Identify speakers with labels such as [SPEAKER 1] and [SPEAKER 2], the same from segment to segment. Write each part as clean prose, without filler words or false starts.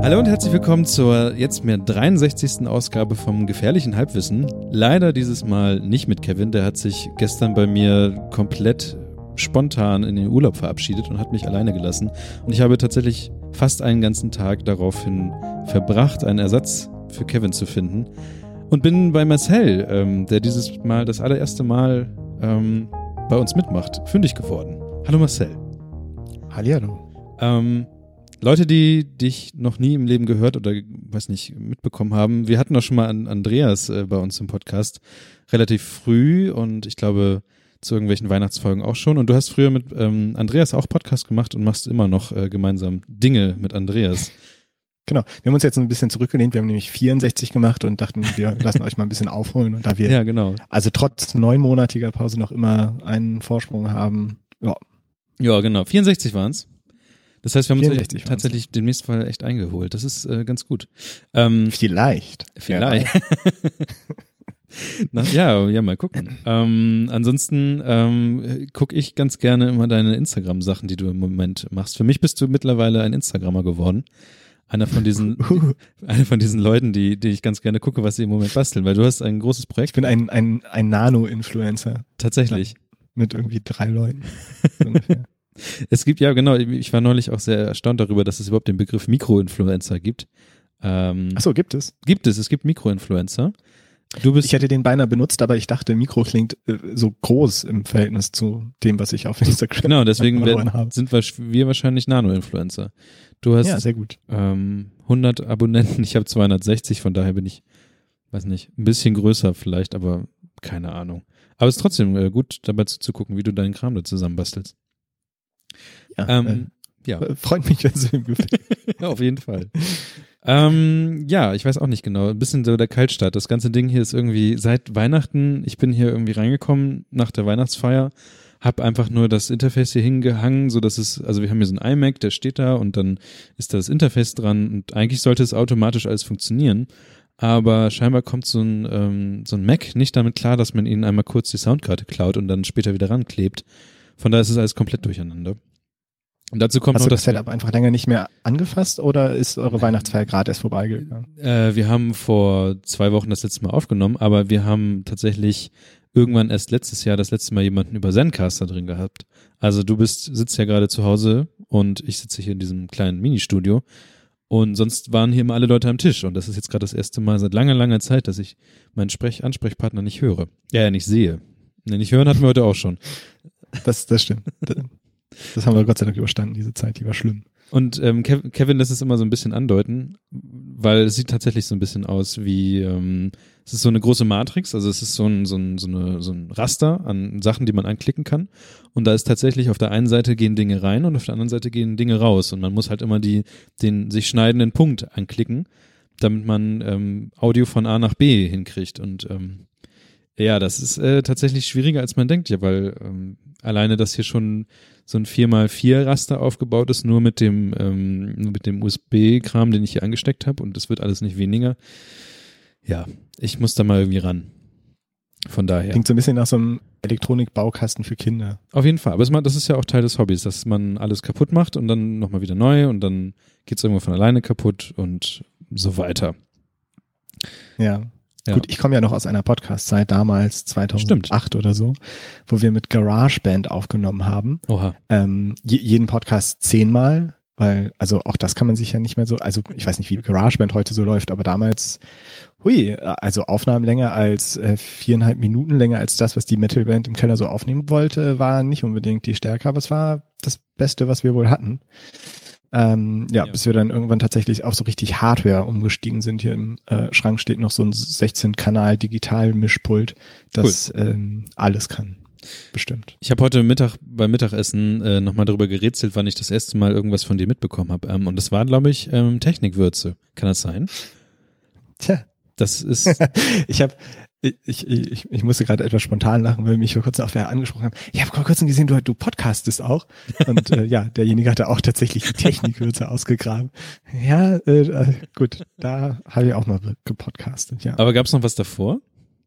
[SPEAKER 1] Hallo und herzlich willkommen zur jetzt mehr 63. Ausgabe vom Gefährlichen Halbwissen. Leider dieses Mal nicht mit Kevin, der hat sich gestern bei mir komplett spontan in den Urlaub verabschiedet und hat mich alleine gelassen. Und ich habe tatsächlich fast einen ganzen Tag daraufhin verbracht, einen Ersatz für Kevin zu finden. Und bin bei Marcel, der dieses Mal das allererste Mal bei uns mitmacht, fündig geworden. Hallo Marcel.
[SPEAKER 2] Hallihallo.
[SPEAKER 1] Leute, die dich noch nie im Leben gehört oder, weiß nicht, mitbekommen haben, wir hatten doch schon mal Andreas bei uns im Podcast relativ früh und ich glaube zu irgendwelchen Weihnachtsfolgen auch schon. Und du hast früher mit Andreas auch Podcast gemacht und machst immer noch gemeinsam Dinge mit Andreas.
[SPEAKER 2] Genau, wir haben uns jetzt ein bisschen zurückgelehnt, wir haben nämlich 64 gemacht und dachten, wir lassen euch mal ein bisschen aufholen. Und da wir
[SPEAKER 1] ja, genau.
[SPEAKER 2] Also trotz 9-monatiger Pause noch immer einen Vorsprung haben,
[SPEAKER 1] Ja, genau, 64 waren's. Das heißt, wir haben uns tatsächlich demnächst Fall echt eingeholt. Das ist ganz gut.
[SPEAKER 2] Vielleicht.
[SPEAKER 1] Ja, mal gucken. Ansonsten gucke ich ganz gerne immer deine Instagram-Sachen, die du im Moment machst. Für mich bist du mittlerweile ein Instagrammer geworden. Einer von diesen Leuten, die ich ganz gerne gucke, was sie im Moment basteln, weil du hast ein großes Projekt.
[SPEAKER 2] Ich bin ein Nano-Influencer.
[SPEAKER 1] Tatsächlich.
[SPEAKER 2] Mit irgendwie 3 Leuten. Ungefähr.
[SPEAKER 1] Es gibt, ja genau, ich war neulich auch sehr erstaunt darüber, dass es überhaupt den Begriff Mikroinfluencer gibt.
[SPEAKER 2] Achso, gibt es?
[SPEAKER 1] Es gibt Mikroinfluencer.
[SPEAKER 2] Ich hätte den beinahe benutzt, aber ich dachte, Mikro klingt so groß im Verhältnis zu dem, was ich auf Instagram
[SPEAKER 1] Genau, deswegen sind wir wahrscheinlich Nano-Influencer. Du hast
[SPEAKER 2] ja, sehr gut.
[SPEAKER 1] 100 Abonnenten, ich habe 260, von daher bin ich, weiß nicht, ein bisschen größer vielleicht, aber keine Ahnung. Aber es ist trotzdem gut, dabei zuzugucken, wie du deinen Kram da zusammenbastelst.
[SPEAKER 2] Ja, freut mich, wenn es ihm gefällt.
[SPEAKER 1] Ja, auf jeden Fall. Ja, ich weiß auch nicht genau. Ein bisschen so der Kaltstart. Das ganze Ding hier ist irgendwie seit Weihnachten. Ich bin hier irgendwie reingekommen nach der Weihnachtsfeier, hab einfach nur das Interface hier hingehangen, so dass also wir haben hier so einen iMac, der steht da und dann ist da das Interface dran und eigentlich sollte es automatisch alles funktionieren. Aber scheinbar kommt so ein Mac nicht damit klar, dass man ihnen einmal kurz die Soundkarte klaut und dann später wieder ranklebt. Von daher ist es alles komplett durcheinander. Und dazu kommt
[SPEAKER 2] Hast
[SPEAKER 1] noch
[SPEAKER 2] du das Setup einfach länger nicht mehr angefasst oder ist eure Weihnachtsfeier gerade erst vorbeigegangen?
[SPEAKER 1] Wir haben vor 2 Wochen das letzte Mal aufgenommen, aber wir haben tatsächlich irgendwann erst letztes Jahr das letzte Mal jemanden über Zencaster drin gehabt. Also du sitzt ja gerade zu Hause und ich sitze hier in diesem kleinen Ministudio und sonst waren hier immer alle Leute am Tisch und das ist jetzt gerade das erste Mal seit langer, langer Zeit, dass ich meinen Ansprechpartner nicht höre. Ja, nicht sehe. Nicht hören hatten wir heute auch schon.
[SPEAKER 2] Das stimmt. Das haben wir Gott sei Dank überstanden, diese Zeit, die war schlimm.
[SPEAKER 1] Und Kevin lässt es immer so ein bisschen andeuten, weil es sieht tatsächlich so ein bisschen aus wie, es ist so eine große Matrix, also es ist so ein Raster an Sachen, die man anklicken kann. Und da ist tatsächlich auf der einen Seite gehen Dinge rein und auf der anderen Seite gehen Dinge raus. Und man muss halt immer den sich schneidenden Punkt anklicken, damit man Audio von A nach B hinkriegt. Und ja, das ist tatsächlich schwieriger, als man denkt, ja, weil alleine, dass hier schon so ein 4x4 Raster aufgebaut ist, nur mit dem USB-Kram, den ich hier angesteckt habe und es wird alles nicht weniger. Ja, ich muss da mal irgendwie ran. Von daher.
[SPEAKER 2] Klingt so ein bisschen nach so einem Elektronik-Baukasten für Kinder.
[SPEAKER 1] Auf jeden Fall. Aber das ist ja auch Teil des Hobbys, dass man alles kaputt macht und dann nochmal wieder neu und dann geht's irgendwo von alleine kaputt und so weiter.
[SPEAKER 2] Ja. Gut, ich komme ja noch aus einer Podcast-Zeit, damals 2008 oder so, wo wir mit GarageBand aufgenommen haben.
[SPEAKER 1] Oha.
[SPEAKER 2] Jeden Podcast 10-mal, weil, also auch das kann man sich ja nicht mehr so, also ich weiß nicht, wie GarageBand heute so läuft, aber damals, also Aufnahmen länger als 4,5 Minuten, länger als das, was die Metalband im Keller so aufnehmen wollte, war nicht unbedingt die Stärke, aber es war das Beste, was wir wohl hatten. Bis wir dann irgendwann tatsächlich auf so richtig Hardware umgestiegen sind. Hier im Schrank steht noch so ein 16-Kanal-Digital-Mischpult, das alles kann. Bestimmt.
[SPEAKER 1] Ich habe heute beim Mittagessen nochmal darüber gerätselt, wann ich das erste Mal irgendwas von dir mitbekommen habe. Und das war, glaube ich, Technikwürze. Kann das sein?
[SPEAKER 2] Tja.
[SPEAKER 1] Das ist...
[SPEAKER 2] Ich musste gerade etwas spontan lachen, weil mich vor kurzem auch wer angesprochen haben. Ich habe vor kurzem gesehen, du podcastest auch. Und derjenige hatte auch tatsächlich die Technikwürze ausgegraben. Ja, gut, da habe ich auch mal gepodcastet, ja.
[SPEAKER 1] Aber gab es noch was davor?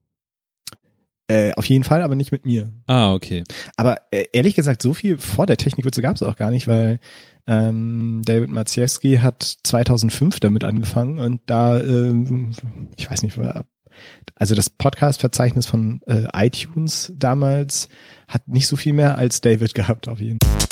[SPEAKER 2] Auf jeden Fall, aber nicht mit mir.
[SPEAKER 1] Ah, okay.
[SPEAKER 2] Aber ehrlich gesagt, so viel vor der Technikwürze gab es auch gar nicht, weil David Maciejewski hat 2005 damit angefangen und da, ich weiß nicht, also das Podcast-Verzeichnis von iTunes damals hat nicht so viel mehr als David gehabt auf jeden Fall.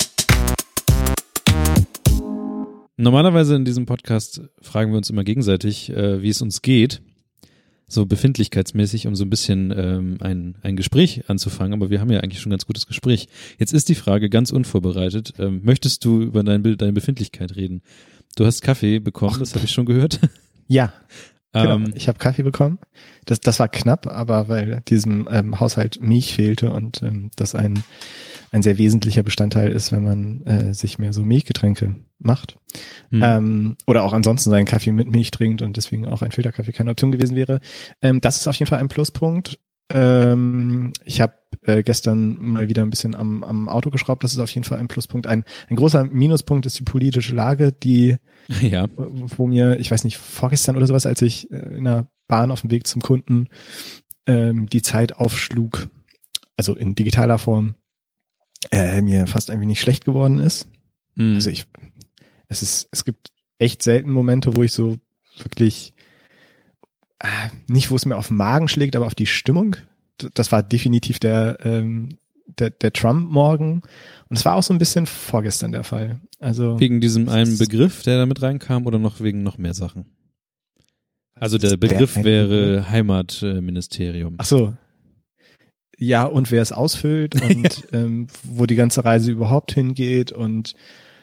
[SPEAKER 1] Normalerweise in diesem Podcast fragen wir uns immer gegenseitig, wie es uns geht, so befindlichkeitsmäßig, um so ein bisschen ein Gespräch anzufangen, aber wir haben ja eigentlich schon ein ganz gutes Gespräch. Jetzt ist die Frage ganz unvorbereitet, möchtest du über deine Befindlichkeit reden? Du hast Kaffee bekommen, das habe ich schon gehört.
[SPEAKER 2] Ja, genau. Ich habe Kaffee bekommen. Das war knapp, aber weil diesem Haushalt Milch fehlte und das ein sehr wesentlicher Bestandteil ist, wenn man sich mehr so Milchgetränke macht. Oder auch ansonsten seinen Kaffee mit Milch trinkt und deswegen auch ein Filterkaffee keine Option gewesen wäre. Das ist auf jeden Fall ein Pluspunkt. Ich habe gestern mal wieder ein bisschen am Auto geschraubt. Das ist auf jeden Fall ein Pluspunkt. Ein großer Minuspunkt ist die politische Lage, die wo mir, ich weiß nicht, vorgestern oder sowas, als ich in der Bahn auf dem Weg zum Kunden die Zeit aufschlug, also in digitaler Form, mir fast ein wenig schlecht geworden ist. Also es gibt echt selten Momente, wo ich so wirklich nicht, wo es mir auf den Magen schlägt, aber auf die Stimmung. Das war definitiv der Trump-Morgen. Und es war auch so ein bisschen vorgestern der Fall. Also
[SPEAKER 1] wegen diesem einen Begriff, der da mit reinkam, oder noch wegen noch mehr Sachen? Also der Begriff wäre Heimatministerium.
[SPEAKER 2] Ach so. Ja, und wer es ausfüllt und wo die ganze Reise überhaupt hingeht und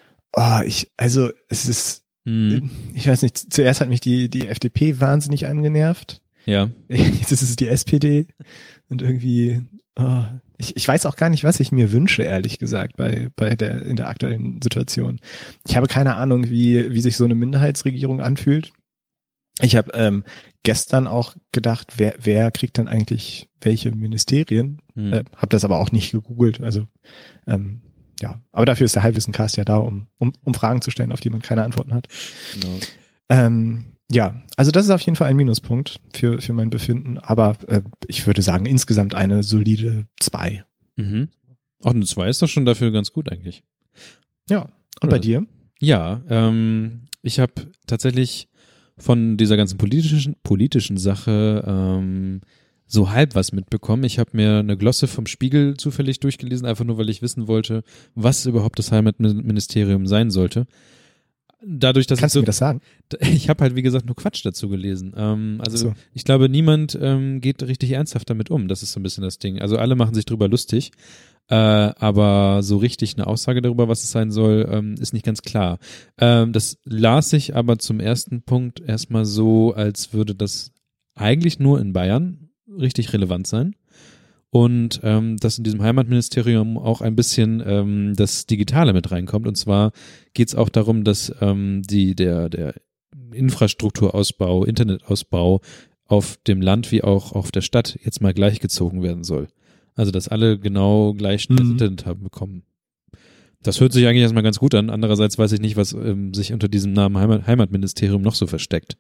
[SPEAKER 2] es ist, ich weiß nicht, zuerst hat mich die FDP wahnsinnig angenervt.
[SPEAKER 1] Ja.
[SPEAKER 2] Jetzt ist es die SPD und irgendwie, ich weiß auch gar nicht, was ich mir wünsche, ehrlich gesagt, in der aktuellen Situation. Ich habe keine Ahnung, wie sich so eine Minderheitsregierung anfühlt. Ich habe gestern auch gedacht, wer kriegt dann eigentlich welche Ministerien? Habe das aber auch nicht gegoogelt. Also ja, aber dafür ist der Halbwissen-Cast ja da, um Fragen zu stellen, auf die man keine Antworten hat. Genau. Ja, also das ist auf jeden Fall ein Minuspunkt für mein Befinden, aber ich würde sagen, insgesamt eine solide 2.
[SPEAKER 1] Mhm. Auch eine 2 ist doch schon dafür ganz gut eigentlich.
[SPEAKER 2] Ja, und bei dir?
[SPEAKER 1] Ja, ich habe tatsächlich von dieser ganzen politischen Sache so halb was mitbekommen. Ich habe mir eine Glosse vom Spiegel zufällig durchgelesen, einfach nur, weil ich wissen wollte, was überhaupt das Heimatministerium sein sollte. Dadurch, dass
[SPEAKER 2] Kannst du mir das sagen?
[SPEAKER 1] Ich habe halt, wie gesagt, nur Quatsch dazu gelesen. Ich glaube, niemand geht richtig ernsthaft damit um. Das ist so ein bisschen das Ding. Also alle machen sich drüber lustig, aber so richtig eine Aussage darüber, was es sein soll, ist nicht ganz klar. Das las ich aber zum ersten Punkt erstmal so, als würde das eigentlich nur in Bayern richtig relevant sein. Und dass in diesem Heimatministerium auch ein bisschen das Digitale mit reinkommt. Und zwar geht es auch darum, dass der Infrastrukturausbau, Internetausbau auf dem Land wie auch auf der Stadt jetzt mal gleichgezogen werden soll. Also dass alle genau gleich schnell Internet haben bekommen. Das hört sich eigentlich erstmal ganz gut an. Andererseits weiß ich nicht, was sich unter diesem Namen Heimatministerium noch so versteckt.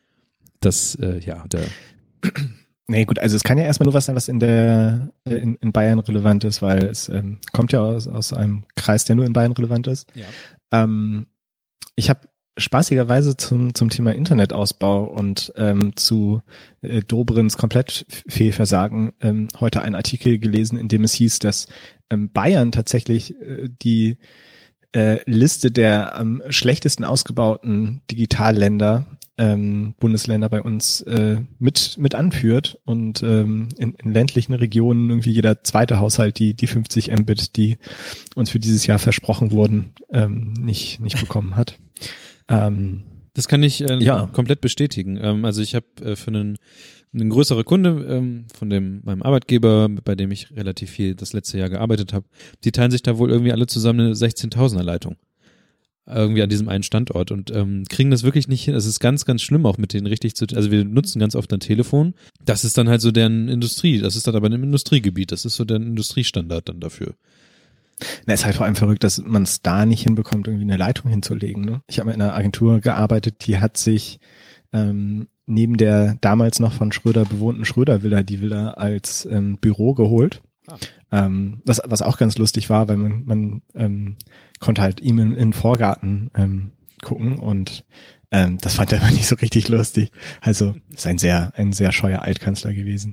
[SPEAKER 2] Nee, gut, also es kann ja erstmal nur was sein, was in Bayern relevant ist, weil es kommt ja aus einem Kreis, der nur in Bayern relevant ist. Ja. Ich habe spaßigerweise zum Thema Internetausbau und zu Dobrins Komplettfehlversagen heute einen Artikel gelesen, in dem es hieß, dass Bayern tatsächlich die Liste der am schlechtesten ausgebauten Digitalländer Bundesländer bei uns mit anführt und in ländlichen Regionen irgendwie jeder zweite Haushalt die 50 Mbit, die uns für dieses Jahr versprochen wurden, nicht bekommen hat.
[SPEAKER 1] Das kann ich komplett bestätigen. Also ich habe für einen größere Kunde von meinem Arbeitgeber, bei dem ich relativ viel das letzte Jahr gearbeitet habe, die teilen sich da wohl irgendwie alle zusammen eine 16.000er Leitung. Irgendwie an diesem einen Standort und kriegen das wirklich nicht hin. Es ist ganz, ganz schlimm auch mit denen also wir nutzen ganz oft ein Telefon. Das ist dann halt so deren Industrie. Das ist dann aber im Industriegebiet. Das ist so der Industriestandard dann dafür.
[SPEAKER 2] Na, ist halt vor allem verrückt, dass man es da nicht hinbekommt, irgendwie eine Leitung hinzulegen. Ne? Ich habe in einer Agentur gearbeitet, die hat sich neben der damals noch von Schröder bewohnten Schröder-Villa die Villa als Büro geholt. Was auch ganz lustig war, weil man konnte halt ihm in den Vorgarten gucken und das fand er aber nicht so richtig lustig. Also ist ein sehr scheuer Altkanzler gewesen.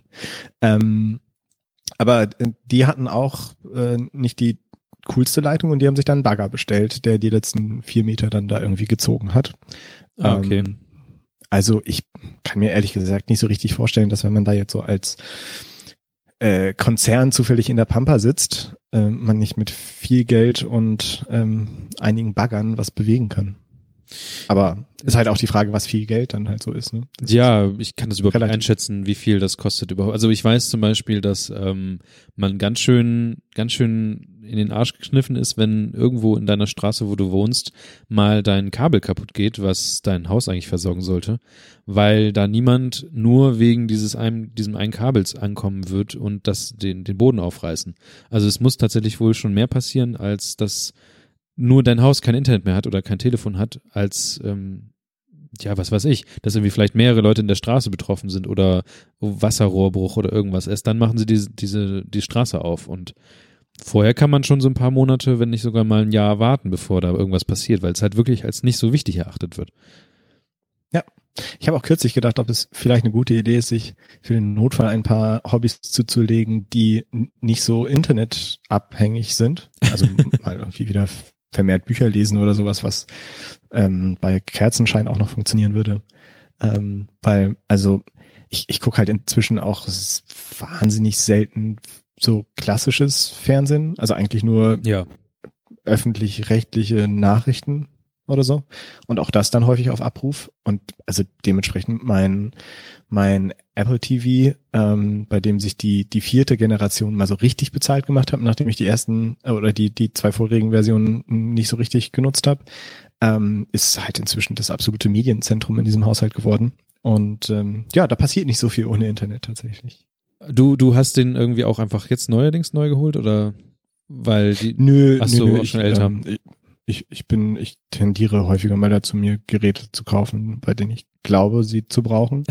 [SPEAKER 2] Aber die hatten auch nicht die coolste Leitung und die haben sich dann einen Bagger bestellt, der die letzten 4 Meter dann da irgendwie gezogen hat.
[SPEAKER 1] Okay.
[SPEAKER 2] Also ich kann mir ehrlich gesagt nicht so richtig vorstellen, dass wenn man da jetzt so als Konzern zufällig in der Pampa sitzt, man nicht mit viel Geld und einigen Baggern was bewegen kann. Aber ist halt auch die Frage, was viel Geld dann halt so ist. Ne?
[SPEAKER 1] Ja, ich kann das überhaupt nicht einschätzen, wie viel das kostet überhaupt. Also ich weiß zum Beispiel, dass man ganz schön in den Arsch gekniffen ist, wenn irgendwo in deiner Straße, wo du wohnst, mal dein Kabel kaputt geht, was dein Haus eigentlich versorgen sollte, weil da niemand nur wegen diesem einen Kabels ankommen wird und den Boden aufreißen. Also es muss tatsächlich wohl schon mehr passieren, als dass nur dein Haus kein Internet mehr hat oder kein Telefon hat, als was weiß ich, dass irgendwie vielleicht mehrere Leute in der Straße betroffen sind oder Wasserrohrbruch oder irgendwas. Erst dann machen sie die Straße auf und vorher kann man schon so ein paar Monate, wenn nicht sogar mal ein Jahr warten, bevor da irgendwas passiert, weil es halt wirklich als nicht so wichtig erachtet wird.
[SPEAKER 2] Ja, ich habe auch kürzlich gedacht, ob es vielleicht eine gute Idee ist, sich für den Notfall ein paar Hobbys zuzulegen, die nicht so internetabhängig sind. Also mal irgendwie wieder vermehrt Bücher lesen oder sowas, was bei Kerzenschein auch noch funktionieren würde. Weil, also ich gucke halt inzwischen auch wahnsinnig selten so klassisches Fernsehen, also eigentlich nur öffentlich-rechtliche Nachrichten oder so. Und auch das dann häufig auf Abruf. Und also dementsprechend mein Apple TV, bei dem sich die 4. Generation mal so richtig bezahlt gemacht hat, nachdem ich die ersten oder die 2 vorigen Versionen nicht so richtig genutzt habe, ist halt inzwischen das absolute Medienzentrum in diesem Haushalt geworden. Und da passiert nicht so viel ohne Internet tatsächlich.
[SPEAKER 1] Du hast den irgendwie auch einfach jetzt neuerdings neu geholt oder weil die auch schon älter?
[SPEAKER 2] Ich tendiere häufiger mal dazu, mir Geräte zu kaufen, bei denen ich glaube, sie zu brauchen.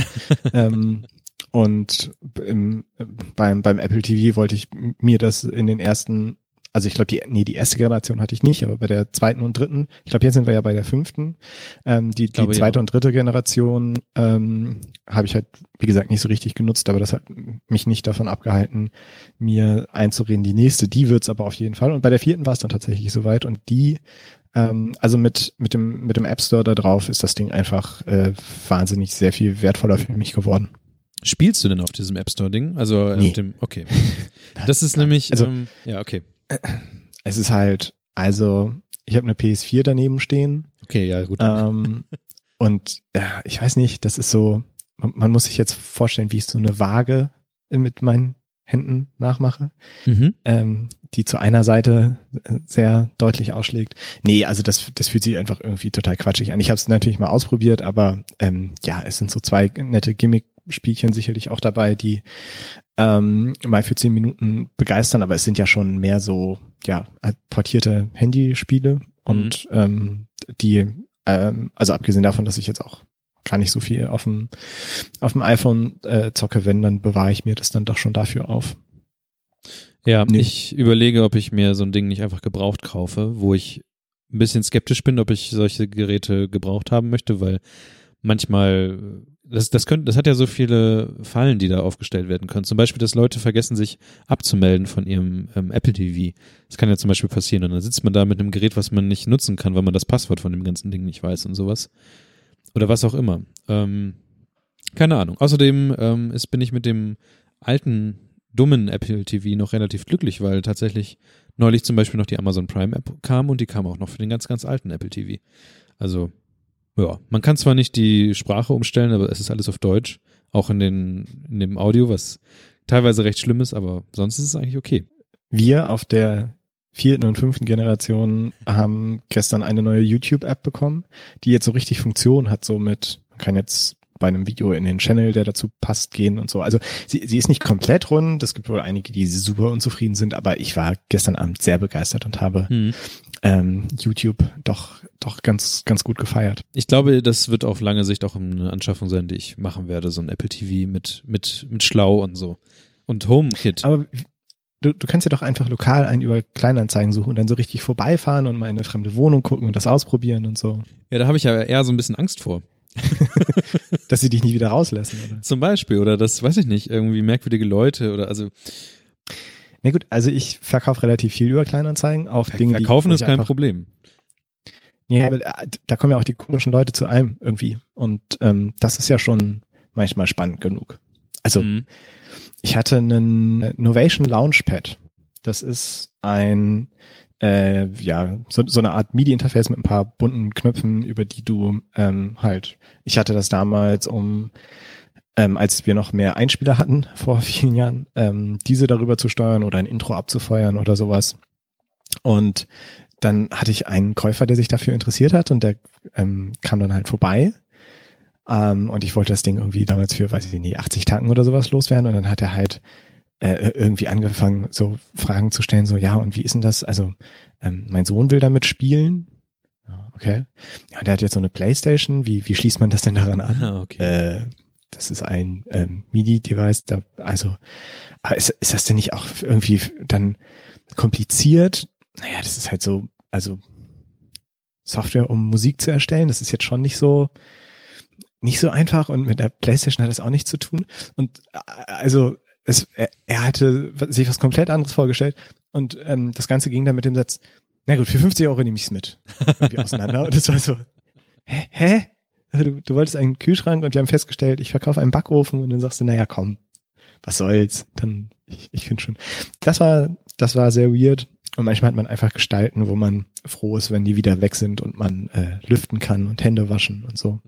[SPEAKER 2] Und beim Apple TV wollte ich mir das in den ersten, also ich glaube, die erste Generation hatte ich nicht, aber bei der 2. und 3., ich glaube, jetzt sind wir ja bei der 5. Die 2. und 3. Generation habe ich halt, wie gesagt, nicht so richtig genutzt, aber das hat mich nicht davon abgehalten, mir einzureden, die nächste, die wird's aber auf jeden Fall. Und bei der 4. war es dann tatsächlich soweit und die, also mit dem App Store da drauf ist das Ding einfach wahnsinnig sehr viel wertvoller für mich geworden.
[SPEAKER 1] Spielst du denn auf diesem App Store Ding? Also
[SPEAKER 2] nee.
[SPEAKER 1] Auf dem, okay. Das ist nämlich,
[SPEAKER 2] also,
[SPEAKER 1] okay.
[SPEAKER 2] Es ist halt, also ich habe eine PS4 daneben stehen.
[SPEAKER 1] Okay, ja, gut.
[SPEAKER 2] Und ich weiß nicht, das ist so, man muss sich jetzt vorstellen, wie ich so eine Waage mit meinen Händen nachmache, die zu einer Seite sehr deutlich ausschlägt. Nee, also das fühlt sich einfach irgendwie total quatschig an. Ich habe es natürlich mal ausprobiert, aber es sind so 2 nette Gimmick-Spielchen sicherlich auch dabei, die mal für 10 Minuten begeistern, aber es sind ja schon mehr so portierte Handyspiele und die also abgesehen davon, dass ich jetzt auch gar nicht so viel auf dem iPhone zocke, wenn, dann bewahre ich mir das dann doch schon dafür auf.
[SPEAKER 1] Ja, nee. Ich überlege, ob ich mir so ein Ding nicht einfach gebraucht kaufe, wo ich ein bisschen skeptisch bin, ob ich solche Geräte gebraucht haben möchte, weil manchmal das hat ja so viele Fallen, die da aufgestellt werden können. Zum Beispiel, dass Leute vergessen, sich abzumelden von ihrem Apple TV. Das kann ja zum Beispiel passieren. Und dann sitzt man da mit einem Gerät, was man nicht nutzen kann, weil man das Passwort von dem ganzen Ding nicht weiß und sowas. Oder was auch immer. Keine Ahnung. Außerdem bin ich mit dem alten, dummen Apple TV noch relativ glücklich, weil tatsächlich neulich zum Beispiel noch die Amazon Prime App kam und die kam auch noch für den ganz, ganz alten Apple TV. Also ja, man kann zwar nicht die Sprache umstellen, aber es ist alles auf Deutsch, auch in dem Audio, was teilweise recht schlimm ist, aber sonst ist es eigentlich okay.
[SPEAKER 2] Wir auf der 4. und 5. Generation haben gestern eine neue YouTube-App bekommen, die jetzt so richtig Funktion hat, so mit, man kann jetzt bei einem Video in den Channel, der dazu passt, gehen und so. Also sie ist nicht komplett rund, es gibt wohl einige, die super unzufrieden sind, aber ich war gestern Abend sehr begeistert und habe YouTube doch ganz, ganz gut gefeiert.
[SPEAKER 1] Ich glaube, das wird auf lange Sicht auch eine Anschaffung sein, die ich machen werde, so ein Apple TV mit Schlau und so. Und HomeKit.
[SPEAKER 2] Aber du kannst ja doch einfach lokal einen über Kleinanzeigen suchen und dann so richtig vorbeifahren und mal in eine fremde Wohnung gucken und das ausprobieren und so.
[SPEAKER 1] Ja, da habe ich ja eher so ein bisschen Angst vor.
[SPEAKER 2] Dass sie dich nicht wieder rauslassen, oder?
[SPEAKER 1] Zum Beispiel, oder das, weiß ich nicht, irgendwie merkwürdige Leute oder also.
[SPEAKER 2] Na gut, also ich verkaufe relativ viel über Kleinanzeigen, auch Dinge,
[SPEAKER 1] Verkaufen
[SPEAKER 2] die
[SPEAKER 1] ist kein Problem.
[SPEAKER 2] Ja, aber da kommen ja auch die komischen Leute zu einem irgendwie und das ist ja schon manchmal spannend genug. Also ich hatte einen Novation Launchpad. Das ist ein so eine Art MIDI-Interface mit ein paar bunten Knöpfen, über die du ich hatte das damals als wir noch mehr Einspieler hatten vor vielen Jahren, diese darüber zu steuern oder ein Intro abzufeuern oder sowas. Und dann hatte ich einen Käufer, der sich dafür interessiert hat und der kam dann halt vorbei. Und ich wollte das Ding irgendwie damals für, 80 Tacken oder sowas loswerden. Und dann hat er halt irgendwie angefangen, so Fragen zu stellen, so, ja, und wie ist denn das? Also, mein Sohn will damit spielen. Ja, okay. Ja, der hat jetzt so eine Playstation. Wie schließt man das denn daran an?
[SPEAKER 1] Ah, okay.
[SPEAKER 2] Das ist ein MIDI-Device. Aber ist das denn nicht auch irgendwie dann kompliziert? Naja, das ist halt so, also Software, um Musik zu erstellen, das ist jetzt schon nicht so einfach und mit der PlayStation hat das auch nichts zu tun. Und also er hatte sich was komplett anderes vorgestellt und das Ganze ging dann mit dem Satz, na gut, für 50 € nehme ich es mit. Irgendwie auseinander. Und das war so, hä? Also du wolltest einen Kühlschrank und wir haben festgestellt, ich verkaufe einen Backofen und dann sagst du, naja, komm, was soll's? Dann, ich finde schon, das war sehr weird. Und manchmal hat man einfach Gestalten, wo man froh ist, wenn die wieder weg sind und man lüften kann und Hände waschen und so.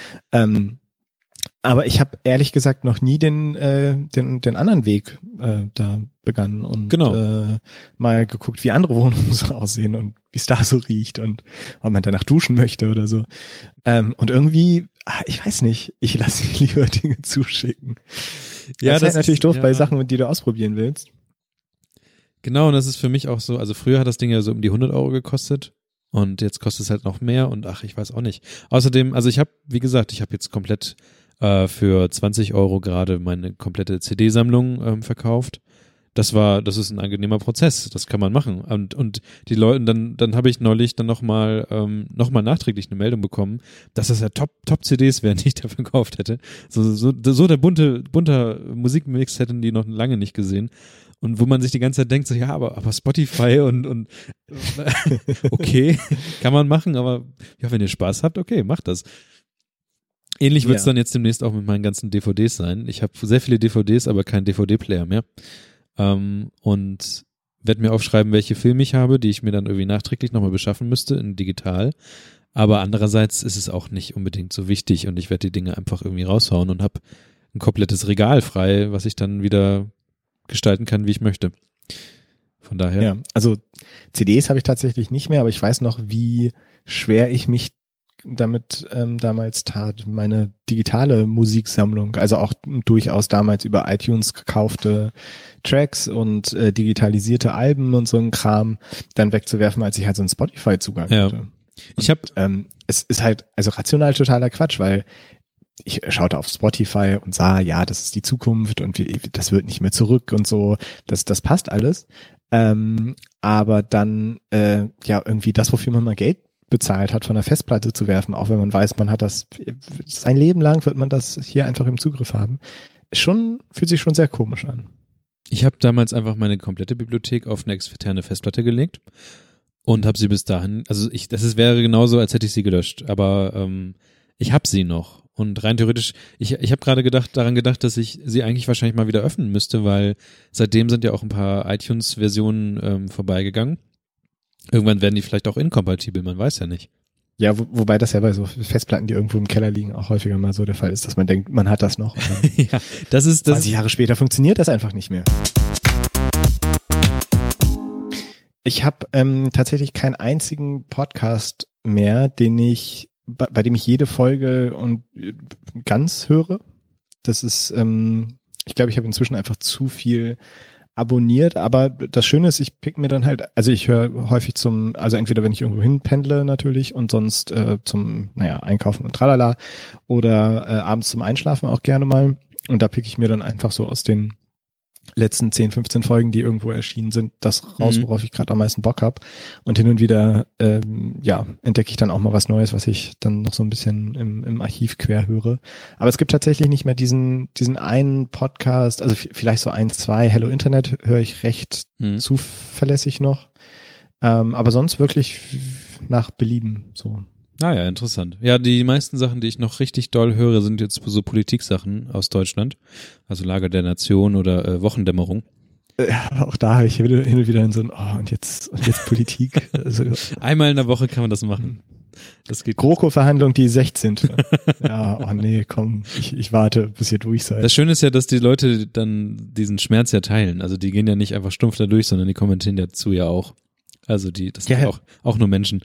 [SPEAKER 2] Aber ich habe ehrlich gesagt noch nie den anderen Weg da begangen und mal geguckt, wie andere Wohnungen so aussehen und wie es da so riecht und ob man danach duschen möchte oder so. Und irgendwie, ich weiß nicht, ich lasse mir lieber Dinge zuschicken. Ja, das ist halt natürlich doof bei Sachen, die du ausprobieren willst.
[SPEAKER 1] Genau, und das ist für mich auch so, also früher hat das Ding ja so um die 100 € gekostet und jetzt kostet es halt noch mehr und ich weiß auch nicht. Außerdem, also ich habe jetzt komplett für 20 € gerade meine komplette CD-Sammlung verkauft. Das ist ein angenehmer Prozess, das kann man machen. Und die Leute, dann habe ich neulich dann nochmal nachträglich eine Meldung bekommen, dass das ja Top-CDs wären, die ich da verkauft hätte. So der bunter Musikmix hätten die noch lange nicht gesehen. Und wo man sich die ganze Zeit denkt, so, ja, aber Spotify und okay, kann man machen, aber ja, wenn ihr Spaß habt, okay, macht das. Ähnlich wird es dann jetzt demnächst auch mit meinen ganzen DVDs sein. Ich habe sehr viele DVDs, aber keinen DVD-Player mehr. Und werde mir aufschreiben, welche Filme ich habe, die ich mir dann irgendwie nachträglich nochmal beschaffen müsste in digital. Aber andererseits ist es auch nicht unbedingt so wichtig und ich werde die Dinge einfach irgendwie raushauen und habe ein komplettes Regal frei, was ich dann wieder gestalten kann, wie ich möchte. Von daher.
[SPEAKER 2] Ja, also CDs habe ich tatsächlich nicht mehr, aber ich weiß noch, wie schwer ich mich damit damals tat, meine digitale Musiksammlung, also auch durchaus damals über iTunes gekaufte Tracks und digitalisierte Alben und so ein Kram dann wegzuwerfen, als ich halt so einen Spotify-Zugang hatte. Es ist halt, also rational totaler Quatsch, weil ich schaute auf Spotify und sah, ja, das ist die Zukunft und das wird nicht mehr zurück und so, das passt alles. Aber dann, irgendwie das, wofür man mal Geld bezahlt hat, von der Festplatte zu werfen, auch wenn man weiß, man hat das, sein Leben lang wird man das hier einfach im Zugriff haben. Fühlt sich schon sehr komisch an.
[SPEAKER 1] Ich habe damals einfach meine komplette Bibliothek auf eine externe Festplatte gelegt und habe sie bis dahin, also wäre genauso, als hätte ich sie gelöscht, aber ich habe sie noch. Und rein theoretisch, ich habe gerade daran gedacht, dass ich sie eigentlich wahrscheinlich mal wieder öffnen müsste, weil seitdem sind ja auch ein paar iTunes-Versionen vorbeigegangen. Irgendwann werden die vielleicht auch inkompatibel, man weiß ja nicht.
[SPEAKER 2] Ja, wobei das ja bei so Festplatten, die irgendwo im Keller liegen, auch häufiger mal so der Fall ist, dass man denkt, man hat das noch. Und dann
[SPEAKER 1] ja, das ist
[SPEAKER 2] 20 Jahre später funktioniert das einfach nicht mehr. Ich habe tatsächlich keinen einzigen Podcast mehr, bei dem ich jede Folge und ganz höre. Das ist, ich glaube, ich habe inzwischen einfach zu viel abonniert, aber das Schöne ist, ich pick mir dann halt, also ich höre häufig also entweder wenn ich irgendwo hinpendle natürlich und sonst zum, Einkaufen und tralala oder abends zum Einschlafen auch gerne mal und da pick ich mir dann einfach so aus den letzten 10, 15 Folgen, die irgendwo erschienen sind, das raus, worauf ich gerade am meisten Bock habe. Und hin und wieder entdecke ich dann auch mal was Neues, was ich dann noch so ein bisschen im Archiv quer höre. Aber es gibt tatsächlich nicht mehr diesen einen Podcast, also vielleicht so 1, 2, Hello Internet höre ich recht zuverlässig noch. Aber sonst wirklich nach Belieben so.
[SPEAKER 1] Ah ja, interessant. Ja, die meisten Sachen, die ich noch richtig doll höre, sind jetzt so Politiksachen aus Deutschland. Also Lage der Nation oder Wochendämmerung.
[SPEAKER 2] Ja, auch da habe ich hin und wieder so und jetzt Politik. Also,
[SPEAKER 1] einmal in der Woche kann man das machen. Das geht.
[SPEAKER 2] GroKo-Verhandlung, die 16. Ja, oh nee, komm, ich warte, bis ihr durch seid.
[SPEAKER 1] Das Schöne ist ja, dass die Leute dann diesen Schmerz ja teilen. Also die gehen ja nicht einfach stumpf da durch, sondern die kommentieren dazu ja auch. Also das sind auch nur Menschen.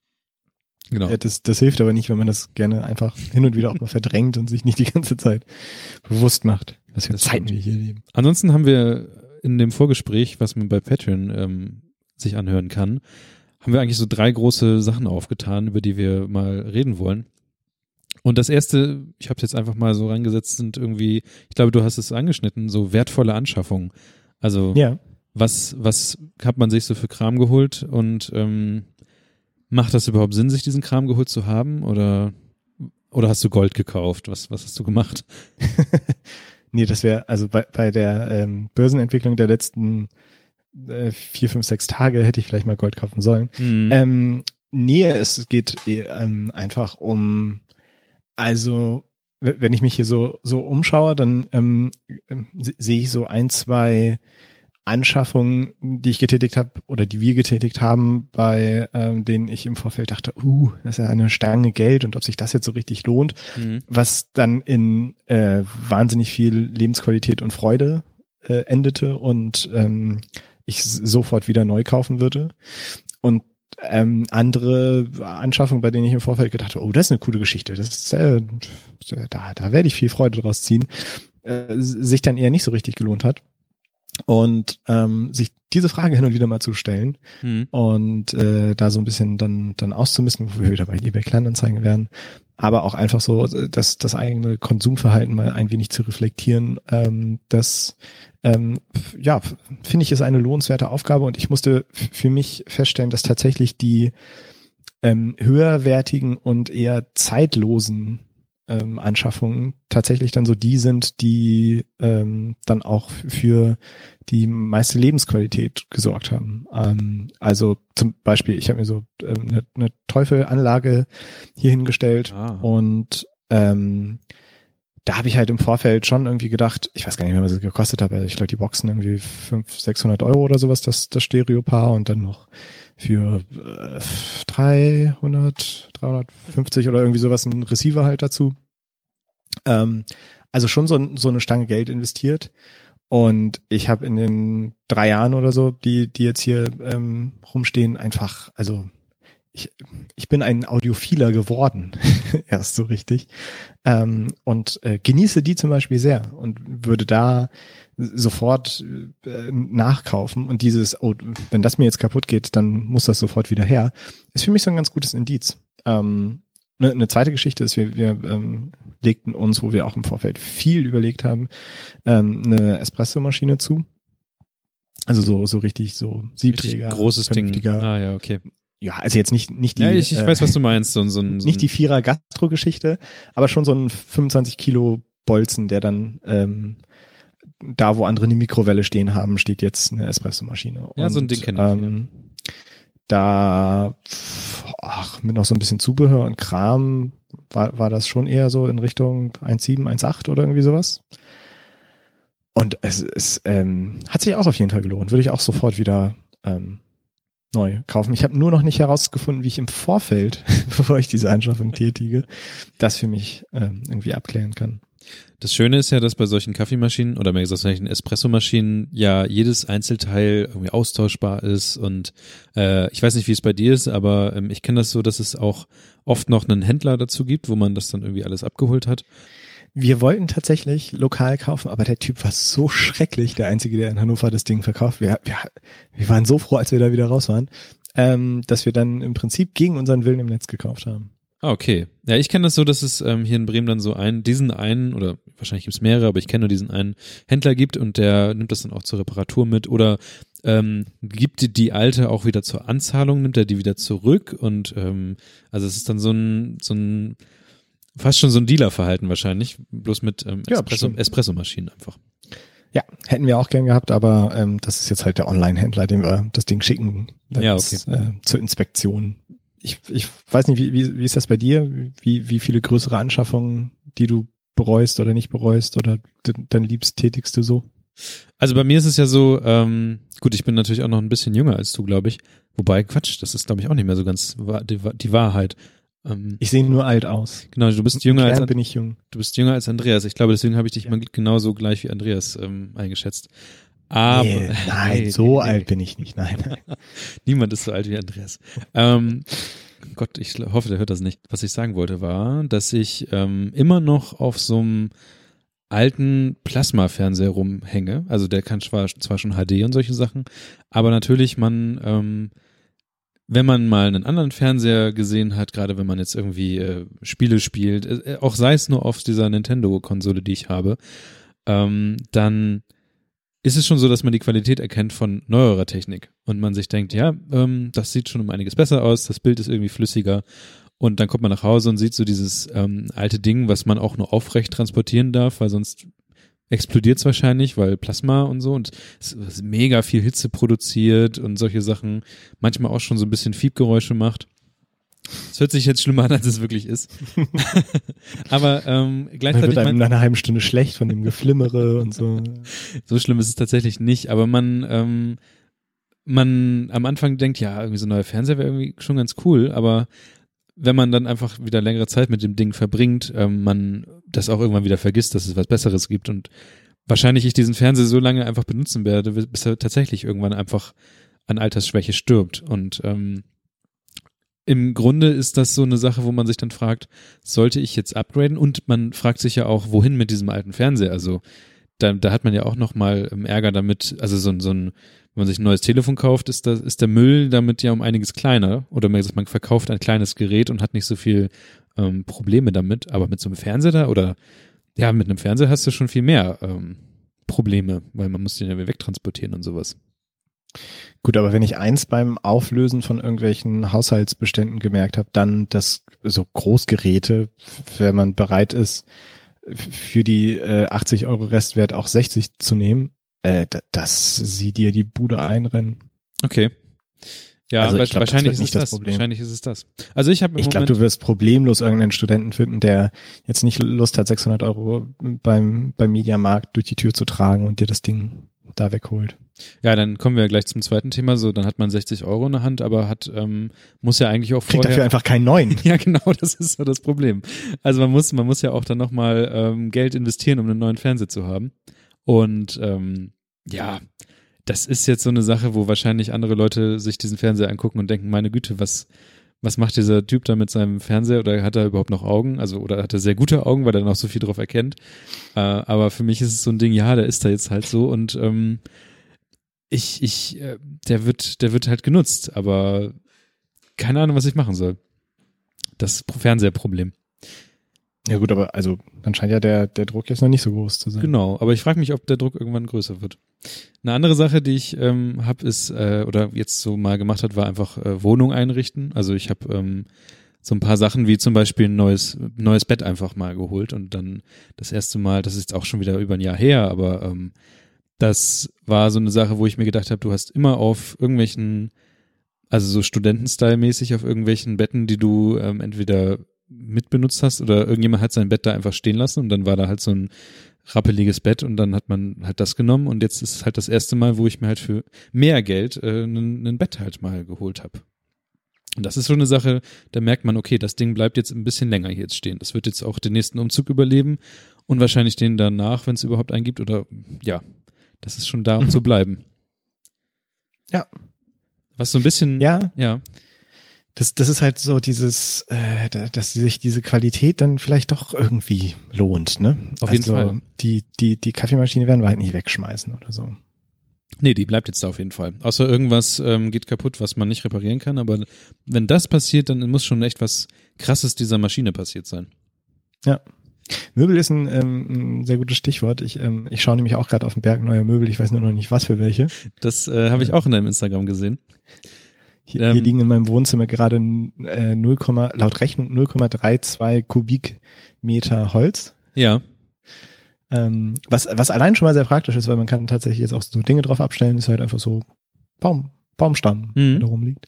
[SPEAKER 1] Genau.
[SPEAKER 2] Ja, das hilft aber nicht, wenn man das gerne einfach hin und wieder auch mal verdrängt und sich nicht die ganze Zeit bewusst macht, was für Zeiten wir hier leben.
[SPEAKER 1] Ansonsten haben wir in dem Vorgespräch, was man bei Patreon sich anhören kann, haben wir eigentlich so 3 große Sachen aufgetan, über die wir mal reden wollen. Und das erste, ich habe es jetzt einfach mal so reingesetzt, sind irgendwie, ich glaube, du hast es angeschnitten, so wertvolle Anschaffungen. Also was hat man sich so für Kram geholt und macht das überhaupt Sinn, sich diesen Kram geholt zu haben oder hast du Gold gekauft? Was hast du gemacht?
[SPEAKER 2] Nee, das wäre, also bei der Börsenentwicklung der letzten 4, 5, 6 Tage hätte ich vielleicht mal Gold kaufen sollen. Nee, es geht einfach um, also wenn ich mich hier so umschaue, dann sehe ich so 1, 2 Anschaffungen, die ich getätigt habe oder die wir getätigt haben, bei denen ich im Vorfeld dachte, das ist ja eine Stange Geld und ob sich das jetzt so richtig lohnt, was dann in wahnsinnig viel Lebensqualität und Freude endete und ich sofort wieder neu kaufen würde. Und andere Anschaffungen, bei denen ich im Vorfeld gedacht habe, das ist eine coole Geschichte, das ist, da werde ich viel Freude draus ziehen, sich dann eher nicht so richtig gelohnt hat. Und sich diese Frage hin und wieder mal zu stellen und da so ein bisschen dann auszumisten, wo wir wieder bei eBay Kleinanzeigen werden, aber auch einfach so das eigene Konsumverhalten mal ein wenig zu reflektieren, das finde ich, ist eine lohnenswerte Aufgabe und ich musste für mich feststellen, dass tatsächlich die höherwertigen und eher zeitlosen Anschaffungen tatsächlich dann so die sind, die dann auch für die meiste Lebensqualität gesorgt haben. Also zum Beispiel, ich habe mir so eine Teufelanlage hier hingestellt und da habe ich halt im Vorfeld schon irgendwie gedacht, ich weiß gar nicht mehr, was es gekostet hat, aber ich glaube, die Boxen irgendwie 500, 600 Euro oder sowas, das Stereopaar und dann noch für 300, 350 oder irgendwie sowas ein Receiver halt dazu. Also schon so eine Stange Geld investiert und ich habe in den 3 Jahren oder so, die jetzt hier rumstehen, einfach, also ich bin ein Audiophiler geworden, erst so richtig, und genieße die zum Beispiel sehr und würde da sofort nachkaufen und dieses, wenn das mir jetzt kaputt geht, dann muss das sofort wieder her, ist für mich so ein ganz gutes Indiz. Eine zweite Geschichte ist, wir legten uns, wo wir auch im Vorfeld viel überlegt haben, eine Espressomaschine zu. Also so richtig so Siebträger.
[SPEAKER 1] Richtig großes Ding. Ja, okay.
[SPEAKER 2] Ja, also jetzt nicht die.
[SPEAKER 1] Ja, ich weiß, was du meinst.
[SPEAKER 2] Nicht die 4er Gastro-Geschichte, aber schon so ein 25 Kilo Bolzen, der dann da, wo andere eine Mikrowelle stehen haben, steht jetzt eine Espressomaschine.
[SPEAKER 1] Ja, und so ein Ding kenne ich.
[SPEAKER 2] Da mit noch so ein bisschen Zubehör und Kram war das schon eher so in Richtung 1,7, 1,8 oder irgendwie sowas. Und es hat sich auch auf jeden Fall gelohnt. Würde ich auch sofort wieder neu kaufen. Ich habe nur noch nicht herausgefunden, wie ich im Vorfeld, bevor ich diese Anschaffung tätige, das für mich irgendwie abklären kann.
[SPEAKER 1] Das Schöne ist ja, dass bei solchen Kaffeemaschinen oder mehr gesagt solchen Espressomaschinen ja jedes Einzelteil irgendwie austauschbar ist und ich weiß nicht, wie es bei dir ist, aber ich kenne das so, dass es auch oft noch einen Händler dazu gibt, wo man das dann irgendwie alles abgeholt hat.
[SPEAKER 2] Wir wollten tatsächlich lokal kaufen, aber der Typ war so schrecklich, der Einzige, der in Hannover das Ding verkauft. Wir waren so froh, als wir da wieder raus waren, dass wir dann im Prinzip gegen unseren Willen im Netz gekauft haben.
[SPEAKER 1] Ah, okay. Ja, ich kenne das so, dass es hier in Bremen dann so diesen einen, oder wahrscheinlich gibt es mehrere, aber ich kenne nur diesen einen Händler gibt und der nimmt das dann auch zur Reparatur mit oder gibt die alte auch wieder zur Anzahlung, nimmt er die wieder zurück und also es ist dann so ein fast schon so ein Dealerverhalten wahrscheinlich, bloß mit Espresso-Maschinen einfach.
[SPEAKER 2] Ja, hätten wir auch gern gehabt, aber das ist jetzt halt der Online-Händler, dem wir das Ding schicken
[SPEAKER 1] Ja, okay.
[SPEAKER 2] Zur Inspektion. Ich weiß nicht, wie ist das bei dir? Wie viele größere Anschaffungen, die du bereust oder nicht bereust oder dann liebst tätigst du so?
[SPEAKER 1] Also bei mir ist es ja so, gut, ich bin natürlich auch noch ein bisschen jünger als du, glaube ich. Wobei, Quatsch, das ist, glaube ich, auch nicht mehr so ganz die Wahrheit.
[SPEAKER 2] Ich sehe nur alt aus.
[SPEAKER 1] Genau, du bist jünger als
[SPEAKER 2] bin ich jung.
[SPEAKER 1] Du bist jünger als Andreas. Ich glaube, deswegen habe ich dich mal genauso gleich wie Andreas eingeschätzt. Aber
[SPEAKER 2] nein, so alt bin ich nicht. Nein.
[SPEAKER 1] Niemand ist so alt wie Andreas. Gott, ich hoffe, der hört das nicht. Was ich sagen wollte war, dass ich immer noch auf so einem alten Plasma-Fernseher rumhänge. Also der kann zwar schon HD und solche Sachen, aber natürlich wenn man mal einen anderen Fernseher gesehen hat, gerade wenn man jetzt irgendwie Spiele spielt, auch sei es nur auf dieser Nintendo-Konsole, die ich habe, dann ist es schon so, dass man die Qualität erkennt von neuerer Technik und man sich denkt, ja, das sieht schon um einiges besser aus, das Bild ist irgendwie flüssiger und dann kommt man nach Hause und sieht so dieses alte Ding, was man auch nur aufrecht transportieren darf, weil sonst explodiert es wahrscheinlich, weil Plasma und so und es ist mega viel Hitze produziert und solche Sachen, manchmal auch schon so ein bisschen Fiebgeräusche macht. Es hört sich jetzt schlimmer an, als es wirklich ist. Aber gleichzeitig...
[SPEAKER 2] Man wird einem nach einer halben Stunde schlecht von dem Geflimmere und so.
[SPEAKER 1] So schlimm ist es tatsächlich nicht, aber man am Anfang denkt, ja, irgendwie so ein neuer Fernseher wäre irgendwie schon ganz cool, aber wenn man dann einfach wieder längere Zeit mit dem Ding verbringt, man das auch irgendwann wieder vergisst, dass es was Besseres gibt und wahrscheinlich ich diesen Fernseher so lange einfach benutzen werde, bis er tatsächlich irgendwann einfach an Altersschwäche stirbt und im Grunde ist das so eine Sache, wo man sich dann fragt, sollte ich jetzt upgraden? Und man fragt sich ja auch, wohin mit diesem alten Fernseher? Also da hat man ja auch nochmal Ärger damit, also wenn man sich ein neues Telefon kauft, ist der Müll damit ja um einiges kleiner. Oder man verkauft ein kleines Gerät und hat nicht so viel Probleme damit. Aber mit so einem Fernseher oder ja, mit einem Fernseher hast du schon viel mehr Probleme, weil man muss den ja wieder wegtransportieren und sowas.
[SPEAKER 2] Gut, aber wenn ich eins beim Auflösen von irgendwelchen Haushaltsbeständen gemerkt habe, dann, dass so Großgeräte, wenn man bereit ist, für die 80 € Restwert auch 60 zu nehmen, dass sie dir die Bude einrennen.
[SPEAKER 1] Okay. Ja,
[SPEAKER 2] also ich glaub,
[SPEAKER 1] wahrscheinlich ist
[SPEAKER 2] nicht
[SPEAKER 1] es
[SPEAKER 2] das Problem.
[SPEAKER 1] Wahrscheinlich ist es das. Also ich
[SPEAKER 2] glaube, du wirst problemlos irgendeinen Studenten finden, der jetzt nicht Lust hat, 600 € beim Mediamarkt durch die Tür zu tragen und dir das Ding da wegholt.
[SPEAKER 1] Ja, dann kommen wir gleich zum zweiten Thema. So, dann hat man 60 € in der Hand, aber muss ja eigentlich auch
[SPEAKER 2] kriegt dafür einfach keinen neuen.
[SPEAKER 1] Ja, genau, das ist so das Problem. Also man muss ja auch dann nochmal Geld investieren, um einen neuen Fernseher zu haben. Und ja, das ist jetzt so eine Sache, wo wahrscheinlich andere Leute sich diesen Fernseher angucken und denken, meine Güte, was macht dieser Typ da mit seinem Fernseher oder hat er überhaupt noch Augen? Also, oder hat er sehr gute Augen, weil er noch so viel drauf erkennt. Aber für mich ist es so ein Ding, ja, der ist da jetzt halt so und der wird halt genutzt, aber keine Ahnung, was ich machen soll. Das Fernseherproblem.
[SPEAKER 2] Ja gut, aber also dann scheint ja der Druck jetzt noch nicht so groß zu sein.
[SPEAKER 1] Genau, aber ich frage mich, ob der Druck irgendwann größer wird. Eine andere Sache, die ich habe, ist, oder jetzt so mal gemacht hat, war einfach Wohnung einrichten. Also ich habe so ein paar Sachen wie zum Beispiel ein neues Bett einfach mal geholt und dann das erste Mal, das ist jetzt auch schon wieder über ein Jahr her, aber das war so eine Sache, wo ich mir gedacht habe, du hast immer auf irgendwelchen, also so Studenten-Style-mäßig auf irgendwelchen Betten, die du entweder mitbenutzt hast oder irgendjemand hat sein Bett da einfach stehen lassen und dann war da halt so ein rappeliges Bett und dann hat man halt das genommen und jetzt ist halt das erste Mal, wo ich mir halt für mehr Geld ein Bett halt mal geholt habe. Und das ist so eine Sache, da merkt man, okay, das Ding bleibt jetzt ein bisschen länger hier jetzt stehen. Das wird jetzt auch den nächsten Umzug überleben und wahrscheinlich den danach, wenn es überhaupt einen gibt oder ja, das ist schon da, um zu bleiben.
[SPEAKER 2] Ja.
[SPEAKER 1] Was so ein bisschen, ja.
[SPEAKER 2] Das ist halt so dieses, dass sich diese Qualität dann vielleicht doch irgendwie lohnt, ne?
[SPEAKER 1] Auf jeden Fall.
[SPEAKER 2] Die Kaffeemaschine werden wir halt nicht wegschmeißen oder so.
[SPEAKER 1] Nee, die bleibt jetzt da auf jeden Fall. Außer irgendwas geht kaputt, was man nicht reparieren kann. Aber wenn das passiert, dann muss schon echt was Krasses dieser Maschine passiert sein.
[SPEAKER 2] Ja. Möbel ist ein sehr gutes Stichwort. Ich schaue nämlich auch gerade auf den Berg neue Möbel. Ich weiß nur noch nicht, was für welche.
[SPEAKER 1] Das habe ich auch in deinem Instagram gesehen.
[SPEAKER 2] Hier liegen in meinem Wohnzimmer gerade laut Rechnung 0,32 Kubikmeter Holz.
[SPEAKER 1] Ja.
[SPEAKER 2] Was allein schon mal sehr praktisch ist, weil man kann tatsächlich jetzt auch so Dinge drauf abstellen, ist halt einfach so Baumstamm, der da rumliegt.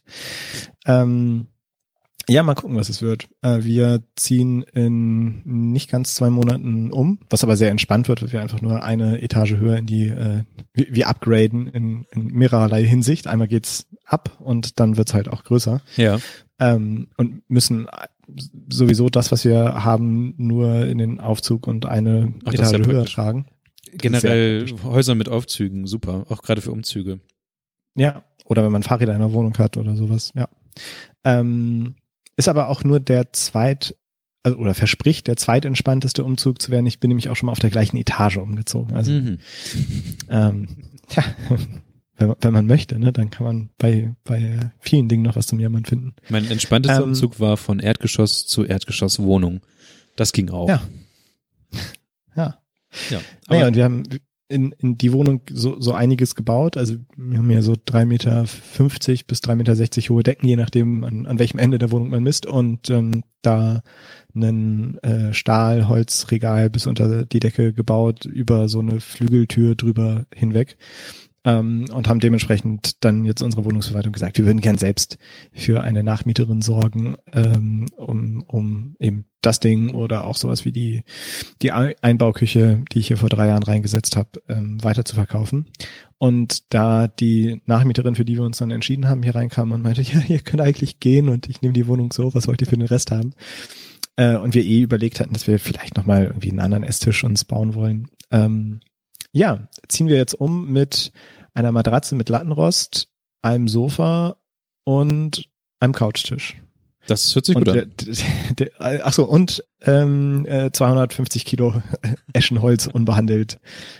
[SPEAKER 2] Ja, mal gucken, was es wird. Wir ziehen in nicht ganz 2 Monaten um, was aber sehr entspannt wird, weil wir einfach nur eine Etage höher in die, wir upgraden in mehrerlei Hinsicht. Einmal geht's ab und dann wird's halt auch größer.
[SPEAKER 1] Ja.
[SPEAKER 2] Und müssen sowieso das, was wir haben, nur in den Aufzug und eine Etage höher tragen.
[SPEAKER 1] Generell Häuser mit Aufzügen, super. Auch gerade für Umzüge.
[SPEAKER 2] Ja, oder wenn man Fahrräder in der Wohnung hat oder sowas, ja. Ist aber auch nur oder verspricht der zweitentspannteste Umzug zu werden. Ich bin nämlich auch schon mal auf der gleichen Etage umgezogen. Also, ja, wenn man möchte, ne, dann kann man bei vielen Dingen noch was zum Jammern finden.
[SPEAKER 1] Mein entspanntester Umzug war von Erdgeschoss zu Erdgeschosswohnung. Das ging auch.
[SPEAKER 2] Ja. Ja. Naja, und wir haben in die Wohnung so einiges gebaut. Also wir haben ja so 3,50 Meter bis 3,60 Meter hohe Decken, je nachdem an welchem Ende der Wohnung man misst. Und da einen Stahlholzregal bis unter die Decke gebaut, über so eine Flügeltür drüber hinweg. Und haben dementsprechend dann jetzt unsere Wohnungsverwaltung gesagt, wir würden gern selbst für eine Nachmieterin sorgen, um eben das Ding oder auch sowas wie die Einbauküche, die ich hier vor 3 Jahren reingesetzt habe, weiter zu verkaufen. Und da die Nachmieterin, für die wir uns dann entschieden haben, hier reinkam und meinte, ja, ihr könnt eigentlich gehen und ich nehme die Wohnung so, was wollt ihr für den Rest haben? Und wir überlegt hatten, dass wir vielleicht nochmal irgendwie einen anderen Esstisch uns bauen wollen. Ja, ziehen wir jetzt um mit einer Matratze mit Lattenrost, einem Sofa und einem Couchtisch.
[SPEAKER 1] Das hört sich gut an.
[SPEAKER 2] Achso, und 250 Kilo Eschenholz unbehandelt.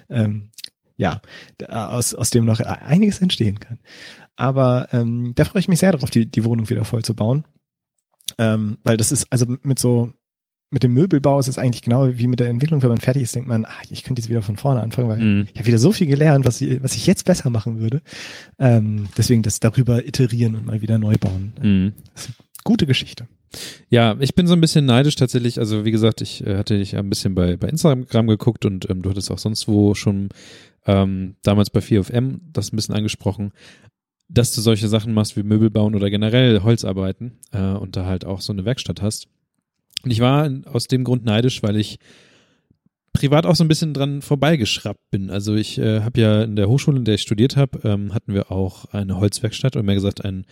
[SPEAKER 2] Ja, aus dem noch einiges entstehen kann. Aber da freue ich mich sehr drauf, die Wohnung wieder voll zu bauen. Weil das ist, also mit dem Möbelbau ist es eigentlich genau wie mit der Entwicklung, wenn man fertig ist, denkt man, ich könnte jetzt wieder von vorne anfangen, weil ich habe wieder so viel gelernt, was ich jetzt besser machen würde. Deswegen das darüber iterieren und mal wieder neu bauen. Das ist eine gute Geschichte.
[SPEAKER 1] Ja, ich bin so ein bisschen neidisch tatsächlich. Also wie gesagt, ich hatte dich ja ein bisschen bei Instagram geguckt und du hattest auch sonst wo schon damals bei 4FM das ein bisschen angesprochen, dass du solche Sachen machst wie Möbel bauen oder generell Holzarbeiten und da halt auch so eine Werkstatt hast. Und ich war aus dem Grund neidisch, weil ich privat auch so ein bisschen dran vorbeigeschraubt bin. Also ich habe ja in der Hochschule, in der ich studiert habe, hatten wir auch eine Holzwerkstatt und mehr gesagt eine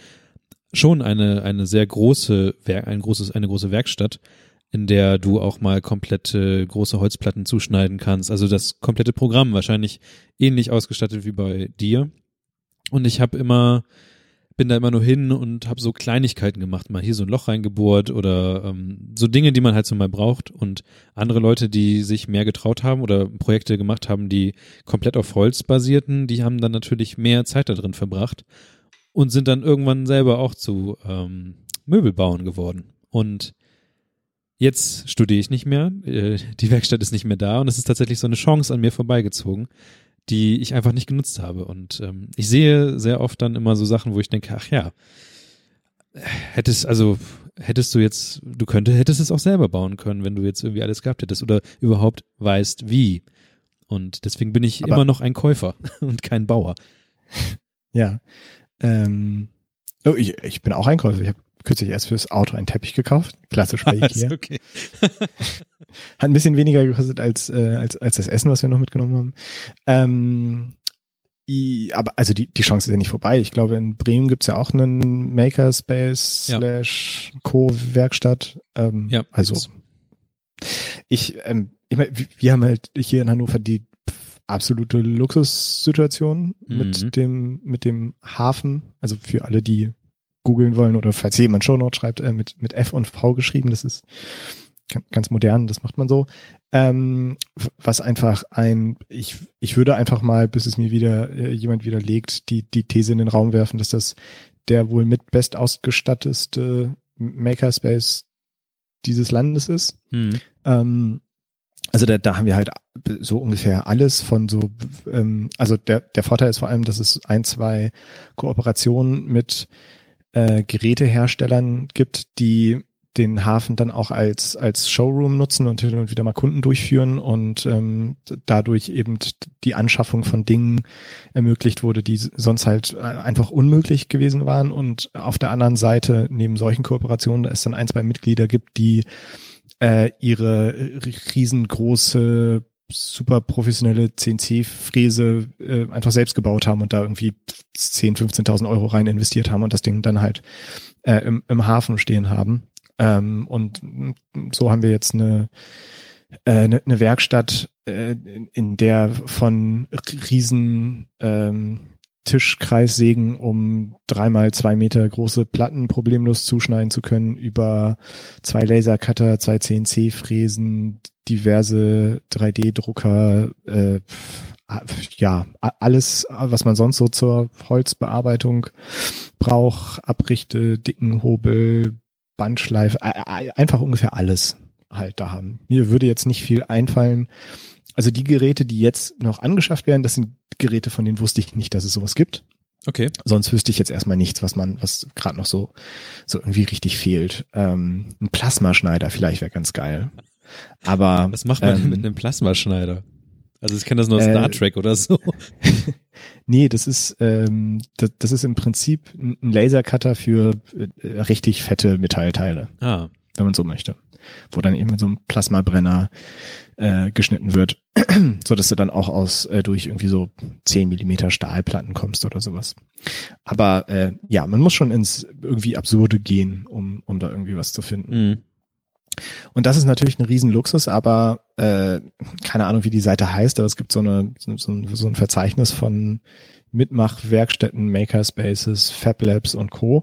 [SPEAKER 1] sehr große eine große Werkstatt, in der du auch mal komplette große Holzplatten zuschneiden kannst. Also das komplette Programm wahrscheinlich ähnlich ausgestattet wie bei dir. Und ich bin da immer nur hin und habe so Kleinigkeiten gemacht, mal hier so ein Loch reingebohrt oder so Dinge, die man halt so mal braucht. Und andere Leute, die sich mehr getraut haben oder Projekte gemacht haben, die komplett auf Holz basierten, die haben dann natürlich mehr Zeit da drin verbracht und sind dann irgendwann selber auch zu Möbelbauern geworden. Und jetzt studiere ich nicht mehr, die Werkstatt ist nicht mehr da und es ist tatsächlich so eine Chance an mir vorbeigezogen, die ich einfach nicht genutzt habe. Und ich sehe sehr oft dann immer so Sachen, wo ich denke, ach ja, hättest es auch selber bauen können, wenn du jetzt irgendwie alles gehabt hättest oder überhaupt weißt, wie. Und deswegen bin ich immer noch ein Käufer und kein Bauer.
[SPEAKER 2] Ja. Ich bin auch ein Käufer. Ich habe kürzlich erst fürs Auto einen Teppich gekauft. Klassisch bei Ikea.
[SPEAKER 1] Okay.
[SPEAKER 2] Hat ein bisschen weniger gekostet als das Essen, was wir noch mitgenommen haben. Aber also die Chance ist ja nicht vorbei. Ich glaube, in Bremen gibt's ja auch einen Makerspace / Co-Werkstatt.
[SPEAKER 1] Ja.
[SPEAKER 2] Also ich meine, wir haben halt hier in Hannover die absolute Luxussituation mit dem Hafen. Also für alle, die googeln wollen oder falls jemand Shownote schreibt, mit F und V geschrieben. Das ist ganz modern, das macht man so. Was einfach ich würde einfach mal, bis es mir wieder jemand widerlegt, die These in den Raum werfen, dass das der wohl mit best ausgestatteste Makerspace dieses Landes ist. Also da haben wir halt so ungefähr alles von so, also der Vorteil ist vor allem, dass es 2 Kooperationen mit Geräteherstellern gibt, die den Hafen dann auch als Showroom nutzen und hin und wieder mal Kunden durchführen und dadurch eben die Anschaffung von Dingen ermöglicht wurde, die sonst halt einfach unmöglich gewesen waren. Und auf der anderen Seite, neben solchen Kooperationen, da es dann 2 Mitglieder gibt, die ihre riesengroße, super professionelle CNC-Fräse einfach selbst gebaut haben und da irgendwie 10.000, 15.000 Euro rein investiert haben und das Ding dann halt im Hafen stehen haben. Und so haben wir jetzt eine Werkstatt, in der von riesen Tischkreissägen, um 3x2 Meter große Platten problemlos zuschneiden zu können, über 2 Lasercutter, 2 CNC-Fräsen, diverse 3D-Drucker, alles, was man sonst so zur Holzbearbeitung braucht, Abrichte, dicken Hobel, Bandschleife, einfach ungefähr alles halt da haben. Mir würde jetzt nicht viel einfallen. Also die Geräte, die jetzt noch angeschafft werden, das sind Geräte, von denen wusste ich nicht, dass es sowas gibt.
[SPEAKER 1] Okay.
[SPEAKER 2] Sonst wüsste ich jetzt erstmal nichts, was gerade noch so irgendwie richtig fehlt. Ein Plasmaschneider vielleicht wäre ganz geil. Aber
[SPEAKER 1] was macht man denn mit einem Plasmaschneider? Also ich kenne das nur aus Star Trek oder so.
[SPEAKER 2] Nee, das ist im Prinzip ein Lasercutter für richtig fette Metallteile. Wenn man so möchte. Wo dann eben mit so einem Plasmabrenner geschnitten wird, so dass du dann auch durch irgendwie so 10 Millimeter Stahlplatten kommst oder sowas. Aber man muss schon ins irgendwie Absurde gehen, um da irgendwie was zu finden. Und das ist natürlich ein Riesenluxus, aber keine Ahnung, wie die Seite heißt, aber es gibt so ein Verzeichnis von Mitmachwerkstätten, Makerspaces, Fab Labs und Co.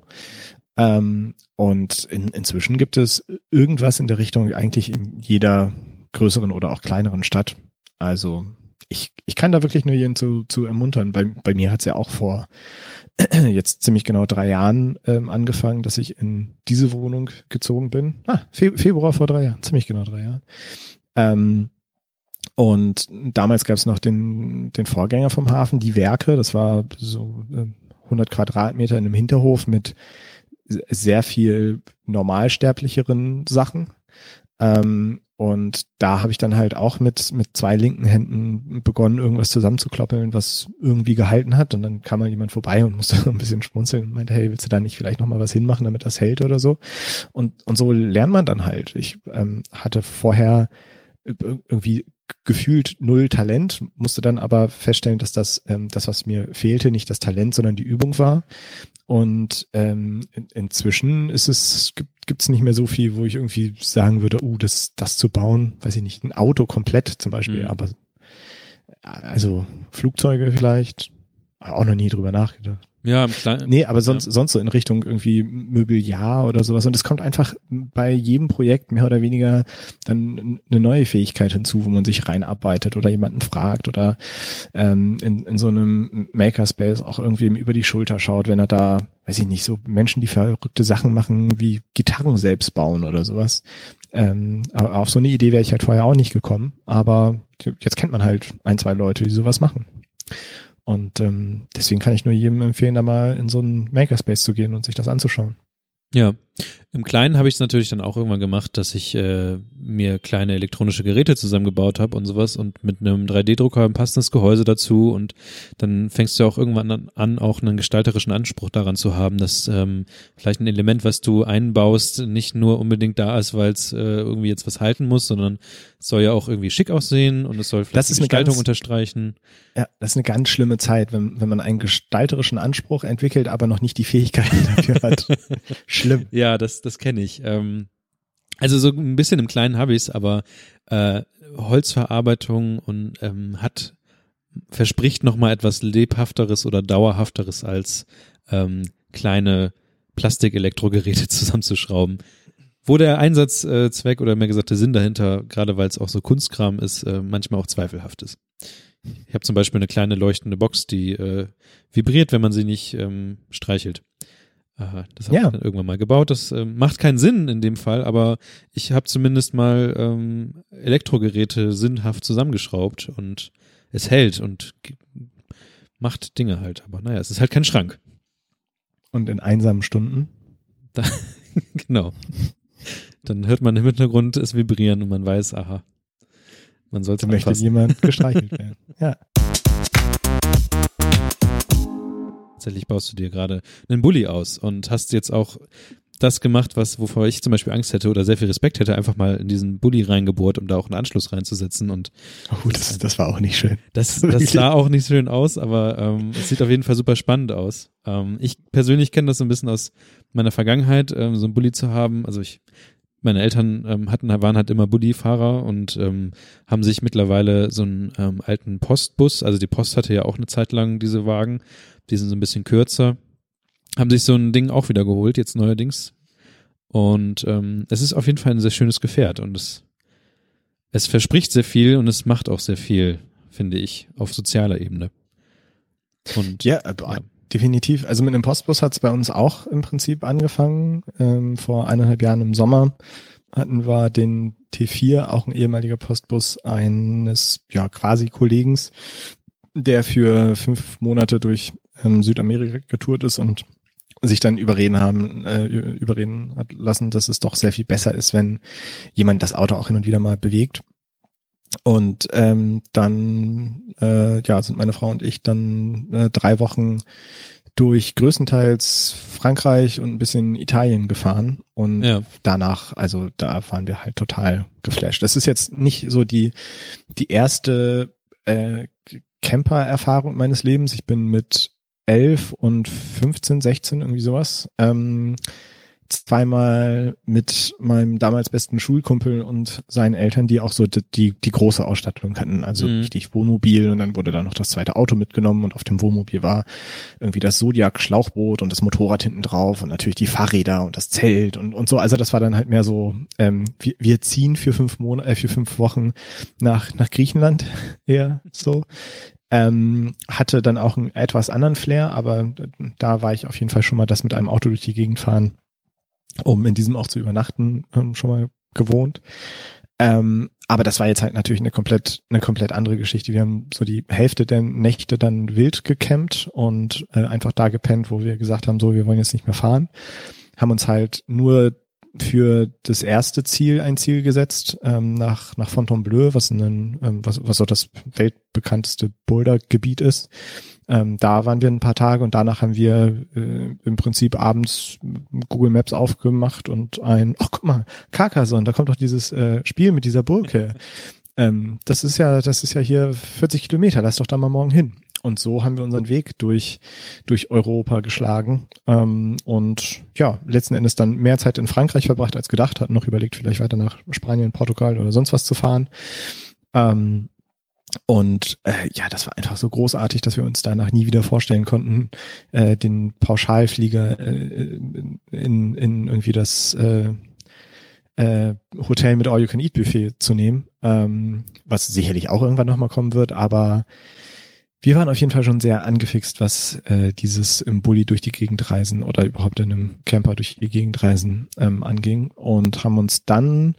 [SPEAKER 2] Und inzwischen gibt es irgendwas in der Richtung eigentlich in jeder größeren oder auch kleineren Stadt. Also ich kann da wirklich nur jeden zu ermuntern. Bei mir hat es ja auch vor jetzt ziemlich genau 3 Jahren angefangen, dass ich in diese Wohnung gezogen bin. Februar vor 3 Jahren, ziemlich genau 3 Jahren. Und damals gab es noch den Vorgänger vom Hafen, die Werke. Das war so 100 Quadratmeter in einem Hinterhof mit sehr viel normalsterblicheren Sachen. Und da habe ich dann halt auch mit 2 linken Händen begonnen, irgendwas zusammenzukloppeln, was irgendwie gehalten hat. Und dann kam mal jemand vorbei und musste so ein bisschen schmunzeln und meinte, hey, willst du da nicht vielleicht nochmal was hinmachen, damit das hält oder so? Und so lernt man dann halt. Ich hatte vorher irgendwie gefühlt 0 Talent, musste dann aber feststellen, dass das, was mir fehlte, nicht das Talent, sondern die Übung war. Und inzwischen gibt's nicht mehr so viel, wo ich irgendwie sagen würde, das zu bauen, weiß ich nicht, ein Auto komplett zum Beispiel, aber also Flugzeuge vielleicht, auch noch nie drüber nachgedacht.
[SPEAKER 1] Ja, im Kleinen.
[SPEAKER 2] Nee, aber sonst so in Richtung irgendwie Mobiliar oder sowas. Und es kommt einfach bei jedem Projekt mehr oder weniger dann eine neue Fähigkeit hinzu, wo man sich reinarbeitet oder jemanden fragt oder in so einem Makerspace auch irgendwie über die Schulter schaut, wenn er da, weiß ich nicht, so Menschen, die verrückte Sachen machen, wie Gitarren selbst bauen oder sowas. Aber auf so eine Idee wäre ich halt vorher auch nicht gekommen. Aber jetzt kennt man halt 1, 2 Leute, die sowas machen. Und deswegen kann ich nur jedem empfehlen, da mal in so einen Makerspace zu gehen und sich das anzuschauen.
[SPEAKER 1] Ja, im Kleinen habe ich es natürlich dann auch irgendwann gemacht, dass ich mir kleine elektronische Geräte zusammengebaut habe und sowas und mit einem 3D-Drucker ein passendes Gehäuse dazu und dann fängst du auch irgendwann an, auch einen gestalterischen Anspruch daran zu haben, dass vielleicht ein Element, was du einbaust, nicht nur unbedingt da ist, weil es irgendwie jetzt was halten muss, sondern es soll ja auch irgendwie schick aussehen und es soll vielleicht die Gestaltung unterstreichen.
[SPEAKER 2] Ja, das ist eine ganz schlimme Zeit, wenn man einen gestalterischen Anspruch entwickelt, aber noch nicht die Fähigkeiten dafür hat. Schlimm.
[SPEAKER 1] Ja, das kenne ich. Also so ein bisschen im Kleinen habe ich es, aber Holzverarbeitung und verspricht nochmal etwas Lebhafteres oder Dauerhafteres als kleine Plastik-Elektrogeräte zusammenzuschrauben. Wo der Einsatzzweck oder mehr gesagt der Sinn dahinter, gerade weil es auch so Kunstkram ist, manchmal auch zweifelhaft ist. Ich habe zum Beispiel eine kleine leuchtende Box, die vibriert, wenn man sie nicht streichelt. Das habe ich dann irgendwann mal gebaut. Das macht keinen Sinn in dem Fall, aber ich habe zumindest mal Elektrogeräte sinnhaft zusammengeschraubt und es hält und macht Dinge halt. Aber naja, es ist halt kein Schrank.
[SPEAKER 2] Und in einsamen Stunden?
[SPEAKER 1] Genau. Dann hört man im Hintergrund es vibrieren und man weiß, aha, man sollte
[SPEAKER 2] es möchte jemand gestreichelt werden. Ja.
[SPEAKER 1] Tatsächlich baust du dir gerade einen Bulli aus und hast jetzt auch das gemacht, wovor ich zum Beispiel Angst hätte oder sehr viel Respekt hätte, einfach mal in diesen Bulli reingebohrt, um da auch einen Anschluss reinzusetzen. Und
[SPEAKER 2] das war auch nicht schön.
[SPEAKER 1] Das sah auch nicht schön aus, aber es sieht auf jeden Fall super spannend aus. Ich persönlich kenne das so ein bisschen aus meiner Vergangenheit, so einen Bulli zu haben. Also meine Eltern waren halt immer Bulli-Fahrer und haben sich mittlerweile so einen alten Postbus, also die Post hatte ja auch eine Zeit lang diese Wagen, die sind so ein bisschen kürzer, haben sich so ein Ding auch wieder geholt, jetzt neuerdings. Und es ist auf jeden Fall ein sehr schönes Gefährt und es verspricht sehr viel und es macht auch sehr viel, finde ich, auf sozialer Ebene. Und
[SPEAKER 2] ja. Definitiv. Also mit einem Postbus hat es bei uns auch im Prinzip angefangen. Vor 1,5 Jahren im Sommer hatten wir den T4, auch ein ehemaliger Postbus eines quasi Kollegens, der für 5 Monate durch Südamerika getourt ist und sich dann überreden hat lassen, dass es doch sehr viel besser ist, wenn jemand das Auto auch hin und wieder mal bewegt. Und dann sind meine Frau und ich dann 3 Wochen durch größtenteils Frankreich und ein bisschen Italien gefahren und danach, also da waren wir halt total geflasht. Das ist jetzt nicht so die erste Camper-Erfahrung meines Lebens. Ich bin mit 11 und 15, 16 irgendwie sowas 2-mal mit meinem damals besten Schulkumpel und seinen Eltern, die auch so die große Ausstattung hatten, also richtig Wohnmobil, und dann wurde da noch das zweite Auto mitgenommen und auf dem Wohnmobil war irgendwie das Zodiac Schlauchboot und das Motorrad hinten drauf und natürlich die Fahrräder und das Zelt und so. Also das war dann halt mehr so, wir ziehen für 5 Wochen nach Griechenland eher so. Hatte dann auch einen etwas anderen Flair, aber da war ich auf jeden Fall schon mal das mit einem Auto durch die Gegend fahren, um in diesem auch zu übernachten, schon mal gewohnt. Aber das war jetzt halt natürlich eine komplett andere Geschichte. Wir haben so die Hälfte der Nächte dann wild gecampt und einfach da gepennt, wo wir gesagt haben, so, wir wollen jetzt nicht mehr fahren. Haben uns halt nur für das erste Ziel ein Ziel gesetzt, nach Fontainebleau, was so das weltbekannteste Bouldergebiet ist. Da waren wir ein paar Tage und danach haben wir im Prinzip abends Google Maps aufgemacht und guck mal, Carcassonne, da kommt doch dieses Spiel mit dieser Burg her. Das ist ja hier 40 Kilometer, lass doch da mal morgen hin. Und so haben wir unseren Weg durch Europa geschlagen und ja, letzten Endes dann mehr Zeit in Frankreich verbracht als gedacht, hatten noch überlegt, vielleicht weiter nach Spanien, Portugal oder sonst was zu fahren. Das war einfach so großartig, dass wir uns danach nie wieder vorstellen konnten, den Pauschalflieger in irgendwie das Hotel mit All-You-Can-Eat-Buffet zu nehmen, was sicherlich auch irgendwann nochmal kommen wird, aber wir waren auf jeden Fall schon sehr angefixt, was dieses im Bulli durch die Gegend reisen oder überhaupt in einem Camper durch die Gegend reisen anging und haben uns dann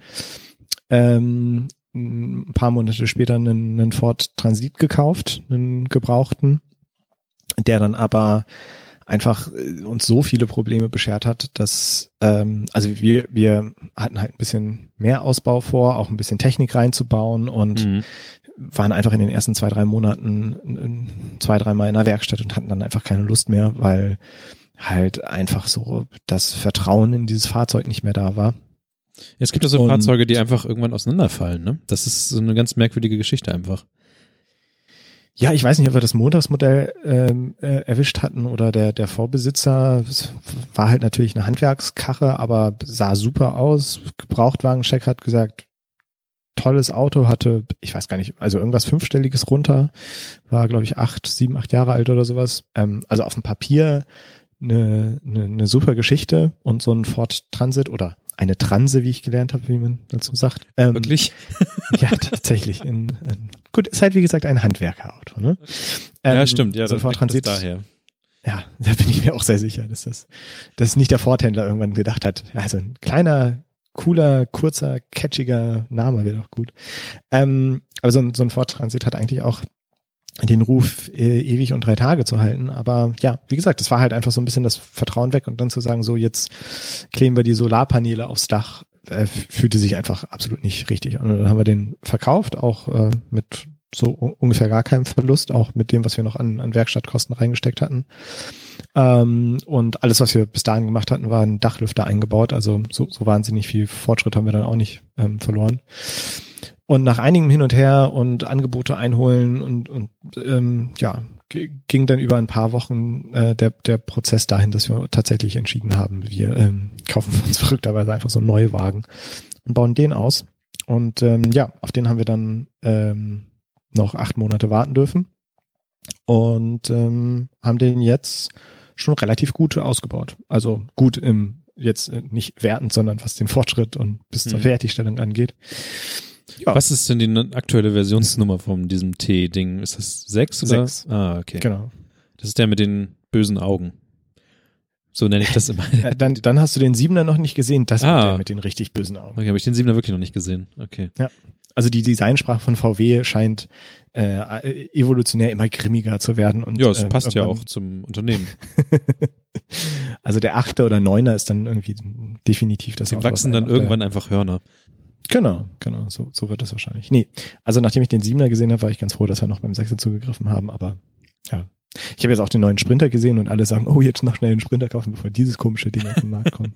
[SPEAKER 2] ein paar Monate später einen Ford Transit gekauft, einen gebrauchten, der dann aber einfach uns so viele Probleme beschert hat, dass wir hatten halt ein bisschen mehr Ausbau vor, auch ein bisschen Technik reinzubauen und waren einfach in den ersten 2-3 Monaten 2-3 Mal in der Werkstatt und hatten dann einfach keine Lust mehr, weil halt einfach so das Vertrauen in dieses Fahrzeug nicht mehr da war.
[SPEAKER 1] Es gibt ja so Fahrzeuge, die einfach irgendwann auseinanderfallen, ne? Das ist so eine ganz merkwürdige Geschichte einfach.
[SPEAKER 2] Ja, ich weiß nicht, ob wir das Montagsmodell erwischt hatten oder der Vorbesitzer. Es war halt natürlich eine Handwerkskarre, aber sah super aus. Gebrauchtwagencheck hat gesagt, tolles Auto, hatte, ich weiß gar nicht, also irgendwas 5-stelliges runter, war glaube ich 7, 8 Jahre alt oder sowas. Also auf dem Papier eine super Geschichte und so ein Ford Transit oder eine Transe, wie ich gelernt habe, wie man dazu sagt.
[SPEAKER 1] Wirklich?
[SPEAKER 2] Ja, tatsächlich. Gut, ist halt wie gesagt ein Handwerkerauto. Ne?
[SPEAKER 1] Ja, stimmt. Ja,
[SPEAKER 2] so
[SPEAKER 1] das kommt daher.
[SPEAKER 2] Ja, da bin ich mir auch sehr sicher, dass nicht der Ford-Händler irgendwann gedacht hat, also ein kleiner, cooler, kurzer, catchiger Name wäre doch gut. Aber so ein Ford Transit hat eigentlich auch den Ruf, ewig und 3 Tage zu halten. Aber ja, wie gesagt, das war halt einfach so ein bisschen das Vertrauen weg und dann zu sagen, so jetzt kleben wir die Solarpaneele aufs Dach, fühlte sich einfach absolut nicht richtig. Und dann haben wir den verkauft, auch mit so ungefähr gar keinem Verlust, auch mit dem, was wir noch an Werkstattkosten reingesteckt hatten. Und alles, was wir bis dahin gemacht hatten, war ein Dachlüfter eingebaut. Also so wahnsinnig viel Fortschritt haben wir dann auch nicht verloren. Und nach einigem Hin und Her und Angebote einholen und ging dann über ein paar Wochen der Prozess dahin, dass wir tatsächlich entschieden haben, wir kaufen uns verrückterweise einfach so einen Neuwagen und bauen den aus. Und auf den haben wir dann noch 8 Monate warten dürfen und haben den jetzt schon relativ gut ausgebaut. Also gut jetzt nicht wertend, sondern was den Fortschritt und bis zur Fertigstellung angeht. Ja.
[SPEAKER 1] Was ist denn die aktuelle Versionsnummer von diesem T-Ding? Ist das 6 oder?
[SPEAKER 2] 6.
[SPEAKER 1] Ah, okay.
[SPEAKER 2] Genau.
[SPEAKER 1] Das ist der mit den bösen Augen. So nenne ich das immer.
[SPEAKER 2] Dann hast du den 7er noch nicht gesehen, das ist der mit den richtig bösen Augen.
[SPEAKER 1] Okay, habe ich den 7er wirklich noch nicht gesehen. Okay.
[SPEAKER 2] Ja. Also die Designsprache von VW scheint evolutionär immer grimmiger zu werden. Und,
[SPEAKER 1] ja, es passt ja auch zum Unternehmen.
[SPEAKER 2] Also der 8er oder 9er ist dann irgendwie definitiv das
[SPEAKER 1] Die wachsen dann irgendwann einfach Hörner.
[SPEAKER 2] Genau, so wird das wahrscheinlich. Nee, also nachdem ich den 7er gesehen habe, war ich ganz froh, dass wir noch beim 6er zugegriffen haben, aber ja. Ich habe jetzt auch den neuen Sprinter gesehen und alle sagen, oh, jetzt noch schnell einen Sprinter kaufen, bevor dieses komische Ding auf den Markt kommt.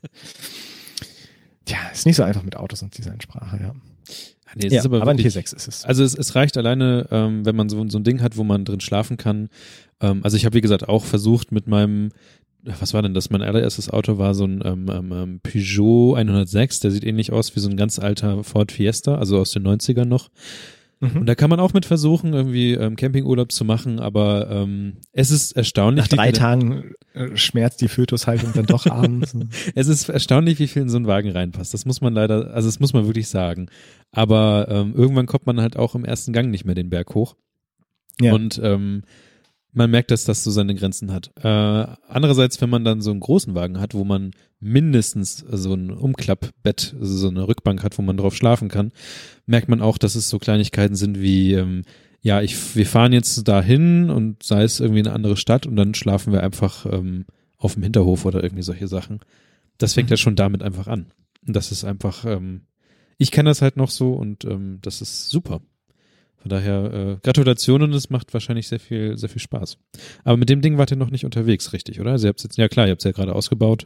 [SPEAKER 2] Tja, ist nicht so einfach mit Autos und Designsprache, ja.
[SPEAKER 1] Nee, es ist aber
[SPEAKER 2] ein
[SPEAKER 1] wirklich,
[SPEAKER 2] T6 ist es.
[SPEAKER 1] Also es reicht alleine, wenn man so ein Ding hat, wo man drin schlafen kann. Also ich habe, wie gesagt, auch versucht mit meinem, was war denn das? Mein allererstes Auto war so ein Peugeot 106, der sieht ähnlich aus wie so ein ganz alter Ford Fiesta, also aus den 90ern noch. Und da kann man auch mit versuchen, irgendwie Campingurlaub zu machen, aber es ist erstaunlich.
[SPEAKER 2] Nach 3 Tagen schmerzt die Fötushaltung dann doch abends.
[SPEAKER 1] Es ist erstaunlich, wie viel in so einen Wagen reinpasst. Das muss man leider, also das muss man wirklich sagen. Aber irgendwann kommt man halt auch im ersten Gang nicht mehr den Berg hoch. Ja. Und man merkt, dass das so seine Grenzen hat. Andererseits, wenn man dann so einen großen Wagen hat, wo man mindestens so ein Umklappbett, also so eine Rückbank hat, wo man drauf schlafen kann, merkt man auch, dass es so Kleinigkeiten sind wie, wir fahren jetzt dahin und sei es irgendwie eine andere Stadt und dann schlafen wir einfach auf dem Hinterhof oder irgendwie solche Sachen. Das fängt ja schon damit einfach an. Und das ist einfach, ich kenne das halt noch so und das ist super. Von daher Gratulationen, es macht wahrscheinlich sehr viel Spaß. Aber mit dem Ding wart ihr noch nicht unterwegs, richtig, oder? Also ihr habt's jetzt, ja klar, ihr habt's ja gerade ausgebaut.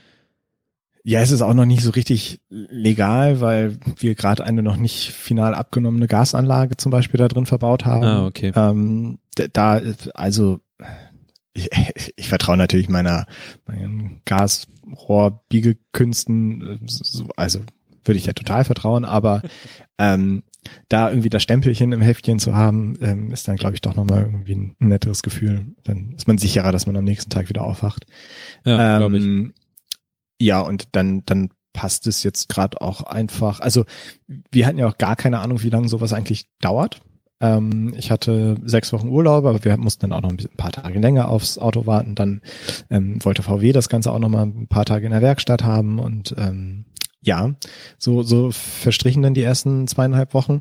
[SPEAKER 2] Ja, es ist auch noch nicht so richtig legal, weil wir gerade eine noch nicht final abgenommene Gasanlage zum Beispiel da drin verbaut haben.
[SPEAKER 1] Ah, okay.
[SPEAKER 2] Ich vertraue natürlich meinen Gasrohrbiegelkünsten, also würde ich ja total vertrauen, aber da irgendwie das Stempelchen im Heftchen zu haben, ist dann, glaube ich, doch nochmal irgendwie ein netteres Gefühl. Dann ist man sicherer, dass man am nächsten Tag wieder aufwacht.
[SPEAKER 1] Ja, glaube ich.
[SPEAKER 2] Ja, und dann passt es jetzt gerade auch einfach. Also wir hatten ja auch gar keine Ahnung, wie lange sowas eigentlich dauert. Ich hatte 6 Wochen Urlaub, aber wir mussten dann auch noch ein paar Tage länger aufs Auto warten. Dann wollte VW das Ganze auch nochmal ein paar Tage in der Werkstatt haben und so verstrichen dann die ersten 2,5 Wochen.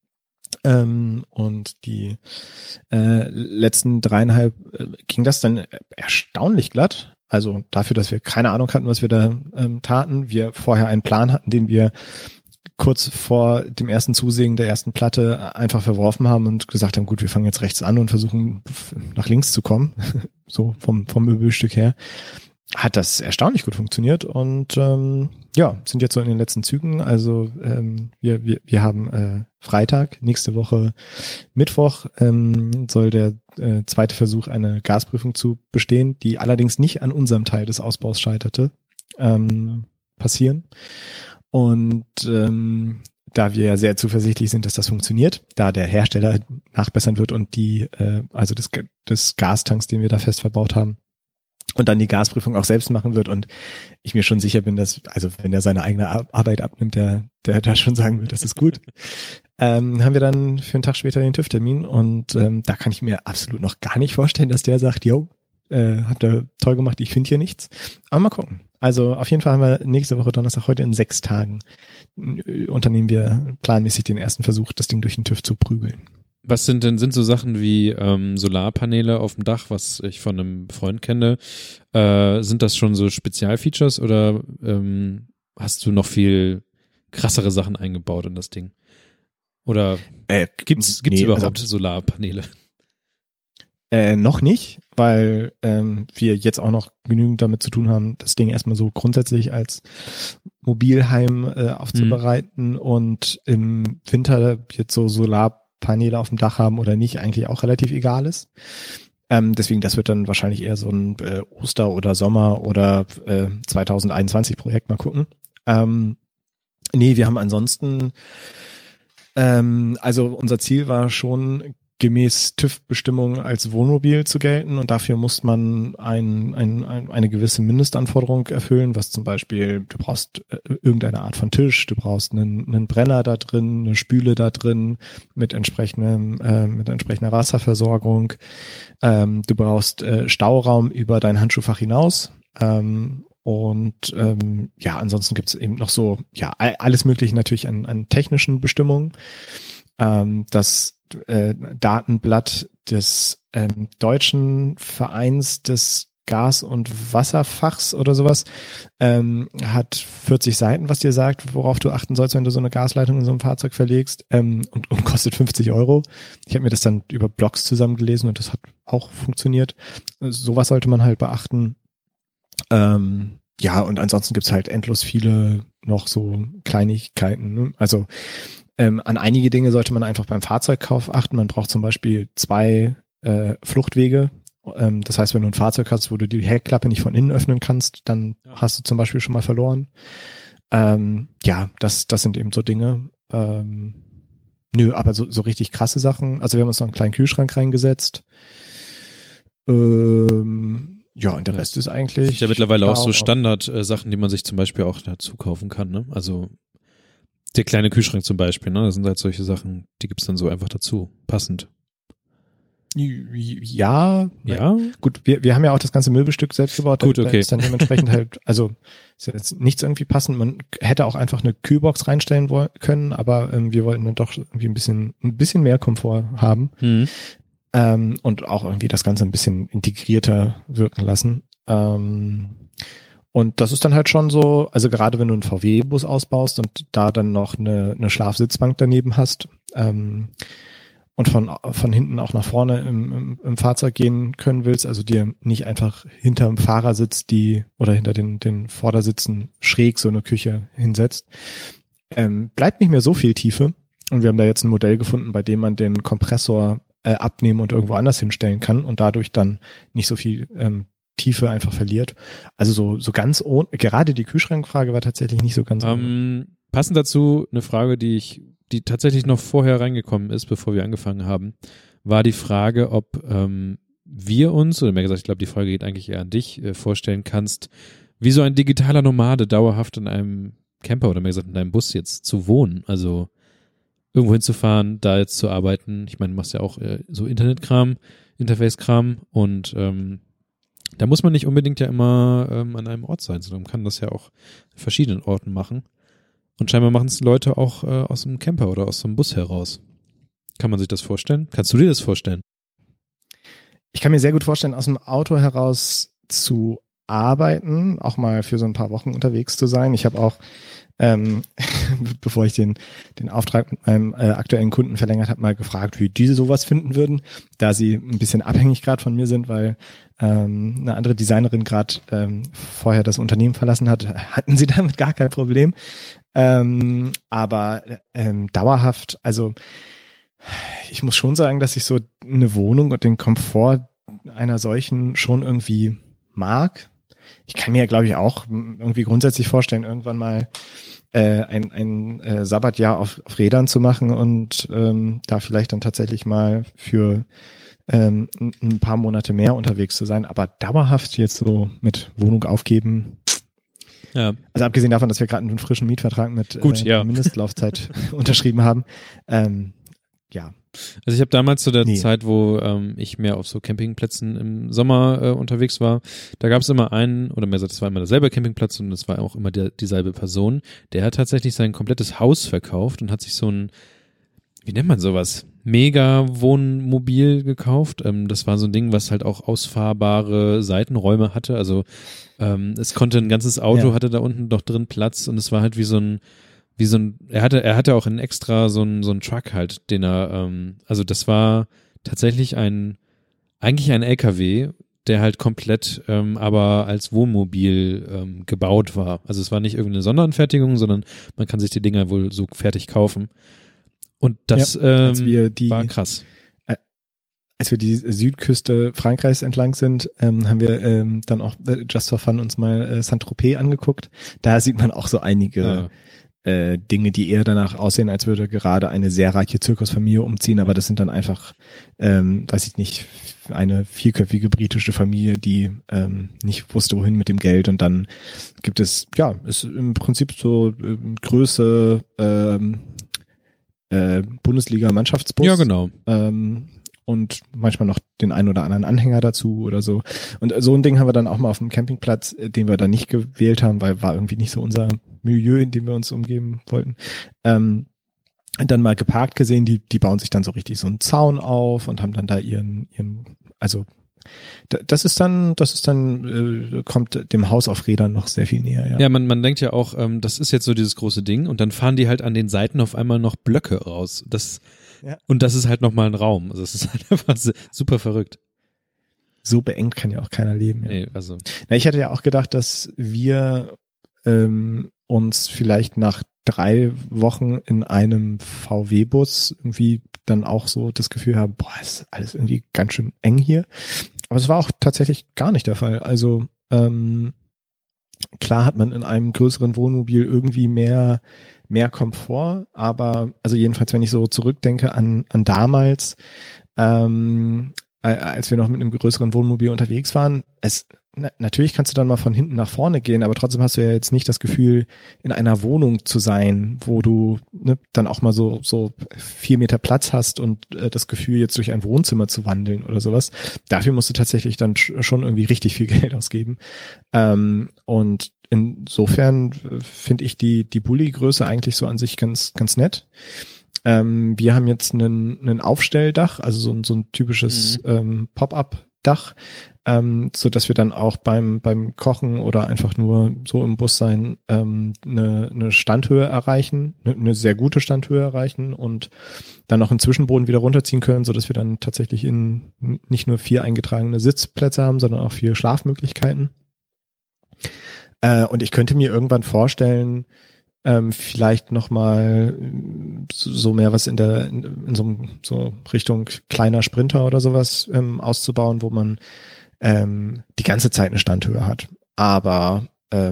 [SPEAKER 2] Und die letzten 3,5 ging das dann erstaunlich glatt. Also dafür, dass wir keine Ahnung hatten, was wir da taten. Wir vorher einen Plan hatten, den wir kurz vor dem ersten Zusägen der ersten Platte einfach verworfen haben und gesagt haben, gut, wir fangen jetzt rechts an und versuchen nach links zu kommen. So vom Möbelstück her. Hat das erstaunlich gut funktioniert und sind jetzt so in den letzten Zügen. Also wir haben Freitag, nächste Woche Mittwoch soll der zweite Versuch, eine Gasprüfung zu bestehen, die allerdings nicht an unserem Teil des Ausbaus scheiterte, passieren. Und da wir ja sehr zuversichtlich sind, dass das funktioniert, da der Hersteller nachbessern wird und das Gastanks, den wir da fest verbaut haben, und dann die Gasprüfung auch selbst machen wird und ich mir schon sicher bin, dass, also wenn er seine eigene Arbeit abnimmt, der da schon sagen wird, das ist gut, haben wir dann für einen Tag später den TÜV-Termin und da kann ich mir absolut noch gar nicht vorstellen, dass der sagt, yo, habt ihr toll gemacht, ich finde hier nichts. Aber mal gucken. Also auf jeden Fall haben wir nächste Woche Donnerstag, heute in 6 Tagen unternehmen wir planmäßig den ersten Versuch, das Ding durch den TÜV zu prügeln.
[SPEAKER 1] Was sind so Sachen wie Solarpaneele auf dem Dach, was ich von einem Freund kenne? Sind das schon so Spezialfeatures oder hast du noch viel krassere Sachen eingebaut in das Ding? Oder gibt's überhaupt Solarpaneele?
[SPEAKER 2] Noch nicht, weil wir jetzt auch noch genügend damit zu tun haben, das Ding erstmal so grundsätzlich als Mobilheim aufzubereiten und im Winter jetzt so Solarpaneele auf dem Dach haben oder nicht, eigentlich auch relativ egal ist. Deswegen, das wird dann wahrscheinlich eher so ein Oster- oder Sommer- oder 2021 Projekt, mal gucken. Nee, wir haben ansonsten, also unser Ziel war schon, gemäß TÜV-Bestimmungen als Wohnmobil zu gelten und dafür muss man eine gewisse Mindestanforderung erfüllen, was zum Beispiel, du brauchst irgendeine Art von Tisch, du brauchst einen Brenner da drin, eine Spüle da drin mit entsprechender Wasserversorgung, du brauchst Stauraum über dein Handschuhfach hinaus, ansonsten gibt es eben noch so, ja, alles Mögliche natürlich an technischen Bestimmungen. Das Datenblatt des Deutschen Vereins des Gas- und Wasserfachs oder sowas hat 40 Seiten, was dir sagt, worauf du achten sollst, wenn du so eine Gasleitung in so einem Fahrzeug verlegst und kostet 50 Euro. Ich habe mir das dann über Blogs zusammengelesen und das hat auch funktioniert. Sowas sollte man halt beachten. Und ansonsten gibt's halt endlos viele noch so Kleinigkeiten. Ne? Also an einige Dinge sollte man einfach beim Fahrzeugkauf achten. Man braucht zum Beispiel 2 Fluchtwege. Das heißt, wenn du ein Fahrzeug hast, wo du die Heckklappe nicht von innen öffnen kannst, dann hast du zum Beispiel schon mal verloren. Das sind eben so Dinge. Aber so richtig krasse Sachen. Also wir haben uns noch einen kleinen Kühlschrank reingesetzt. Und der Rest ist eigentlich...
[SPEAKER 1] Das sind ja mittlerweile auch so Standard-Sachen, die man sich zum Beispiel auch dazu kaufen kann, ne? Also der kleine Kühlschrank zum Beispiel, ne? Das sind halt solche Sachen, die gibt's dann so einfach dazu, passend.
[SPEAKER 2] Ja. Gut, wir haben ja auch das ganze Möbelstück selbst gebaut.
[SPEAKER 1] Gut, okay.
[SPEAKER 2] Da ist dann dementsprechend halt, also ist jetzt nichts irgendwie passend. Man hätte auch einfach eine Kühlbox reinstellen können, aber wir wollten dann doch irgendwie ein bisschen mehr Komfort haben.
[SPEAKER 1] Mhm.
[SPEAKER 2] Und auch irgendwie das Ganze ein bisschen integrierter wirken lassen. Und das ist dann halt schon so, also gerade wenn du einen VW-Bus ausbaust und da dann noch eine Schlafsitzbank daneben hast und von hinten auch nach vorne im Fahrzeug gehen können willst, also dir nicht einfach hinterm Fahrersitz oder hinter den Vordersitzen schräg so eine Küche hinsetzt, bleibt nicht mehr so viel Tiefe. Und wir haben da jetzt ein Modell gefunden, bei dem man den Kompressor abnehmen und irgendwo anders hinstellen kann und dadurch dann nicht so viel Tiefe einfach verliert. Also so ganz ohne, gerade die Kühlschrankfrage war tatsächlich nicht so ganz ohne.
[SPEAKER 1] Passend dazu eine Frage, die tatsächlich noch vorher reingekommen ist, bevor wir angefangen haben, war die Frage, ob wir uns, oder mehr gesagt, ich glaube, die Frage geht eigentlich eher an dich, vorstellen kannst, wie so ein digitaler Nomade dauerhaft in einem Camper oder mehr gesagt in einem Bus jetzt zu wohnen. Also irgendwo hinzufahren, da jetzt zu arbeiten. Ich meine, du machst ja auch so Internetkram, Interface-Kram und da muss man nicht unbedingt ja immer an einem Ort sein, sondern man kann das ja auch an verschiedenen Orten machen. Und scheinbar machen es Leute auch aus dem Camper oder aus dem Bus heraus. Kann man sich das vorstellen? Kannst du dir das vorstellen?
[SPEAKER 2] Ich kann mir sehr gut vorstellen, aus dem Auto heraus zu arbeiten, auch mal für so ein paar Wochen unterwegs zu sein. Ich habe auch bevor ich den Auftrag mit meinem aktuellen Kunden verlängert habe, mal gefragt, wie diese sowas finden würden, da sie ein bisschen abhängig gerade von mir sind, weil eine andere Designerin gerade vorher das Unternehmen verlassen hat, hatten sie damit gar kein Problem. Aber dauerhaft, also ich muss schon sagen, dass ich so eine Wohnung und den Komfort einer solchen schon irgendwie mag. Ich kann mir, glaube ich, auch irgendwie grundsätzlich vorstellen, irgendwann mal ein Sabbatjahr auf Rädern zu machen und da vielleicht dann tatsächlich mal für ein paar Monate mehr unterwegs zu sein, aber dauerhaft jetzt so mit Wohnung aufgeben.
[SPEAKER 1] Ja.
[SPEAKER 2] Also abgesehen davon, dass wir gerade einen frischen Mietvertrag mit Mindestlaufzeit unterschrieben haben. Ja.
[SPEAKER 1] Also ich habe damals zu der Zeit, wo ich mehr auf so Campingplätzen im Sommer unterwegs war, da gab es immer einen, oder mehr gesagt, es war immer derselbe Campingplatz und es war auch immer dieselbe Person, der hat tatsächlich sein komplettes Haus verkauft und hat sich so ein, wie nennt man sowas, Mega-Wohnmobil gekauft. Das war so ein Ding, was halt auch ausfahrbare Seitenräume hatte, also es konnte ein ganzes Auto, hatte da unten noch drin Platz und es war halt wie so ein, er hatte auch einen extra so einen Truck halt, den er, also das war tatsächlich eigentlich ein LKW, der halt komplett, aber als Wohnmobil gebaut war. Also es war nicht irgendeine Sonderanfertigung, sondern man kann sich die Dinger wohl so fertig kaufen. Und das war krass.
[SPEAKER 2] Als wir die Südküste Frankreichs entlang sind, haben wir dann auch just for fun uns mal Saint-Tropez angeguckt. Da sieht man auch so einige Dinge, die eher danach aussehen, als würde gerade eine sehr reiche Zirkusfamilie umziehen, aber das sind dann einfach, weiß ich nicht, eine vierköpfige britische Familie, die nicht wusste, wohin mit dem Geld, und dann gibt es, ist im Prinzip so Größe Bundesliga-Mannschaftsbus.
[SPEAKER 1] Ja, genau.
[SPEAKER 2] Und manchmal noch den einen oder anderen Anhänger dazu oder so. Und so ein Ding haben wir dann auch mal auf dem Campingplatz, den wir dann nicht gewählt haben, weil war irgendwie nicht so unser Milieu, in dem wir uns umgeben wollten. Dann mal geparkt gesehen, die bauen sich dann so richtig so einen Zaun auf und haben dann da ihren, also das ist dann kommt dem Haus auf Rädern noch sehr viel näher. Ja,
[SPEAKER 1] ja, man denkt ja auch, das ist jetzt so dieses große Ding, und dann fahren die halt an den Seiten auf einmal noch Blöcke raus. Und das ist halt nochmal ein Raum. Also es ist halt einfach super verrückt.
[SPEAKER 2] So beengt kann ja auch keiner leben. Ja.
[SPEAKER 1] Nee, also.
[SPEAKER 2] Ich hatte ja auch gedacht, dass wir uns vielleicht nach 3 Wochen in einem VW-Bus irgendwie dann auch so das Gefühl haben, boah, ist alles irgendwie ganz schön eng hier. Aber es war auch tatsächlich gar nicht der Fall. Also klar hat man in einem größeren Wohnmobil irgendwie mehr Komfort, aber also jedenfalls, wenn ich so zurückdenke an damals, als wir noch mit einem größeren Wohnmobil unterwegs waren, natürlich kannst du dann mal von hinten nach vorne gehen, aber trotzdem hast du ja jetzt nicht das Gefühl, in einer Wohnung zu sein, wo du dann auch mal so 4 Meter Platz hast und das Gefühl, jetzt durch ein Wohnzimmer zu wandeln oder sowas. Dafür musst du tatsächlich dann schon irgendwie richtig viel Geld ausgeben. Und insofern finde ich die Bulli-Größe eigentlich so an sich ganz, ganz nett. Wir haben jetzt einen Aufstelldach, also so ein typisches Pop-up-Dach, so dass wir dann auch beim Kochen oder einfach nur so im Bus sein eine Standhöhe erreichen, eine sehr gute Standhöhe erreichen und dann noch einen Zwischenboden wieder runterziehen können, so dass wir dann tatsächlich nicht nur 4 eingetragene Sitzplätze haben, sondern auch 4 Schlafmöglichkeiten. Und ich könnte mir irgendwann vorstellen, vielleicht nochmal so mehr was in so Richtung kleiner Sprinter oder sowas auszubauen, wo man die ganze Zeit eine Standhöhe hat. Aber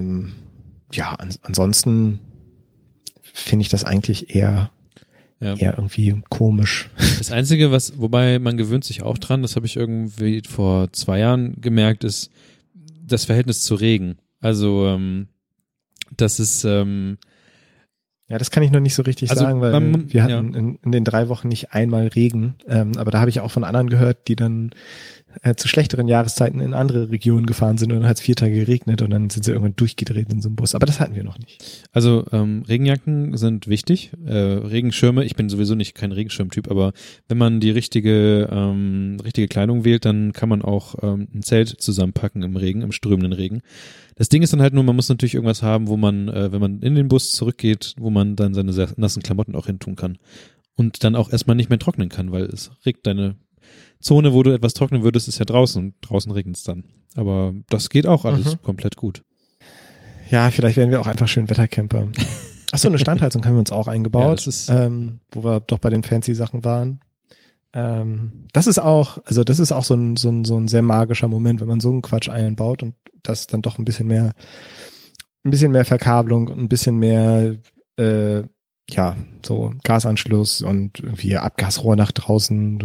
[SPEAKER 2] ansonsten finde ich das eigentlich eher irgendwie komisch.
[SPEAKER 1] Das Einzige, wobei man gewöhnt sich auch dran, das habe ich irgendwie vor 2 Jahren gemerkt, ist das Verhältnis zu Regen. Also das ist
[SPEAKER 2] das kann ich noch nicht so richtig sagen, weil wir hatten in den 3 Wochen nicht einmal Regen, aber da habe ich auch von anderen gehört, die dann zu schlechteren Jahreszeiten in andere Regionen gefahren sind und dann hat es 4 Tage geregnet und dann sind sie irgendwann durchgedreht in so einem Bus, aber das hatten wir noch nicht.
[SPEAKER 1] Also Regenjacken sind wichtig, Regenschirme, ich bin sowieso nicht kein Regenschirmtyp, aber wenn man die richtige Kleidung wählt, dann kann man auch ein Zelt zusammenpacken im Regen, im strömenden Regen. Das Ding ist dann halt nur, man muss natürlich irgendwas haben, wo man, wenn man in den Bus zurückgeht, wo man dann seine nassen Klamotten auch hin tun kann und dann auch erstmal nicht mehr trocknen kann, weil es regt deine Zone, wo du etwas trocknen würdest, ist ja draußen und draußen regnet es dann. Aber das geht auch alles komplett gut.
[SPEAKER 2] Ja, vielleicht werden wir auch einfach schön Wettercamper. Achso, eine Standheizung haben wir uns auch eingebaut, wo wir doch bei den fancy Sachen waren. Das ist auch so ein sehr magischer Moment, wenn man so einen Quatsch einbaut und das dann doch ein bisschen mehr Verkabelung und ein bisschen mehr so Gasanschluss und irgendwie Abgasrohr nach draußen durch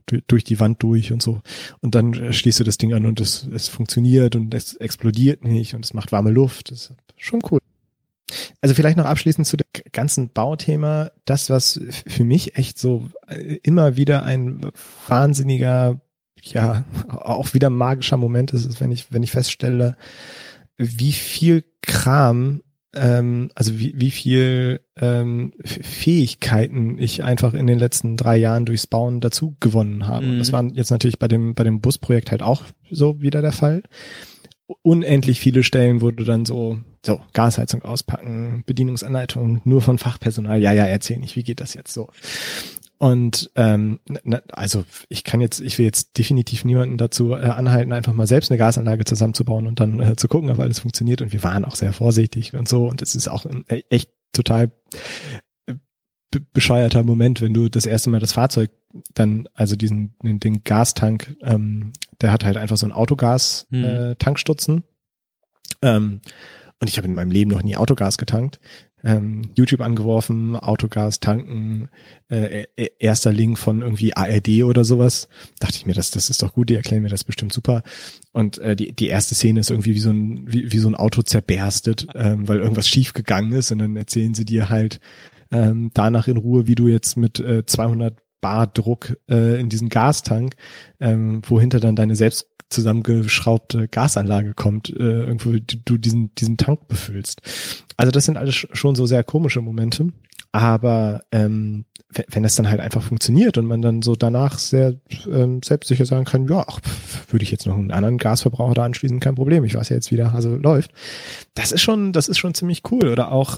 [SPEAKER 2] durch die Wand durch und so. Und dann schließt du das Ding an und es funktioniert und es explodiert nicht und es macht warme Luft. Das ist schon cool. Also vielleicht noch abschließend zu dem ganzen Bauthema. Das, was für mich echt so immer wieder ein wahnsinniger, ja, auch wieder magischer Moment ist, wenn ich feststelle, wie viel Kram, also wie viel Fähigkeiten ich einfach in den letzten 3 Jahren durchs Bauen dazu gewonnen habe. Und das war jetzt natürlich bei dem Busprojekt halt auch so wieder der Fall. Unendlich viele Stellen, wo du dann so Gasheizung auspacken, Bedienungsanleitung nur von Fachpersonal. Ja, erzähl nicht, wie geht das jetzt so? Und also ich will jetzt definitiv niemanden dazu anhalten, einfach mal selbst eine Gasanlage zusammenzubauen und dann zu gucken, ob alles funktioniert. Und wir waren auch sehr vorsichtig und so. Und es ist auch echt total bescheuerter Moment, wenn du das erste Mal das Fahrzeug dann, also den Gastank, der hat halt einfach so ein Autogas-Tankstutzen. Und ich habe in meinem Leben noch nie Autogas getankt. YouTube angeworfen, Autogas tanken, erster Link von irgendwie ARD oder sowas. Dachte ich mir, das ist doch gut, die erklären mir das bestimmt super. Und die erste Szene ist irgendwie wie so ein Auto zerberstet, weil irgendwas schief gegangen ist und dann erzählen sie dir halt danach in Ruhe, wie du jetzt mit 200 Bar Druck in diesen Gastank, wohinter dann deine selbst zusammengeschraubte Gasanlage kommt, irgendwo du diesen Tank befüllst. Also das sind alles schon so sehr komische Momente, aber wenn das dann halt einfach funktioniert und man dann so danach sehr selbstsicher sagen kann, ja, würde ich jetzt noch einen anderen Gasverbraucher da anschließen, kein Problem, ich weiß ja jetzt, wie der Hase läuft. Das ist schon ziemlich cool. Oder auch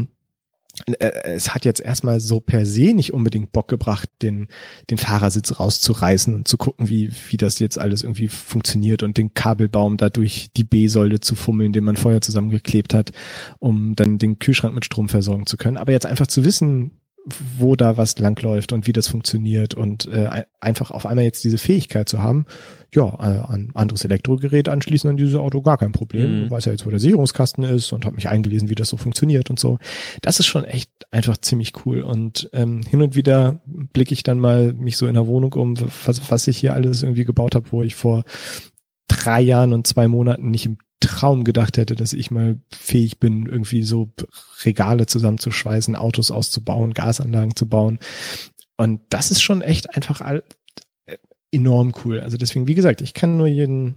[SPEAKER 2] es hat jetzt erstmal so per se nicht unbedingt Bock gebracht, den Fahrersitz rauszureißen und zu gucken, wie das jetzt alles irgendwie funktioniert und den Kabelbaum da durch die B-Säule zu fummeln, den man vorher zusammengeklebt hat, um dann den Kühlschrank mit Strom versorgen zu können. Aber jetzt einfach zu wissen, wo da was langläuft und wie das funktioniert und einfach auf einmal jetzt diese Fähigkeit zu haben, ja, an anderes Elektrogerät anschließen an dieses Auto, gar kein Problem. Ich weiß ja jetzt, wo der Sicherungskasten ist und habe mich eingelesen, wie das so funktioniert und so. Das ist schon echt einfach ziemlich cool. Und hin und wieder blicke ich dann mal mich so in der Wohnung um, was ich hier alles irgendwie gebaut habe, wo ich vor 3 Jahren und 2 Monaten nicht im Traum gedacht hätte, dass ich mal fähig bin, irgendwie so Regale zusammenzuschweißen, Autos auszubauen, Gasanlagen zu bauen. Und das ist schon echt einfach enorm cool. Also deswegen, wie gesagt, ich kann nur jeden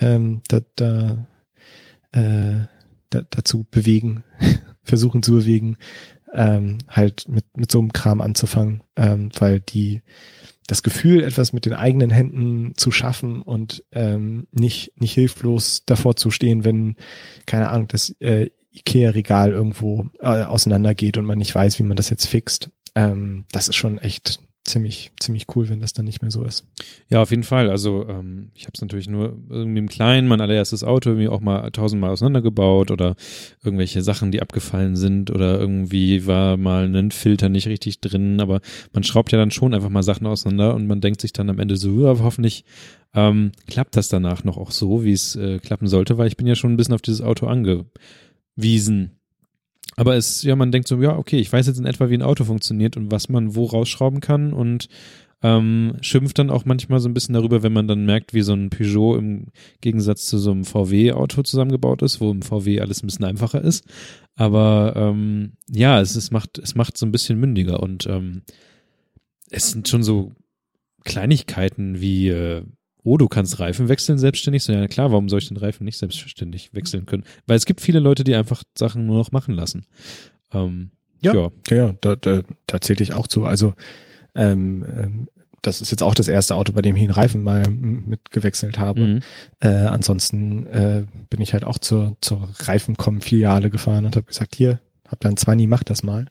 [SPEAKER 2] dazu bewegen, versuchen zu bewegen, halt mit so einem Kram anzufangen, weil das Gefühl, etwas mit den eigenen Händen zu schaffen und nicht hilflos davor zu stehen, wenn, keine Ahnung, das Ikea-Regal irgendwo auseinandergeht und man nicht weiß, wie man das jetzt fixt. Das ist schon echt ziemlich cool, wenn das dann nicht mehr so ist.
[SPEAKER 1] Ja, auf jeden Fall. Also ich habe es natürlich nur irgendwie im Kleinen, mein allererstes Auto irgendwie auch mal 1000-mal auseinandergebaut oder irgendwelche Sachen, die abgefallen sind oder irgendwie war mal ein Filter nicht richtig drin, aber man schraubt ja dann schon einfach mal Sachen auseinander und man denkt sich dann am Ende so, ja, hoffentlich klappt das danach noch auch so, wie es klappen sollte, weil ich bin ja schon ein bisschen auf dieses Auto angewiesen. Aber man denkt so, ja, okay, ich weiß jetzt in etwa, wie ein Auto funktioniert und was man wo rausschrauben kann und schimpft dann auch manchmal so ein bisschen darüber, wenn man dann merkt, wie so ein Peugeot im Gegensatz zu so einem VW-Auto zusammengebaut ist, wo im VW alles ein bisschen einfacher ist. Aber ja, es macht so ein bisschen mündiger und es sind schon so Kleinigkeiten wie du kannst Reifen wechseln selbstständig. So, ja klar, warum soll ich den Reifen nicht selbstständig wechseln können? Weil es gibt viele Leute, die einfach Sachen nur noch machen lassen.
[SPEAKER 2] Da zähle ich auch zu. Also das ist jetzt auch das erste Auto, bei dem ich einen Reifen mal mitgewechselt habe. Ansonsten bin ich halt auch zur Reifenkom-Filiale gefahren und habe gesagt, hier, hab da ein 20, mach das mal.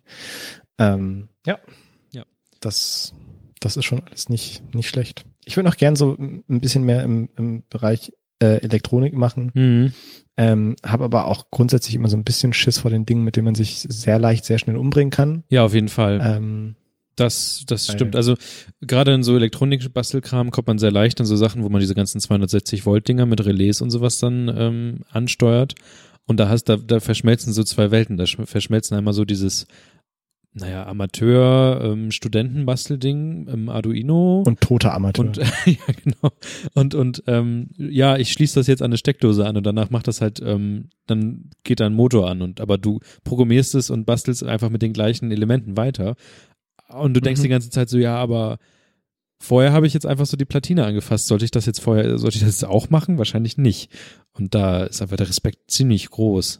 [SPEAKER 2] Das ist schon alles nicht schlecht. Ich würde noch gern so ein bisschen mehr im Bereich Elektronik machen. Habe aber auch grundsätzlich immer so ein bisschen Schiss vor den Dingen, mit denen man sich sehr leicht, sehr schnell umbringen kann.
[SPEAKER 1] Ja, auf jeden Fall. Das stimmt. Also gerade in so Elektronik-Bastelkram kommt man sehr leicht an so Sachen, wo man diese ganzen 260-Volt-Dinger mit Relais und sowas dann ansteuert. Und da verschmelzen so 2 Welten. Da verschmelzen einmal so dieses Amateur-Studentenbastelding im Arduino.
[SPEAKER 2] Und toter Amateur.
[SPEAKER 1] Und ja, genau. Und ja, ich schließe das jetzt an eine Steckdose an und danach macht das halt, dann geht da ein Motor an aber du programmierst es und bastelst einfach mit den gleichen Elementen weiter. Und du denkst die ganze Zeit so, ja, aber vorher habe ich jetzt einfach so die Platine angefasst. Sollte ich das jetzt auch machen? Wahrscheinlich nicht. Und da ist einfach der Respekt ziemlich groß.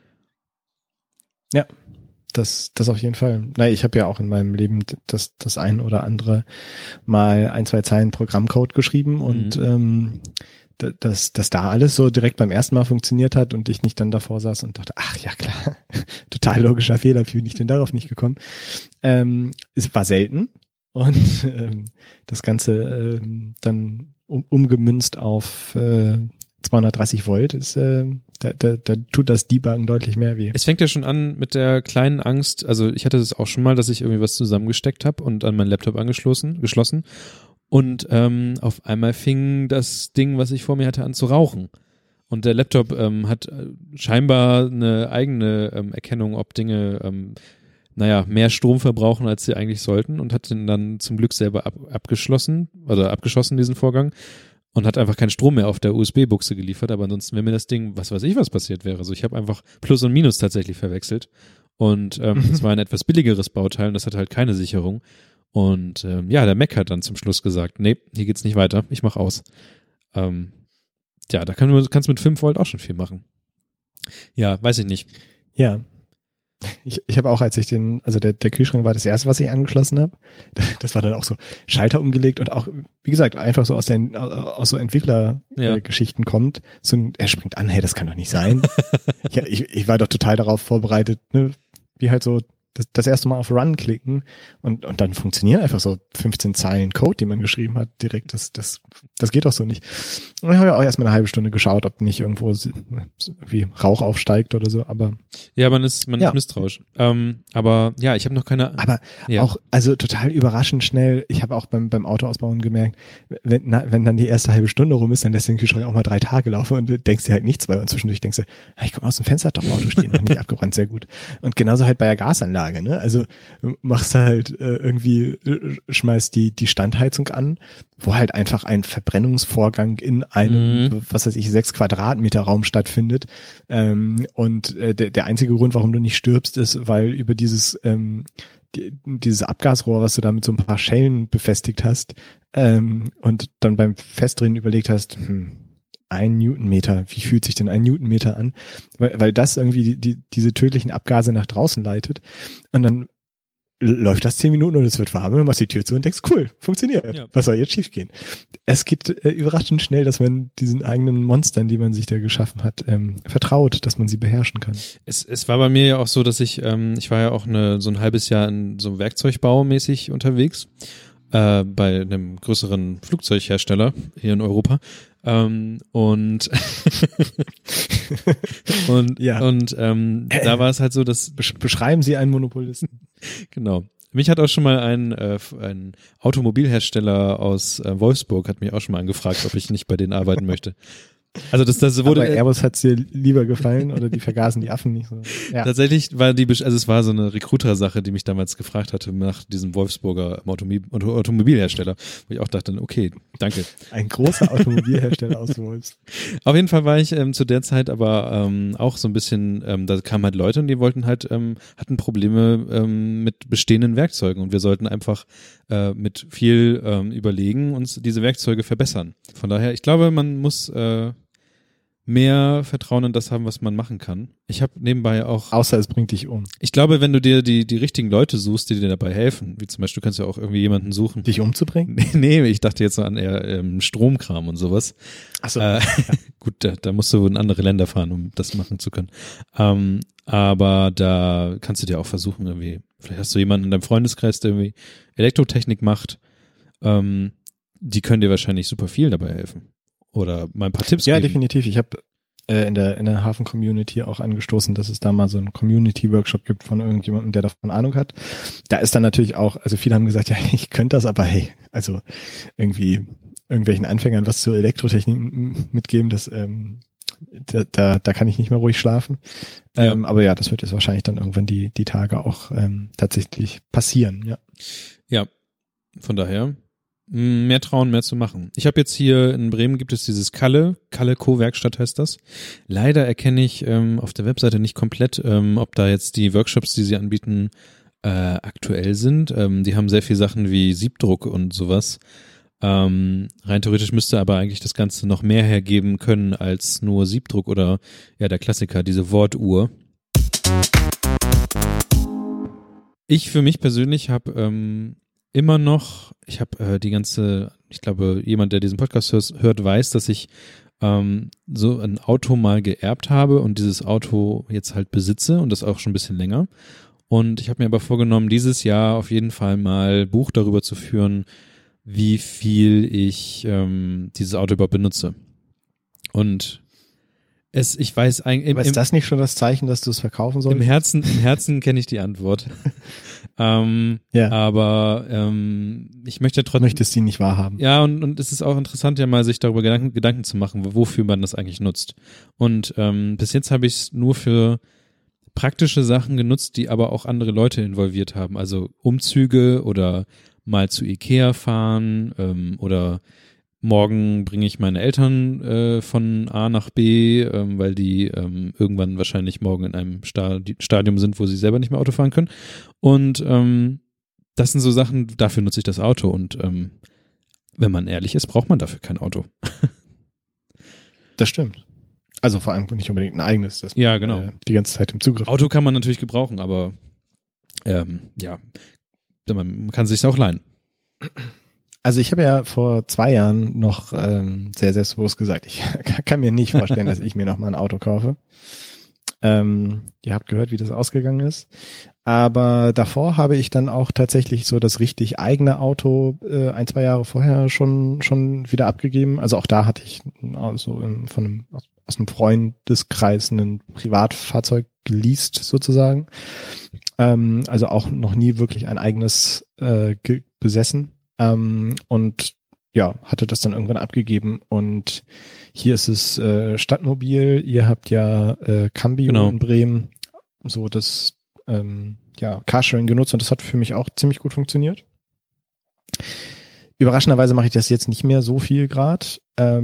[SPEAKER 2] Ja, das auf jeden Fall. Ich habe ja auch in meinem Leben das ein oder andere Mal 1-2 Zeilen Programmcode geschrieben und dass da alles so direkt beim ersten Mal funktioniert hat und ich nicht dann davor saß und dachte, ach ja klar, total logischer Fehler, wie bin ich denn darauf nicht gekommen? Es war selten und das Ganze dann umgemünzt auf 230 Volt ist, da tut das Debuggen deutlich mehr weh.
[SPEAKER 1] Es fängt ja schon an mit der kleinen Angst, also ich hatte das auch schon mal, dass ich irgendwie was zusammengesteckt habe und an meinen Laptop geschlossen und auf einmal fing das Ding, was ich vor mir hatte, an zu rauchen. Und der Laptop hat scheinbar eine eigene Erkennung, ob Dinge mehr Strom verbrauchen, als sie eigentlich sollten und hat den dann zum Glück selber abgeschossen, diesen Vorgang. Und hat einfach keinen Strom mehr auf der USB-Buchse geliefert, aber ansonsten wäre mir das Ding, was weiß ich, was passiert wäre. Also ich habe einfach Plus und Minus tatsächlich verwechselt und es war ein etwas billigeres Bauteil und das hatte halt keine Sicherung. Und der Mac hat dann zum Schluss gesagt, nee, hier geht's nicht weiter, ich mach aus. Da kannst du mit 5 Volt auch schon viel machen. Ja, weiß ich nicht.
[SPEAKER 2] Ja. Ich habe auch, als ich der Kühlschrank war das erste, was ich angeschlossen habe. Das war dann auch so Schalter umgelegt und auch, wie gesagt, einfach so aus so Entwicklergeschichten kommt. Er springt an, hey, das kann doch nicht sein. Ich war doch total darauf vorbereitet, ne, wie halt so das erste Mal auf Run klicken und dann funktionieren einfach so 15 Zeilen Code, die man geschrieben hat, direkt. Das geht doch so nicht. Und ich habe ja auch erstmal eine halbe Stunde geschaut, ob nicht irgendwo wie Rauch aufsteigt oder so, aber.
[SPEAKER 1] Ja, man ist misstrauisch. Aber ja, ich habe noch keine.
[SPEAKER 2] Aber auch, also total überraschend schnell, ich habe auch beim Autoausbauen gemerkt, wenn dann die erste halbe Stunde rum ist, dann lässt den Kühlschrank auch mal 3 Tage laufen und du denkst dir halt nichts, weil zwischendurch denkst du, ich komme aus dem Fenster, hat doch ein Auto stehen, noch nicht abgebrannt, sehr gut. Und genauso halt bei der Gasanlage. Ne? Also machst halt schmeißt die Standheizung an, wo halt einfach ein Verbrennungsvorgang in einem, 6 Quadratmeter Raum stattfindet. Und der einzige Grund, warum du nicht stirbst, ist, weil über dieses Abgasrohr, was du da mit so ein paar Schellen befestigt hast, und dann beim Festdrehen überlegt hast, 1 Newtonmeter, wie fühlt sich denn 1 Newtonmeter an? Weil das irgendwie diese tödlichen Abgase nach draußen leitet. Und dann läuft das 10 Minuten und es wird warm und du machst die Tür zu und denkst, cool, funktioniert. Ja. Was soll jetzt schiefgehen? Es geht überraschend schnell, dass man diesen eigenen Monstern, die man sich da geschaffen hat, vertraut, dass man sie beherrschen kann.
[SPEAKER 1] Es war bei mir ja auch so, dass ich war ja auch so ein halbes Jahr in so Werkzeugbau mäßig unterwegs, bei einem größeren Flugzeughersteller hier in Europa. Und da war es halt so, dass
[SPEAKER 2] beschreiben Sie einen Monopolisten.
[SPEAKER 1] Genau. Mich hat auch schon mal ein Automobilhersteller aus Wolfsburg hat mich auch schon mal angefragt, ob ich nicht bei denen arbeiten möchte. Also das wurde.
[SPEAKER 2] Aber Airbus hat's dir lieber gefallen oder die vergaßen die Affen nicht so? Ja.
[SPEAKER 1] Tatsächlich war es war so eine Recruiter-Sache, die mich damals gefragt hatte nach diesem Wolfsburger Automobilhersteller, wo ich auch dachte, okay, danke.
[SPEAKER 2] Ein großer Automobilhersteller aus Wolfsburg.
[SPEAKER 1] Auf jeden Fall war ich zu der Zeit aber auch so ein bisschen, da kamen halt Leute und die wollten halt, hatten Probleme mit bestehenden Werkzeugen und wir sollten einfach mit viel Überlegen uns diese Werkzeuge verbessern. Von daher, ich glaube, man muss mehr Vertrauen in das haben, was man machen kann. Ich habe nebenbei auch...
[SPEAKER 2] Außer es bringt dich um.
[SPEAKER 1] Ich glaube, wenn du dir die richtigen Leute suchst, die dir dabei helfen, wie zum Beispiel, du kannst ja auch irgendwie jemanden suchen.
[SPEAKER 2] Dich umzubringen?
[SPEAKER 1] Nee, ich dachte jetzt so an eher Stromkram und sowas.
[SPEAKER 2] Ach so.
[SPEAKER 1] Gut, da musst du in andere Länder fahren, um das machen zu können. Aber da kannst du dir auch versuchen, irgendwie, vielleicht hast du jemanden in deinem Freundeskreis, der irgendwie Elektrotechnik macht. Die können dir wahrscheinlich super viel dabei helfen. Oder mal ein paar Tipps geben.
[SPEAKER 2] Ja, definitiv. Ich habe in der Hafen-Community auch angestoßen, dass es da mal so einen Community-Workshop gibt von irgendjemandem, der davon Ahnung hat. Da ist dann natürlich auch, also viele haben gesagt, ja, ich könnte das, aber hey, also irgendwie irgendwelchen Anfängern was zur Elektrotechnik mitgeben, das Da kann ich nicht mehr ruhig schlafen.
[SPEAKER 1] Ja.
[SPEAKER 2] Aber ja, das wird jetzt wahrscheinlich dann irgendwann die Tage auch tatsächlich passieren, ja.
[SPEAKER 1] Ja, von daher mehr trauen, mehr zu machen. Ich habe jetzt hier in Bremen gibt es dieses Kalle Co-Werkstatt heißt das. Leider erkenne ich auf der Webseite nicht komplett, ob da jetzt die Workshops, die sie anbieten, aktuell sind. Die haben sehr viel Sachen wie Siebdruck und sowas. Rein theoretisch müsste aber eigentlich das Ganze noch mehr hergeben können als nur Siebdruck oder ja der Klassiker, diese Wortuhr. Ich für mich persönlich habe immer noch, ich habe ich glaube, jemand, der diesen Podcast hört, weiß, dass ich so ein Auto mal geerbt habe und dieses Auto jetzt halt besitze und das auch schon ein bisschen länger. Und ich habe mir aber vorgenommen, dieses Jahr auf jeden Fall mal Buch darüber zu führen, wie viel ich dieses Auto überhaupt benutze. Und ich weiß eigentlich.
[SPEAKER 2] Aber ist das nicht schon das Zeichen, dass du es verkaufen sollst?
[SPEAKER 1] Im Herzen kenne ich die Antwort.
[SPEAKER 2] Ja.
[SPEAKER 1] Aber ich möchte trotzdem.
[SPEAKER 2] Möchtest sie nicht wahrhaben.
[SPEAKER 1] Ja, und es ist auch interessant, ja mal sich darüber Gedanken zu machen, wofür man das eigentlich nutzt. Und bis jetzt habe ich es nur für praktische Sachen genutzt, die aber auch andere Leute involviert haben. Also Umzüge oder mal zu Ikea fahren oder morgen bringe ich meine Eltern von A nach B, weil die irgendwann wahrscheinlich morgen in einem Stadium sind, wo sie selber nicht mehr Auto fahren können. Und das sind so Sachen, dafür nutze ich das Auto. Und wenn man ehrlich ist, braucht man dafür kein Auto.
[SPEAKER 2] Das stimmt. Also vor allem nicht unbedingt ein eigenes, das
[SPEAKER 1] ja, genau.
[SPEAKER 2] Die ganze Zeit im Zugriff.
[SPEAKER 1] Auto kann man natürlich gebrauchen, aber ja, man kann es sich auch leihen.
[SPEAKER 2] Also ich habe ja vor 2 Jahren noch sehr selbstbewusst gesagt, ich kann mir nicht vorstellen, dass ich mir noch mal ein Auto kaufe. Ihr habt gehört, wie das ausgegangen ist. Aber davor habe ich dann auch tatsächlich so das richtig eigene Auto 1-2 Jahre vorher schon wieder abgegeben. Also auch da hatte ich aus einem Freundeskreis ein Privatfahrzeug geleast sozusagen. Also auch noch nie wirklich ein eigenes besessen. Und ja, hatte das dann irgendwann abgegeben und hier ist es Stadtmobil, ihr habt ja Cambio
[SPEAKER 1] Genau.
[SPEAKER 2] in Bremen, so das Carsharing genutzt und das hat für mich auch ziemlich gut funktioniert. Überraschenderweise mache ich das jetzt nicht mehr so viel grad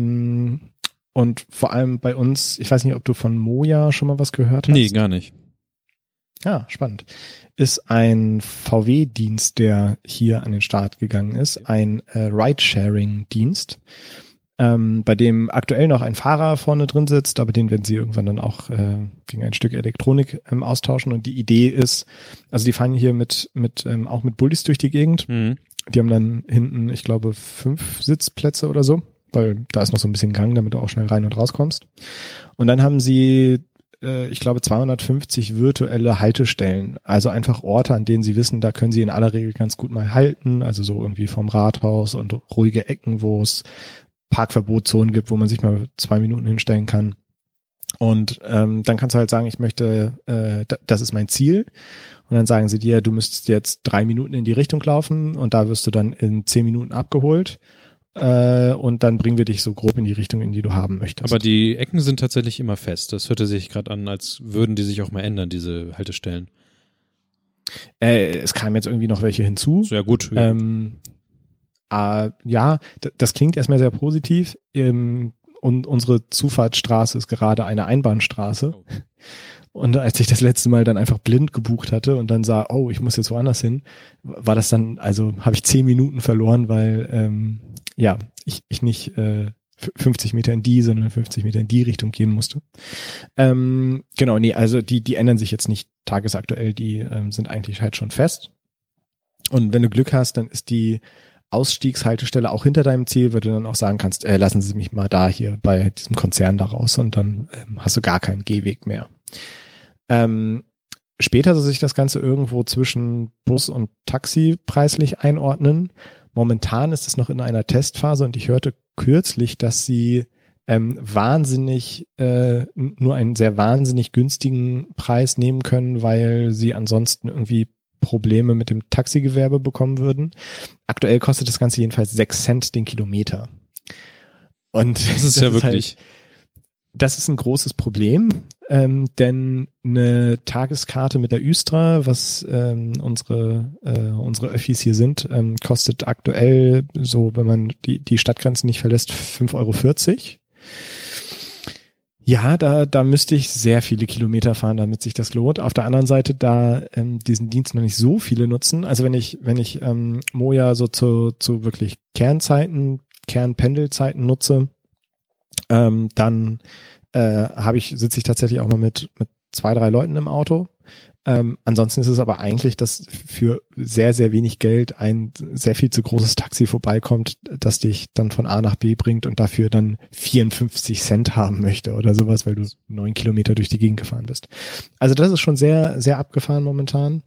[SPEAKER 2] und vor allem bei uns, ich weiß nicht, ob du von Moja schon mal was gehört hast.
[SPEAKER 1] Nee, gar nicht.
[SPEAKER 2] Ja, spannend. Ist ein VW-Dienst, der hier an den Start gegangen ist, ein Ride-Sharing-Dienst, bei dem aktuell noch ein Fahrer vorne drin sitzt, aber den werden sie irgendwann dann auch gegen ein Stück Elektronik austauschen. Und die Idee ist, also die fahren hier auch mit Bullis durch die Gegend.
[SPEAKER 1] Mhm.
[SPEAKER 2] Die haben dann hinten, ich glaube, 5 Sitzplätze oder so, weil da ist noch so ein bisschen Gang, damit du auch schnell rein und rauskommst. Und dann haben sie ich glaube 250 virtuelle Haltestellen, also einfach Orte, an denen sie wissen, da können sie in aller Regel ganz gut mal halten, also so irgendwie vom Rathaus und ruhige Ecken, wo es Parkverbotszonen gibt, wo man sich mal 2 Minuten hinstellen kann. Und dann kannst du halt sagen, ich möchte, das ist mein Ziel. Und dann sagen sie dir, du müsstest jetzt 3 Minuten in die Richtung laufen und da wirst du dann in 10 Minuten abgeholt. Und dann bringen wir dich so grob in die Richtung, in die du haben möchtest.
[SPEAKER 1] Aber die Ecken sind tatsächlich immer fest. Das hörte sich gerade an, als würden die sich auch mal ändern, diese Haltestellen.
[SPEAKER 2] Es kamen jetzt irgendwie noch welche hinzu.
[SPEAKER 1] Sehr gut.
[SPEAKER 2] Ja, das klingt erstmal sehr positiv. Und unsere Zufahrtsstraße ist gerade eine Einbahnstraße.
[SPEAKER 1] Oh.
[SPEAKER 2] Und als ich das letzte Mal dann einfach blind gebucht hatte und dann sah, oh, ich muss jetzt woanders hin, war das dann, also habe ich 10 Minuten verloren, weil ich nicht 50 Meter in die, sondern 50 Meter in die Richtung gehen musste. Genau, nee, also die ändern sich jetzt nicht tagesaktuell, die sind eigentlich halt schon fest. Und wenn du Glück hast, dann ist die Ausstiegshaltestelle auch hinter deinem Ziel, wo du dann auch sagen kannst, lassen Sie mich mal da hier bei diesem Konzern da raus und dann hast du gar keinen Gehweg mehr. Später soll sich das Ganze irgendwo zwischen Bus und Taxi preislich einordnen. Momentan ist es noch in einer Testphase und ich hörte kürzlich, dass sie nur einen sehr wahnsinnig günstigen Preis nehmen können, weil sie ansonsten irgendwie Probleme mit dem Taxigewerbe bekommen würden. Aktuell kostet das Ganze jedenfalls 6 Cent den Kilometer. Und
[SPEAKER 1] das ist ja wirklich.
[SPEAKER 2] Das ist ein großes Problem, denn eine Tageskarte mit der Östra, was unsere Öffis hier sind, kostet aktuell so, wenn man die Stadtgrenzen nicht verlässt, 5,40 €. Ja, da müsste ich sehr viele Kilometer fahren, damit sich das lohnt. Auf der anderen Seite, da diesen Dienst noch nicht so viele nutzen. Also wenn ich Moja so zu wirklich Kernpendelzeiten nutze, dann sitze ich tatsächlich auch mal mit 2, 3 Leuten im Auto. Ansonsten ist es aber eigentlich, dass für sehr, sehr wenig Geld ein sehr viel zu großes Taxi vorbeikommt, das dich dann von A nach B bringt und dafür dann 54 Cent haben möchte oder sowas, weil du 9 Kilometer durch die Gegend gefahren bist. Also das ist schon sehr, sehr abgefahren momentan.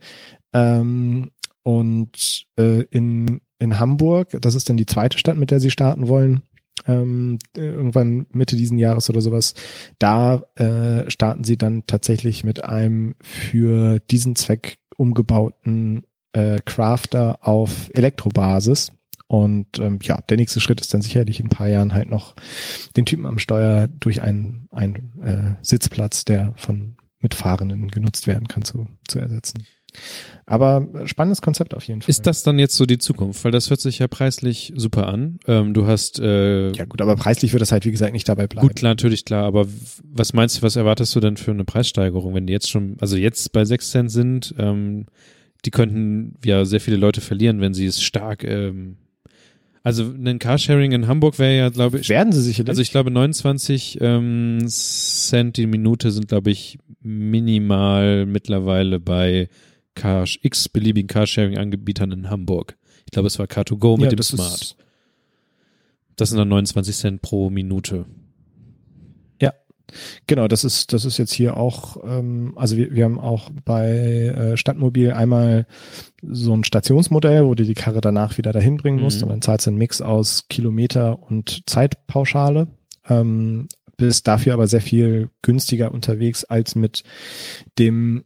[SPEAKER 2] Und in Hamburg, das ist dann die zweite Stadt, mit der sie starten wollen, irgendwann Mitte diesen Jahres oder sowas, da starten sie dann tatsächlich mit einem für diesen Zweck umgebauten Crafter auf Elektrobasis. Und der nächste Schritt ist dann sicherlich in ein paar Jahren halt noch den Typen am Steuer durch einen Sitzplatz, der von Mitfahrenden genutzt werden kann, zu ersetzen. Aber spannendes Konzept auf jeden Fall.
[SPEAKER 1] Ist das dann jetzt so die Zukunft? Weil das hört sich ja preislich super an. Du hast
[SPEAKER 2] ja gut, aber preislich wird das halt wie gesagt nicht dabei bleiben.
[SPEAKER 1] Gut, klar, natürlich klar. Aber was meinst du, was erwartest du denn für eine Preissteigerung, wenn die jetzt schon, also jetzt bei 6 Cent sind? Die könnten ja sehr viele Leute verlieren, wenn sie es stark. Also ein Carsharing in Hamburg wäre ja, glaube ich.
[SPEAKER 2] Werden sie sicherlich.
[SPEAKER 1] Also ich glaube 29 Cent die Minute sind, glaube ich, minimal mittlerweile bei beliebigen Carsharing-Anbietern in Hamburg. Ich glaube, es war Car2Go mit dem Smart. Das sind dann 29 Cent pro Minute.
[SPEAKER 2] Ja, genau, das ist jetzt hier auch, also wir haben auch bei Stadtmobil einmal so ein Stationsmodell, wo du die Karre danach wieder dahin bringen musst und dann zahlst du einen Mix aus Kilometer und Zeitpauschale. Bist dafür aber sehr viel günstiger unterwegs als mit dem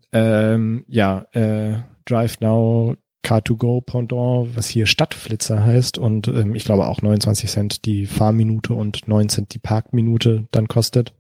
[SPEAKER 2] Drive Now Car2Go Pendant, was hier Stadtflitzer heißt und ich glaube auch 29 Cent die Fahrminute und 9 Cent die Parkminute dann kostet.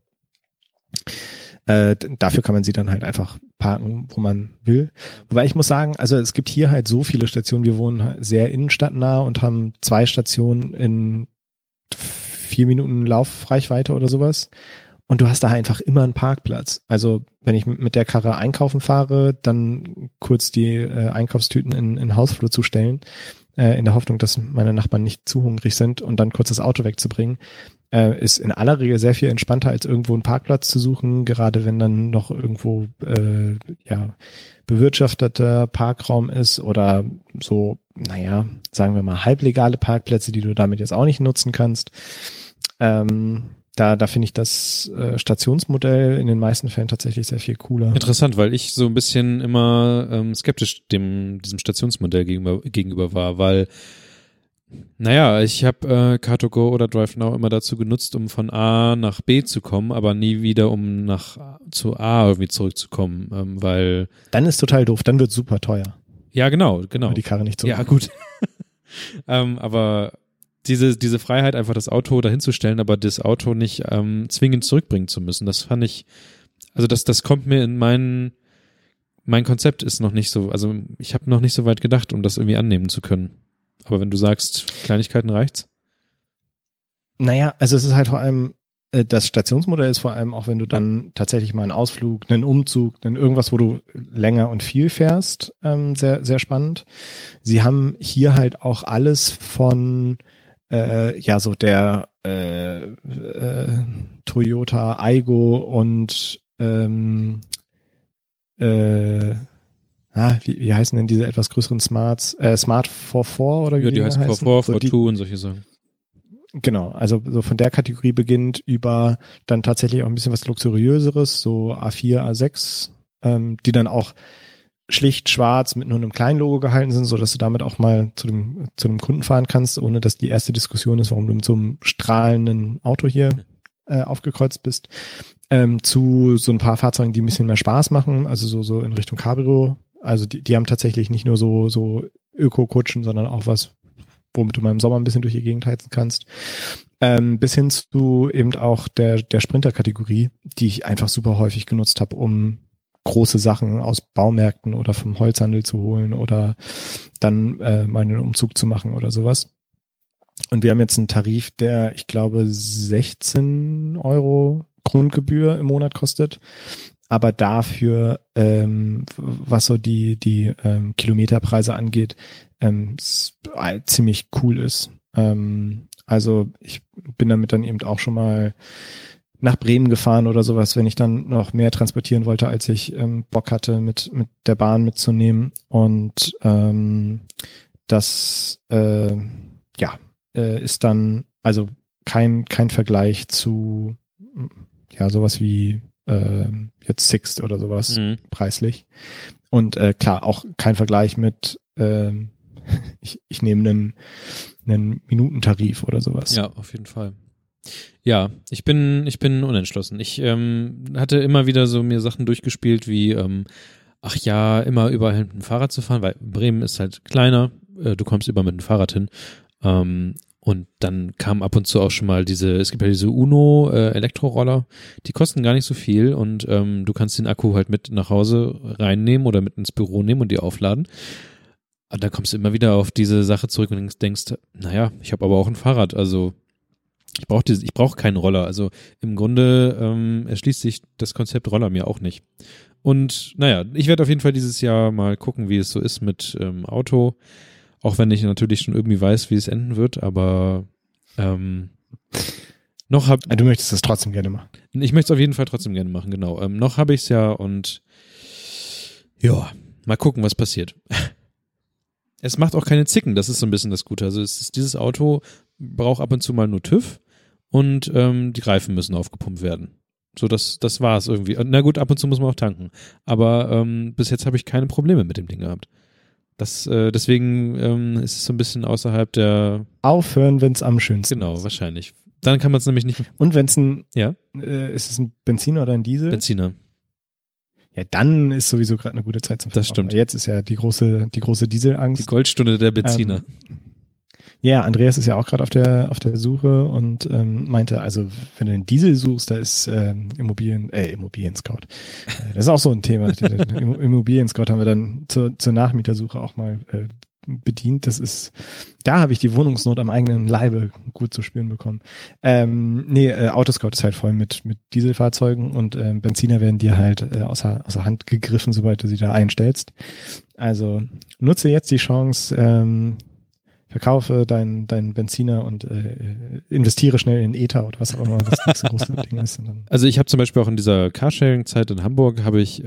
[SPEAKER 2] Dafür kann man sie dann halt einfach parken, wo man will. Wobei ich muss sagen, also es gibt hier halt so viele Stationen, wir wohnen sehr innenstadtnah und haben 2 Stationen in 4 Minuten Laufreichweite oder sowas. Und du hast da einfach immer einen Parkplatz. Also wenn ich mit der Karre einkaufen fahre, dann kurz die Einkaufstüten in den Hausflur zu stellen, in der Hoffnung, dass meine Nachbarn nicht zu hungrig sind und dann kurz das Auto wegzubringen, ist in aller Regel sehr viel entspannter, als irgendwo einen Parkplatz zu suchen, gerade wenn dann noch irgendwo bewirtschafteter Parkraum ist oder so, sagen wir mal halblegale Parkplätze, die du damit jetzt auch nicht nutzen kannst. Da finde ich das Stationsmodell in den meisten Fällen tatsächlich sehr viel cooler.
[SPEAKER 1] Interessant, weil ich so ein bisschen immer skeptisch diesem Stationsmodell gegenüber war, weil ich habe Car2Go oder DriveNow immer dazu genutzt, um von A nach B zu kommen, aber nie wieder, um zu A irgendwie zurückzukommen, weil...
[SPEAKER 2] Dann ist total doof, dann wird super teuer.
[SPEAKER 1] Ja, genau.
[SPEAKER 2] Weil die Karre nicht so...
[SPEAKER 1] Ja, gut. Aber diese Freiheit, einfach das Auto dahin zu stellen, aber das Auto nicht zwingend zurückbringen zu müssen, das fand ich, also das kommt mir in mein Konzept ist noch nicht so, also ich habe noch nicht so weit gedacht, um das irgendwie annehmen zu können. Aber wenn du sagst, Kleinigkeiten reicht's?
[SPEAKER 2] Also es ist halt vor allem, das Stationsmodell ist vor allem auch, wenn du dann tatsächlich mal einen Ausflug, einen Umzug, irgendwas, wo du länger und viel fährst, sehr, sehr spannend. Sie haben hier halt auch alles von so der Toyota Aygo und wie heißen denn diese etwas größeren Smarts? Smart 44 oder wie
[SPEAKER 1] die heißen? 44, 42 und solche Sachen.
[SPEAKER 2] Genau, also so von der Kategorie beginnt über dann tatsächlich auch ein bisschen was Luxuriöseres, so A4, A6, die dann auch schlicht schwarz mit nur einem kleinen Logo gehalten sind, so dass du damit auch mal zu dem Kunden fahren kannst, ohne dass die erste Diskussion ist, warum du mit so einem strahlenden Auto hier aufgekreuzt bist. Zu so ein paar Fahrzeugen, die ein bisschen mehr Spaß machen, also so in Richtung Cabrio. Also die haben tatsächlich nicht nur so Öko-Kutschen, sondern auch was womit du mal im Sommer ein bisschen durch die Gegend heizen kannst. Bis hin zu eben auch der Sprinter-Kategorie, die ich einfach super häufig genutzt habe, um große Sachen aus Baumärkten oder vom Holzhandel zu holen oder dann mal einen Umzug zu machen oder sowas. Und wir haben jetzt einen Tarif, der, ich glaube, 16 Euro Grundgebühr im Monat kostet, aber dafür, was so die Kilometerpreise angeht, ziemlich cool ist. Also ich bin damit dann eben auch schon mal nach Bremen gefahren oder sowas, wenn ich dann noch mehr transportieren wollte, als ich Bock hatte, mit der Bahn mitzunehmen. Und das ist dann also kein Vergleich zu sowas wie jetzt Sixt oder sowas preislich. Und klar, auch kein Vergleich mit ich nehme einen Minutentarif oder sowas.
[SPEAKER 1] Ja, auf jeden Fall. Ja, ich bin unentschlossen. Ich hatte immer wieder so mir Sachen durchgespielt wie immer überall mit dem Fahrrad zu fahren, weil Bremen ist halt kleiner, du kommst überall mit dem Fahrrad hin. Und dann kam ab und zu auch schon mal es gibt ja diese Uno Elektroroller, die kosten gar nicht so viel und du kannst den Akku halt mit nach Hause reinnehmen oder mit ins Büro nehmen und die aufladen. Und dann kommst du immer wieder auf diese Sache zurück und denkst, naja, ich habe aber auch ein Fahrrad, also ich brauche keinen Roller. Also im Grunde erschließt sich das Konzept Roller mir auch nicht. Und naja, ich werde auf jeden Fall dieses Jahr mal gucken, wie es so ist mit Auto. Auch wenn ich natürlich schon irgendwie weiß, wie es enden wird, aber du
[SPEAKER 2] möchtest das trotzdem gerne machen.
[SPEAKER 1] Ich möchte es auf jeden Fall trotzdem gerne machen, genau. Noch habe ich es ja und ja, mal gucken, was passiert. Es macht auch keine Zicken, das ist so ein bisschen das Gute. Also dieses Auto braucht ab und zu mal nur TÜV und die Reifen müssen aufgepumpt werden. So, das war es irgendwie. Na gut, ab und zu muss man auch tanken. Aber bis jetzt habe ich keine Probleme mit dem Ding gehabt. Deswegen ist es so ein bisschen außerhalb der...
[SPEAKER 2] Aufhören, wenn es am schönsten ist.
[SPEAKER 1] Genau, wahrscheinlich. Dann kann man es nämlich nicht...
[SPEAKER 2] Und wenn es
[SPEAKER 1] ist
[SPEAKER 2] es ein Benziner oder ein Diesel?
[SPEAKER 1] Benziner.
[SPEAKER 2] Ja, dann ist sowieso gerade eine gute Zeit zum
[SPEAKER 1] Verkaufen. Das stimmt.
[SPEAKER 2] Jetzt ist ja die große Dieselangst.
[SPEAKER 1] Die Goldstunde der Benziner.
[SPEAKER 2] Ja, Andreas ist ja auch gerade auf der Suche und meinte, also wenn du einen Diesel suchst, da ist Immobilien-Scout. Das ist auch so ein Thema. Immobilien-Scout haben wir dann zur Nachmietersuche auch mal bedient. Da habe ich die Wohnungsnot am eigenen Leibe gut zu spüren bekommen. Autoscout ist halt voll mit Dieselfahrzeugen und Benziner werden dir halt außer Hand gegriffen, sobald du sie da einstellst. Also nutze jetzt die Chance, verkaufe deinen Benziner und investiere schnell in Ether oder was auch immer das nächste große Ding ist.
[SPEAKER 1] Also ich habe zum Beispiel auch in dieser Carsharing-Zeit in Hamburg habe ich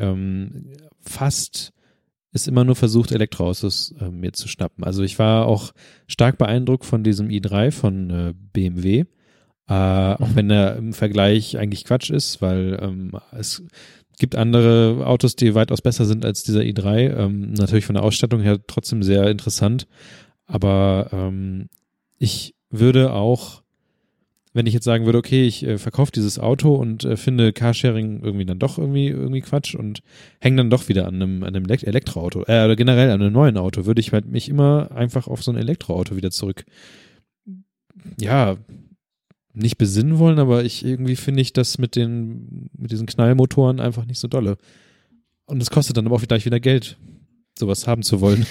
[SPEAKER 1] fast es immer nur versucht, Elektroautos mir zu schnappen. Also ich war auch stark beeindruckt von diesem i3 von BMW, auch wenn er im Vergleich eigentlich Quatsch ist, weil es gibt andere Autos, die weitaus besser sind als dieser i3. Natürlich von der Ausstattung her trotzdem sehr interessant. Aber ich würde auch, wenn ich jetzt sagen würde, okay, ich verkaufe dieses Auto und finde Carsharing irgendwie dann doch irgendwie Quatsch und hänge dann doch wieder an einem Elektroauto oder generell an einem neuen Auto, würde ich halt mich immer einfach auf so ein Elektroauto wieder zurück, ja, nicht besinnen wollen, aber irgendwie finde ich das mit diesen Knallmotoren einfach nicht so dolle. Und es kostet dann aber auch gleich wieder Geld, sowas haben zu wollen.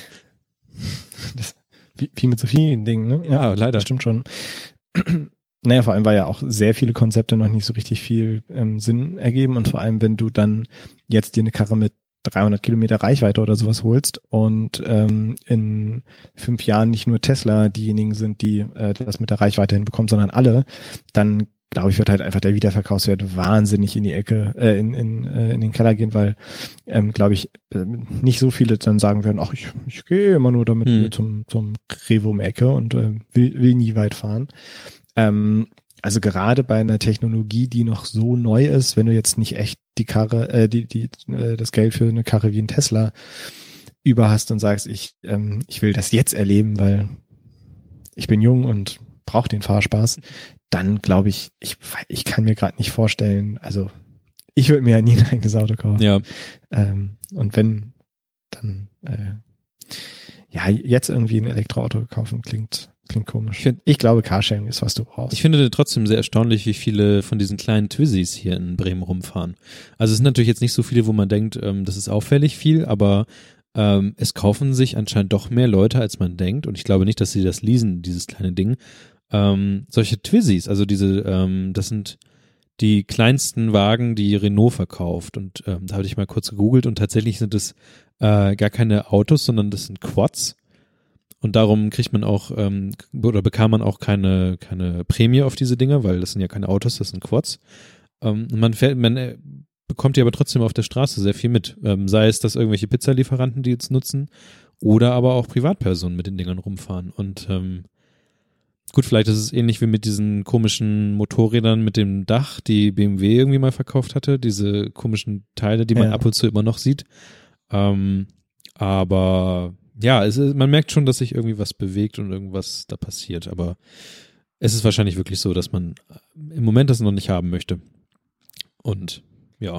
[SPEAKER 2] Wie mit so vielen Dingen, ne?
[SPEAKER 1] Ja, leider.
[SPEAKER 2] Das stimmt schon. Naja, vor allem, weil ja auch sehr viele Konzepte noch nicht so richtig viel Sinn ergeben und vor allem, wenn du dann jetzt dir eine Karre mit 300 Kilometer Reichweite oder sowas holst und in 5 Jahren nicht nur Tesla diejenigen sind, die das mit der Reichweite hinbekommen, sondern alle, dann glaube ich, wird halt einfach der Wiederverkaufswert wahnsinnig in die Ecke, in den Keller gehen, weil, glaube ich, nicht so viele dann sagen werden, ach, ich gehe immer nur damit zum Revo um Ecke und will nie weit fahren. Also gerade bei einer Technologie, die noch so neu ist, wenn du jetzt nicht echt die Karre, das Geld für eine Karre wie ein Tesla über hast und sagst, ich will das jetzt erleben, weil ich bin jung und brauche den Fahrspaß, dann glaube ich kann mir gerade nicht vorstellen, also ich würde mir ja nie ein eigenes Auto kaufen.
[SPEAKER 1] Ja.
[SPEAKER 2] Und wenn, dann jetzt irgendwie ein Elektroauto kaufen klingt klingt komisch. Ich glaube, Carsharing ist, was du brauchst.
[SPEAKER 1] Ich finde trotzdem sehr erstaunlich, wie viele von diesen kleinen Twizzys hier in Bremen rumfahren. Also es sind natürlich jetzt nicht so viele, wo man denkt, das ist auffällig viel, aber es kaufen sich anscheinend doch mehr Leute, als man denkt. Und ich glaube nicht, dass sie das leasen, dieses kleine Ding. Solche Twizzys, also das sind die kleinsten Wagen, die Renault verkauft. Und da habe ich mal kurz gegoogelt und tatsächlich sind es gar keine Autos, sondern das sind Quads. Und darum kriegt man auch oder bekam man auch keine Prämie auf diese Dinger, weil das sind ja keine Autos, das sind Quads. Man bekommt die aber trotzdem auf der Straße sehr viel mit. Sei es, dass irgendwelche Pizzalieferanten die jetzt nutzen oder aber auch Privatpersonen mit den Dingern rumfahren. Und gut, vielleicht ist es ähnlich wie mit diesen komischen Motorrädern mit dem Dach, die BMW irgendwie mal verkauft hatte. Diese komischen Teile, die man ab und zu immer noch sieht. Aber ja, man merkt schon, dass sich irgendwie was bewegt und irgendwas da passiert. Aber es ist wahrscheinlich wirklich so, dass man im Moment das noch nicht haben möchte. Und ja.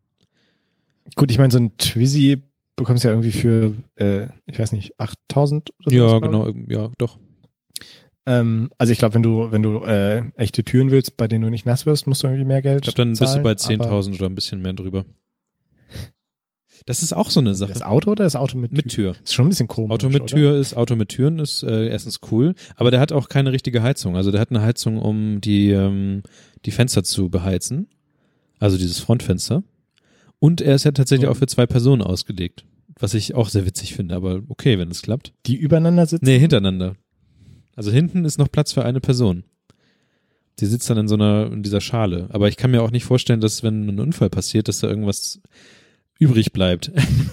[SPEAKER 2] Gut, ich meine, so ein Twizy bekommst du ja irgendwie für, ich weiß nicht, 8.000 oder so.
[SPEAKER 1] Ja, genau, ja, doch.
[SPEAKER 2] Also ich glaube, wenn du echte Türen willst, bei denen du nicht nass wirst, musst du irgendwie mehr Geld
[SPEAKER 1] Ich glaube, dann
[SPEAKER 2] zahlen,
[SPEAKER 1] bist du bei 10.000 oder ein bisschen mehr drüber. Das ist auch so eine Sache.
[SPEAKER 2] Das Auto oder das Auto mit
[SPEAKER 1] Tür?
[SPEAKER 2] Das ist schon ein bisschen komisch,
[SPEAKER 1] Auto mit Türen ist erstens cool, aber der hat auch keine richtige Heizung. Also der hat eine Heizung, um die Fenster zu beheizen. Also dieses Frontfenster. Und er ist ja tatsächlich auch für 2 Personen ausgelegt. Was ich auch sehr witzig finde, aber okay, wenn es klappt.
[SPEAKER 2] Die übereinander sitzen?
[SPEAKER 1] Nee, hintereinander. Also hinten ist noch Platz für eine Person. Die sitzt dann in dieser Schale. Aber ich kann mir auch nicht vorstellen, dass wenn ein Unfall passiert, dass da irgendwas übrig bleibt.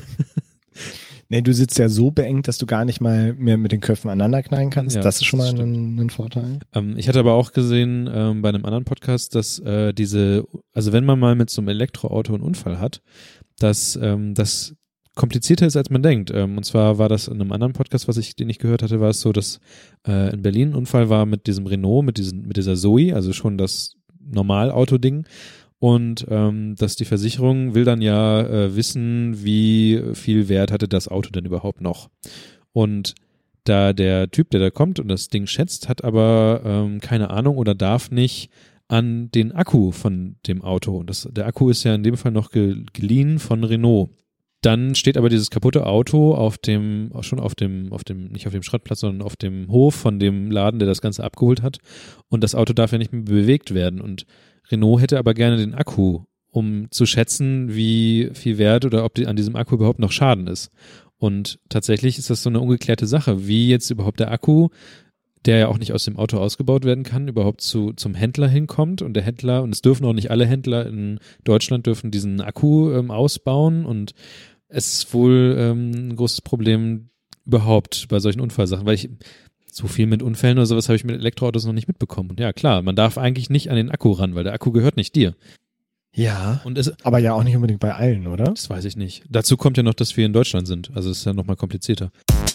[SPEAKER 2] Nee, du sitzt ja so beengt, dass du gar nicht mal mehr mit den Köpfen aneinander knallen kannst.
[SPEAKER 1] Ja,
[SPEAKER 2] das ist schon mal ein Vorteil.
[SPEAKER 1] Ich hatte aber auch gesehen bei einem anderen Podcast, dass also wenn man mal mit so einem Elektroauto einen Unfall hat, dass das komplizierter ist, als man denkt. Und zwar war das in einem anderen Podcast, den ich gehört hatte, war es so, dass in Berlin ein Unfall war mit diesem Renault, mit dieser Zoe, also schon das Normalauto-Ding. Und dass die Versicherung will dann ja wissen, wie viel Wert hatte das Auto denn überhaupt noch. Und da der Typ, der da kommt und das Ding schätzt, hat aber keine Ahnung oder darf nicht an den Akku von dem Auto. Und der Akku ist ja in dem Fall noch geliehen von Renault. Dann steht aber dieses kaputte Auto nicht auf dem Schrottplatz, sondern auf dem Hof von dem Laden, der das Ganze abgeholt hat. Und das Auto darf ja nicht mehr bewegt werden. Und Renault hätte aber gerne den Akku, um zu schätzen, wie viel Wert oder ob an diesem Akku überhaupt noch Schaden ist. Und tatsächlich ist das so eine ungeklärte Sache, wie jetzt überhaupt der Akku, der ja auch nicht aus dem Auto ausgebaut werden kann, überhaupt zum Händler hinkommt. Und der Händler, und es dürfen auch nicht alle Händler in Deutschland dürfen diesen Akku ausbauen. Und es ist wohl ein großes Problem überhaupt bei solchen Unfallsachen, weil so viel mit Unfällen oder sowas habe ich mit Elektroautos noch nicht mitbekommen. Und ja, klar, man darf eigentlich nicht an den Akku ran, weil der Akku gehört nicht dir.
[SPEAKER 2] Ja, aber ja auch nicht unbedingt bei allen, oder?
[SPEAKER 1] Das weiß ich nicht. Dazu kommt ja noch, dass wir in Deutschland sind. Also es ist ja nochmal komplizierter.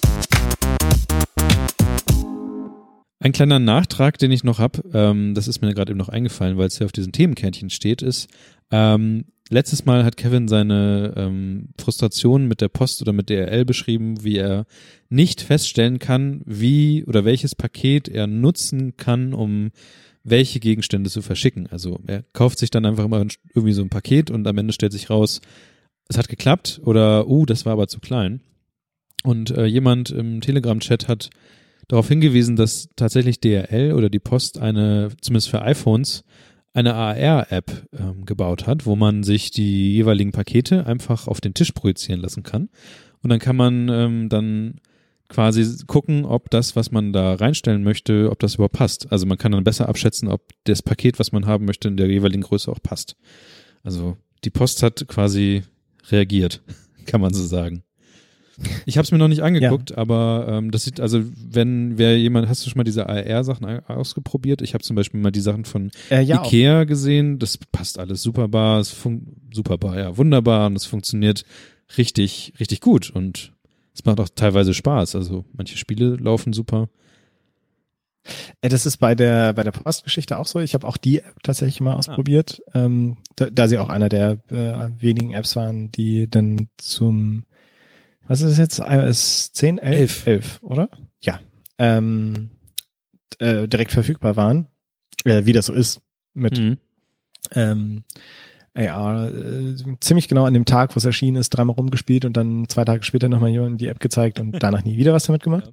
[SPEAKER 1] Ein kleiner Nachtrag, den ich noch habe, das ist mir gerade eben noch eingefallen, weil es hier auf diesem Themenkärtchen steht, ist, letztes Mal hat Kevin seine Frustration mit der Post oder mit DRL beschrieben, wie er nicht feststellen kann, wie oder welches Paket er nutzen kann, um welche Gegenstände zu verschicken. Also er kauft sich dann einfach immer irgendwie so ein Paket und am Ende stellt sich raus, es hat geklappt oder das war aber zu klein. Und jemand im Telegram-Chat hat darauf hingewiesen, dass tatsächlich DRL oder die Post zumindest für iPhones, eine AR-App gebaut hat, wo man sich die jeweiligen Pakete einfach auf den Tisch projizieren lassen kann. Und dann kann man dann quasi gucken, ob das, was man da reinstellen möchte, ob das überhaupt passt. Also man kann dann besser abschätzen, ob das Paket, was man haben möchte, in der jeweiligen Größe auch passt. Also die Post hat quasi reagiert, kann man so sagen. Ich habe es mir noch nicht angeguckt, aber das sieht, also hast du schon mal diese AR-Sachen ausprobiert? Ich habe zum Beispiel mal die Sachen von Ikea gesehen, das passt alles wunderbar und es funktioniert richtig, richtig gut und es macht auch teilweise Spaß, also manche Spiele laufen super.
[SPEAKER 2] Das ist bei der Postgeschichte auch so. Ich habe auch die App tatsächlich mal ausprobiert, da sie auch einer der wenigen Apps waren, die dann was ist es jetzt? iOS 10, 11, oder? Ja. direkt verfügbar waren, wie das so ist mit AR, ziemlich genau an dem Tag, wo es erschienen ist, dreimal rumgespielt und dann 2 Tage später nochmal jemand die App gezeigt und danach nie wieder was damit gemacht.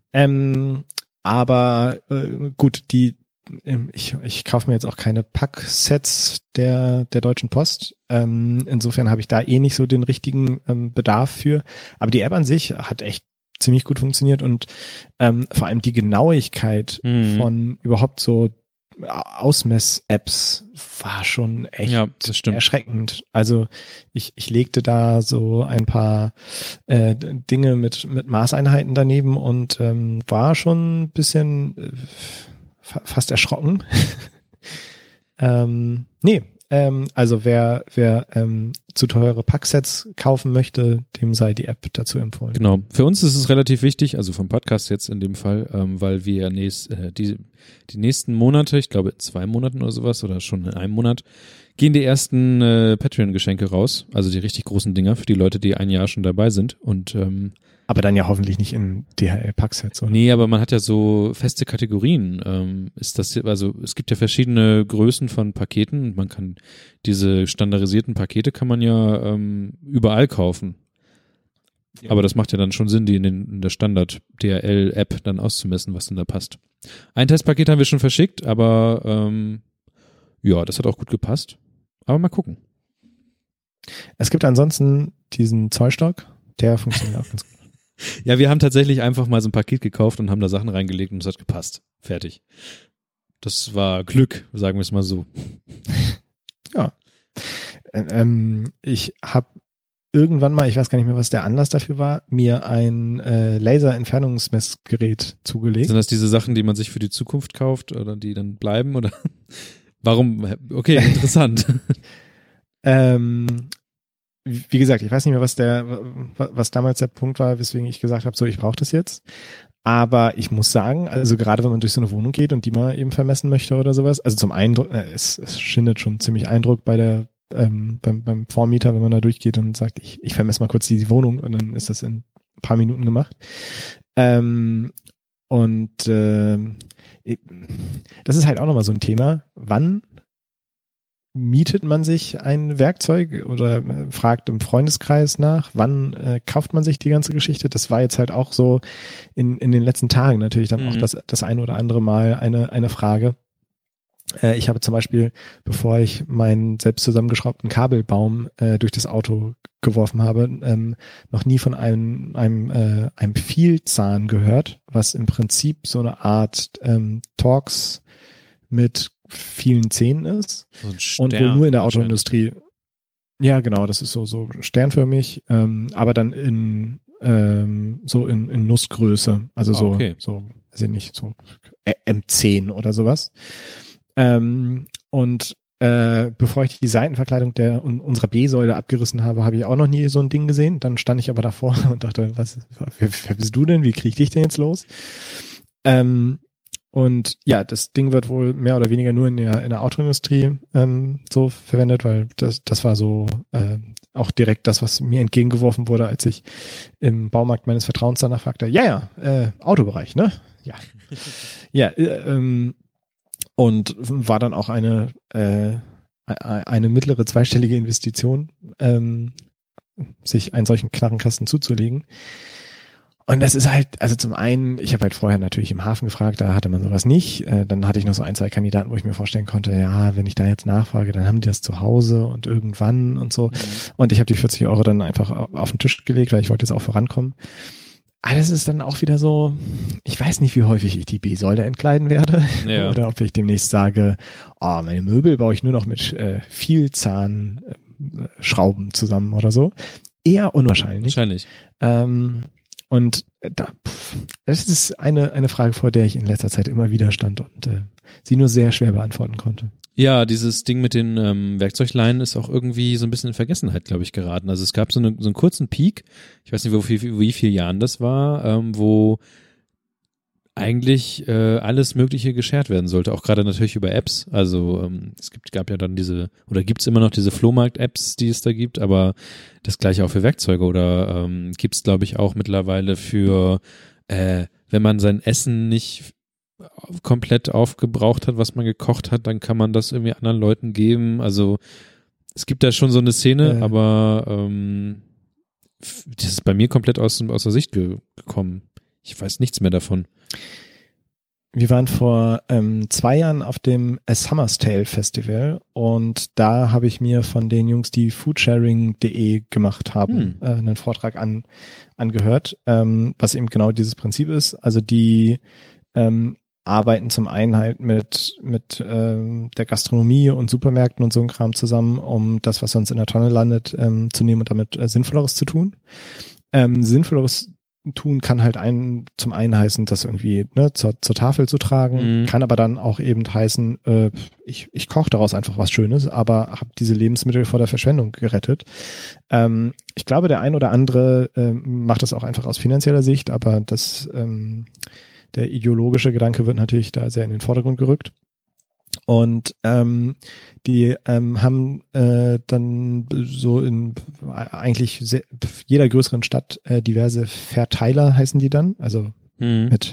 [SPEAKER 2] Aber gut, ich kaufe mir jetzt auch keine Packsets der Deutschen Post. Insofern habe ich da nicht so den richtigen Bedarf für. Aber die App an sich hat echt ziemlich gut funktioniert und vor allem die Genauigkeit von überhaupt so Ausmess-Apps war schon echt erschreckend. Also ich legte da so ein paar Dinge mit Maßeinheiten daneben und war schon ein bisschen fast erschrocken. Also wer zu teure Packsets kaufen möchte, dem sei die App dazu empfohlen.
[SPEAKER 1] Genau. Für uns ist es relativ wichtig, also vom Podcast jetzt in dem Fall, weil wir die nächsten Monate, ich glaube 2 Monaten oder sowas oder schon in einem Monat, gehen die ersten Patreon-Geschenke raus, also die richtig großen Dinger für die Leute, die ein Jahr schon dabei sind und
[SPEAKER 2] aber dann ja hoffentlich nicht in DHL-Packsets, oder?
[SPEAKER 1] Nee, aber man hat ja so feste Kategorien. Also es gibt ja verschiedene Größen von Paketen und man kann diese standardisierten Pakete kann man ja überall kaufen. Ja. Aber das macht ja dann schon Sinn, die in der Standard-DHL-App dann auszumessen, was denn da passt. Ein Testpaket haben wir schon verschickt, aber ja, das hat auch gut gepasst. Aber mal gucken.
[SPEAKER 2] Es gibt ansonsten diesen Zollstock, der funktioniert auch ganz gut.
[SPEAKER 1] Ja, wir haben tatsächlich einfach mal so ein Paket gekauft und haben da Sachen reingelegt und es hat gepasst. Fertig. Das war Glück, sagen wir es mal so.
[SPEAKER 2] Ja. Ich habe irgendwann mal, ich weiß gar nicht mehr, was der Anlass dafür war, mir ein Laser-Entfernungsmessgerät zugelegt.
[SPEAKER 1] Sind das diese Sachen, die man sich für die Zukunft kauft oder die dann bleiben? Oder warum? Okay, interessant.
[SPEAKER 2] Wie gesagt, ich weiß nicht mehr, was damals der Punkt war, weswegen ich gesagt habe, so, ich brauche das jetzt. Aber ich muss sagen, also gerade wenn man durch so eine Wohnung geht und die mal eben vermessen möchte oder sowas, also zum Eindruck, es schindet schon ziemlich Eindruck beim Vormieter, wenn man da durchgeht und sagt, ich vermesse mal kurz die Wohnung und dann ist das in ein paar Minuten gemacht. Das ist halt auch nochmal so ein Thema. Wann mietet man sich ein Werkzeug oder fragt im Freundeskreis nach, wann kauft man sich die ganze Geschichte? Das war jetzt halt auch so in den letzten Tagen natürlich dann auch das eine oder andere Mal eine Frage. Ich habe zum Beispiel, bevor ich meinen selbst zusammengeschraubten Kabelbaum durch das Auto geworfen habe, noch nie von einem Vielzahn gehört, was im Prinzip so eine Art Torx mit vielen Zähnen ist und wohl nur in der Autoindustrie. Ja, genau, das ist so sternförmig, aber dann in Nussgröße, also so weiß ich nicht, so M10 oder sowas. Bevor ich die Seitenverkleidung unserer B-Säule abgerissen habe, habe ich auch noch nie so ein Ding gesehen. Dann stand ich aber davor und dachte, wer bist du denn? Wie krieg ich dich denn jetzt los? Und ja, das Ding wird wohl mehr oder weniger nur in der Autoindustrie so verwendet, weil das war so auch direkt das, was mir entgegengeworfen wurde, als ich im Baumarkt meines Vertrauens danach fragte. Autobereich, ne? Ja. Ja, und war dann auch eine mittlere zweistellige Investition, sich einen solchen Knarrenkasten zuzulegen. Und das ist halt, also zum einen, ich habe halt vorher natürlich im Hafen gefragt, da hatte man sowas nicht. Dann hatte ich noch so 1, 2 Kandidaten, wo ich mir vorstellen konnte, ja, wenn ich da jetzt nachfrage, dann haben die das zu Hause und irgendwann und so. Und ich habe die 40 € dann einfach auf den Tisch gelegt, weil ich wollte jetzt auch vorankommen. Aber das ist dann auch wieder so, ich weiß nicht, wie häufig ich die B-Säule entkleiden werde. Ja. Oder ob ich demnächst sage, meine Möbel baue ich nur noch mit Vielzahnschrauben zusammen oder so. Eher unwahrscheinlich.
[SPEAKER 1] Wahrscheinlich.
[SPEAKER 2] Und das ist eine Frage, vor der ich in letzter Zeit immer wieder stand und sie nur sehr schwer beantworten konnte.
[SPEAKER 1] Ja, dieses Ding mit den Werkzeugleinen ist auch irgendwie so ein bisschen in Vergessenheit, glaube ich, geraten. Also es gab so einen kurzen Peak, ich weiß nicht, wie viel Jahren das war, wo eigentlich alles Mögliche geshared werden sollte, auch gerade natürlich über Apps. Also gab ja dann gibt's immer noch diese Flohmarkt-Apps, die es da gibt, aber das gleiche auch für Werkzeuge oder gibt's, glaube ich, auch mittlerweile für, wenn man sein Essen nicht komplett aufgebraucht hat, was man gekocht hat, dann kann man das irgendwie anderen Leuten geben. Also es gibt da schon so eine Szene, aber das ist bei mir komplett aus der Sicht gekommen. Ich weiß nichts mehr davon.
[SPEAKER 2] Wir waren vor 2 Jahren auf dem A Summer's Tale Festival und da habe ich mir von den Jungs, die foodsharing.de gemacht haben, einen Vortrag angehört, was eben genau dieses Prinzip ist. Also die arbeiten zum einen halt mit der Gastronomie und Supermärkten und so ein Kram zusammen, um das, was sonst in der Tonne landet, zu nehmen und damit Sinnvolleres zu tun. Sinnvolleres tun kann halt zum einen heißen, das irgendwie zur Tafel zu tragen, kann aber dann auch eben heißen, ich koche daraus einfach was Schönes, aber habe diese Lebensmittel vor der Verschwendung gerettet. Ich glaube, der ein oder andere macht das auch einfach aus finanzieller Sicht, aber der ideologische Gedanke wird natürlich da sehr in den Vordergrund gerückt. Und die haben dann so in eigentlich jeder größeren Stadt diverse Verteiler heißen die dann, also mit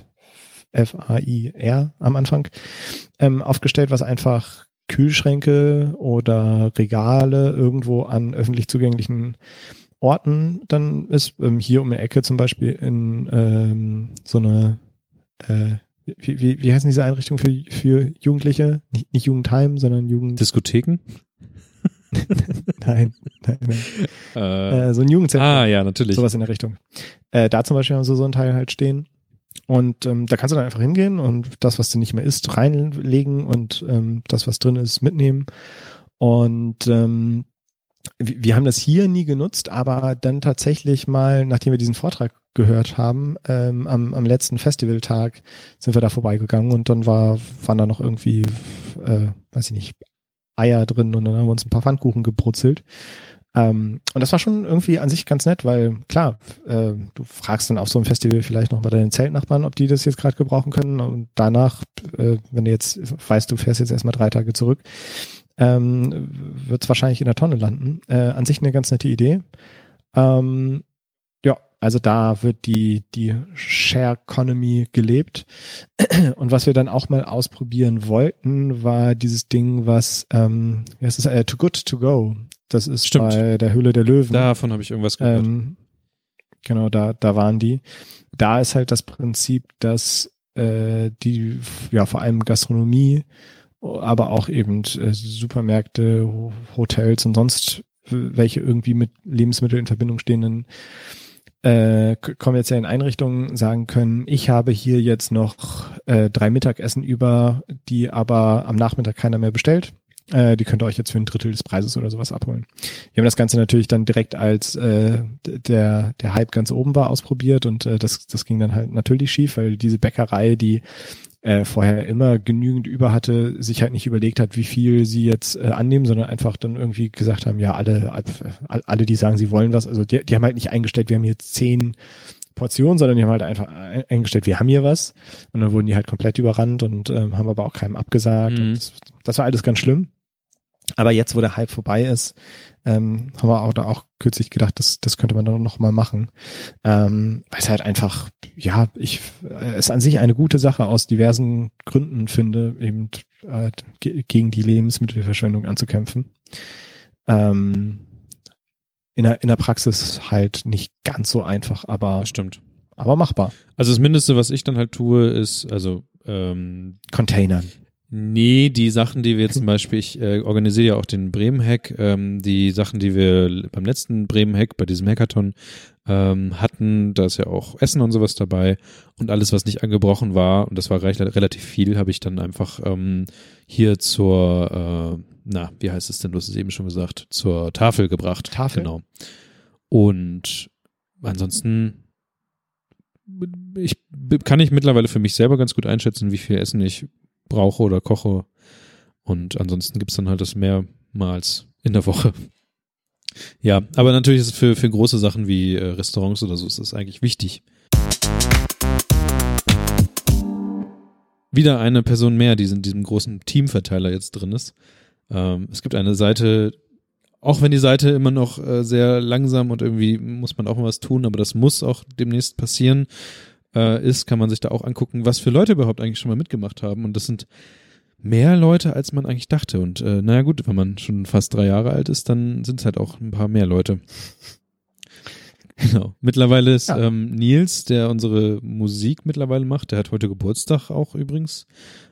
[SPEAKER 2] F-A-I-R am Anfang, aufgestellt, was einfach Kühlschränke oder Regale irgendwo an öffentlich zugänglichen Orten dann ist. Hier um die Ecke zum Beispiel in so eine wie heißen diese Einrichtungen für Jugendliche? Nicht Jugendheim, sondern
[SPEAKER 1] Diskotheken?
[SPEAKER 2] Nein. So ein Jugendzentrum.
[SPEAKER 1] Ja, natürlich.
[SPEAKER 2] Sowas in der Richtung. Da zum Beispiel haben sie so ein Teil halt stehen. Und da kannst du dann einfach hingehen und das, was du nicht mehr isst, reinlegen und das, was drin ist, mitnehmen. Und wir haben das hier nie genutzt, aber dann tatsächlich mal, nachdem wir diesen Vortrag gehört haben, am letzten Festivaltag sind wir da vorbeigegangen und dann waren da noch irgendwie, weiß ich nicht, Eier drin und dann haben wir uns ein paar Pfannkuchen gebrutzelt. Und das war schon irgendwie an sich ganz nett, weil klar, du fragst dann auf so einem Festival vielleicht noch mal deine Zeltnachbarn, ob die das jetzt gerade gebrauchen können und danach, wenn du jetzt weißt, du fährst jetzt erstmal 3 Tage zurück, wird es wahrscheinlich in der Tonne landen. An sich eine ganz nette Idee. Also da wird die Share Economy gelebt. Und was wir dann auch mal ausprobieren wollten, war dieses Ding, was heißt das? Too Good To Go. Das ist
[SPEAKER 1] Stimmt.
[SPEAKER 2] Bei der Höhle der Löwen.
[SPEAKER 1] Davon habe ich irgendwas gehört.
[SPEAKER 2] Genau, da waren die. Da ist halt das Prinzip, dass die vor allem Gastronomie, aber auch eben Supermärkte, Hotels und sonst welche irgendwie mit Lebensmitteln in Verbindung stehenden kommerziellen Einrichtungen sagen können, ich habe hier jetzt noch 3 Mittagessen über, die aber am Nachmittag keiner mehr bestellt. Die könnt ihr euch jetzt für 1/3 des Preises oder sowas abholen. Wir haben das Ganze natürlich dann direkt als der Hype ganz oben war ausprobiert und das ging dann halt natürlich schief, weil diese Bäckerei, die vorher immer genügend über hatte, sich halt nicht überlegt hat, wie viel sie jetzt annehmen, sondern einfach dann irgendwie gesagt haben, ja, alle, die sagen, sie wollen was, also die haben halt nicht eingestellt, wir haben hier 10 Portionen, sondern die haben halt einfach eingestellt, wir haben hier was und dann wurden die halt komplett überrannt und haben aber auch keinem abgesagt. Und das war alles ganz schlimm. Aber jetzt, wo der Hype vorbei ist, haben wir auch kürzlich gedacht, das könnte man dann noch mal machen. Weil es halt einfach, es an sich eine gute Sache aus diversen Gründen finde, eben gegen die Lebensmittelverschwendung anzukämpfen. In der Praxis halt nicht ganz so einfach, aber
[SPEAKER 1] Das stimmt.
[SPEAKER 2] Aber machbar.
[SPEAKER 1] Also das Mindeste, was ich dann halt tue, ist,
[SPEAKER 2] Containern.
[SPEAKER 1] Nee, die Sachen, die wir jetzt zum Beispiel, ich organisiere ja auch den Bremen-Hack, die Sachen, die wir beim letzten Bremen-Hack, bei diesem Hackathon hatten, da ist ja auch Essen und sowas dabei und alles, was nicht angebrochen war, und das war relativ viel, habe ich dann einfach hier zur, wie heißt es denn, du hast es eben schon gesagt, zur Tafel gebracht.
[SPEAKER 2] Tafel?
[SPEAKER 1] Genau. Und ansonsten kann ich mittlerweile für mich selber ganz gut einschätzen, wie viel Essen ich brauche oder koche. Und ansonsten gibt's dann halt das mehrmals in der Woche. Ja, aber natürlich ist es für große Sachen wie Restaurants oder so ist das eigentlich wichtig. Wieder eine Person mehr, die in diesem großen Teamverteiler jetzt drin ist. Es gibt eine Seite, auch wenn die Seite immer noch sehr langsam und irgendwie muss man auch mal was tun, aber das muss auch demnächst passieren. ist, kann man sich da auch angucken, was für Leute überhaupt eigentlich schon mal mitgemacht haben. Und das sind mehr Leute, als man eigentlich dachte. Und naja gut, wenn man schon fast 3 Jahre alt ist, dann sind es halt auch ein paar mehr Leute. Genau. Mittlerweile ist Nils, der unsere Musik mittlerweile macht, der hat heute Geburtstag auch übrigens,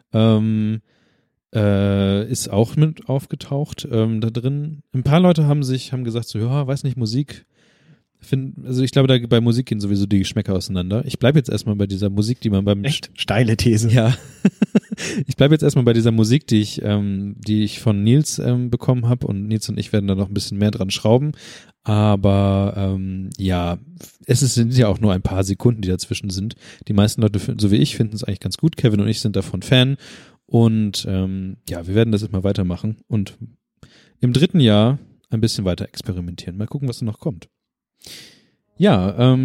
[SPEAKER 1] ist auch mit aufgetaucht da drin. Ein paar Leute haben gesagt so, ja, weiß nicht, Musik. Also ich glaube, bei Musik gehen sowieso die Geschmäcker auseinander. Ich bleibe jetzt erstmal bei dieser Musik, die man beim...
[SPEAKER 2] Echt steile These.
[SPEAKER 1] Ja. Ich bleibe jetzt erstmal bei dieser Musik, die ich von Nils bekommen habe, und Nils und ich werden da noch ein bisschen mehr dran schrauben. Aber ja, sind ja auch nur ein paar Sekunden, die dazwischen sind. Die meisten Leute, so wie ich, finden es eigentlich ganz gut. Kevin und ich sind davon Fan. Und ja, wir werden das jetzt mal weitermachen und im 3. Jahr ein bisschen weiter experimentieren. Mal gucken, was da noch kommt. Ja,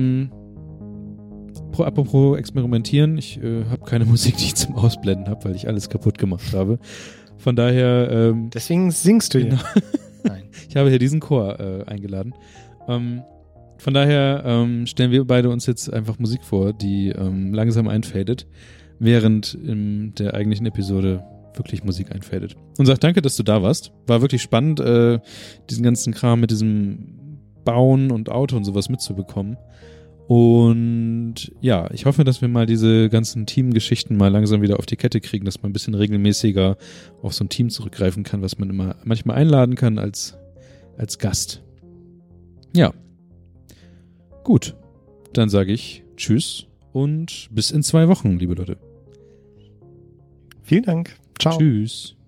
[SPEAKER 1] apropos experimentieren, ich habe keine Musik, die ich zum Ausblenden habe, weil ich alles kaputt gemacht habe. Von daher...
[SPEAKER 2] Deswegen singst du ja.
[SPEAKER 1] Genau.
[SPEAKER 2] Nein.
[SPEAKER 1] Ich habe hier diesen Chor eingeladen. Von daher stellen wir beide uns jetzt einfach Musik vor, die langsam einfadet, während in der eigentlichen Episode wirklich Musik einfadet. Und sag danke, dass du da warst. War wirklich spannend, diesen ganzen Kram mit diesem Bauen und Auto und sowas mitzubekommen. Und ja, ich hoffe, dass wir mal diese ganzen Teamgeschichten mal langsam wieder auf die Kette kriegen, dass man ein bisschen regelmäßiger auf so ein Team zurückgreifen kann, was man immer manchmal einladen kann als Gast. Ja. Gut. Dann sage ich Tschüss und bis in 2 Wochen, liebe Leute.
[SPEAKER 2] Vielen Dank. Ciao.
[SPEAKER 1] Tschüss.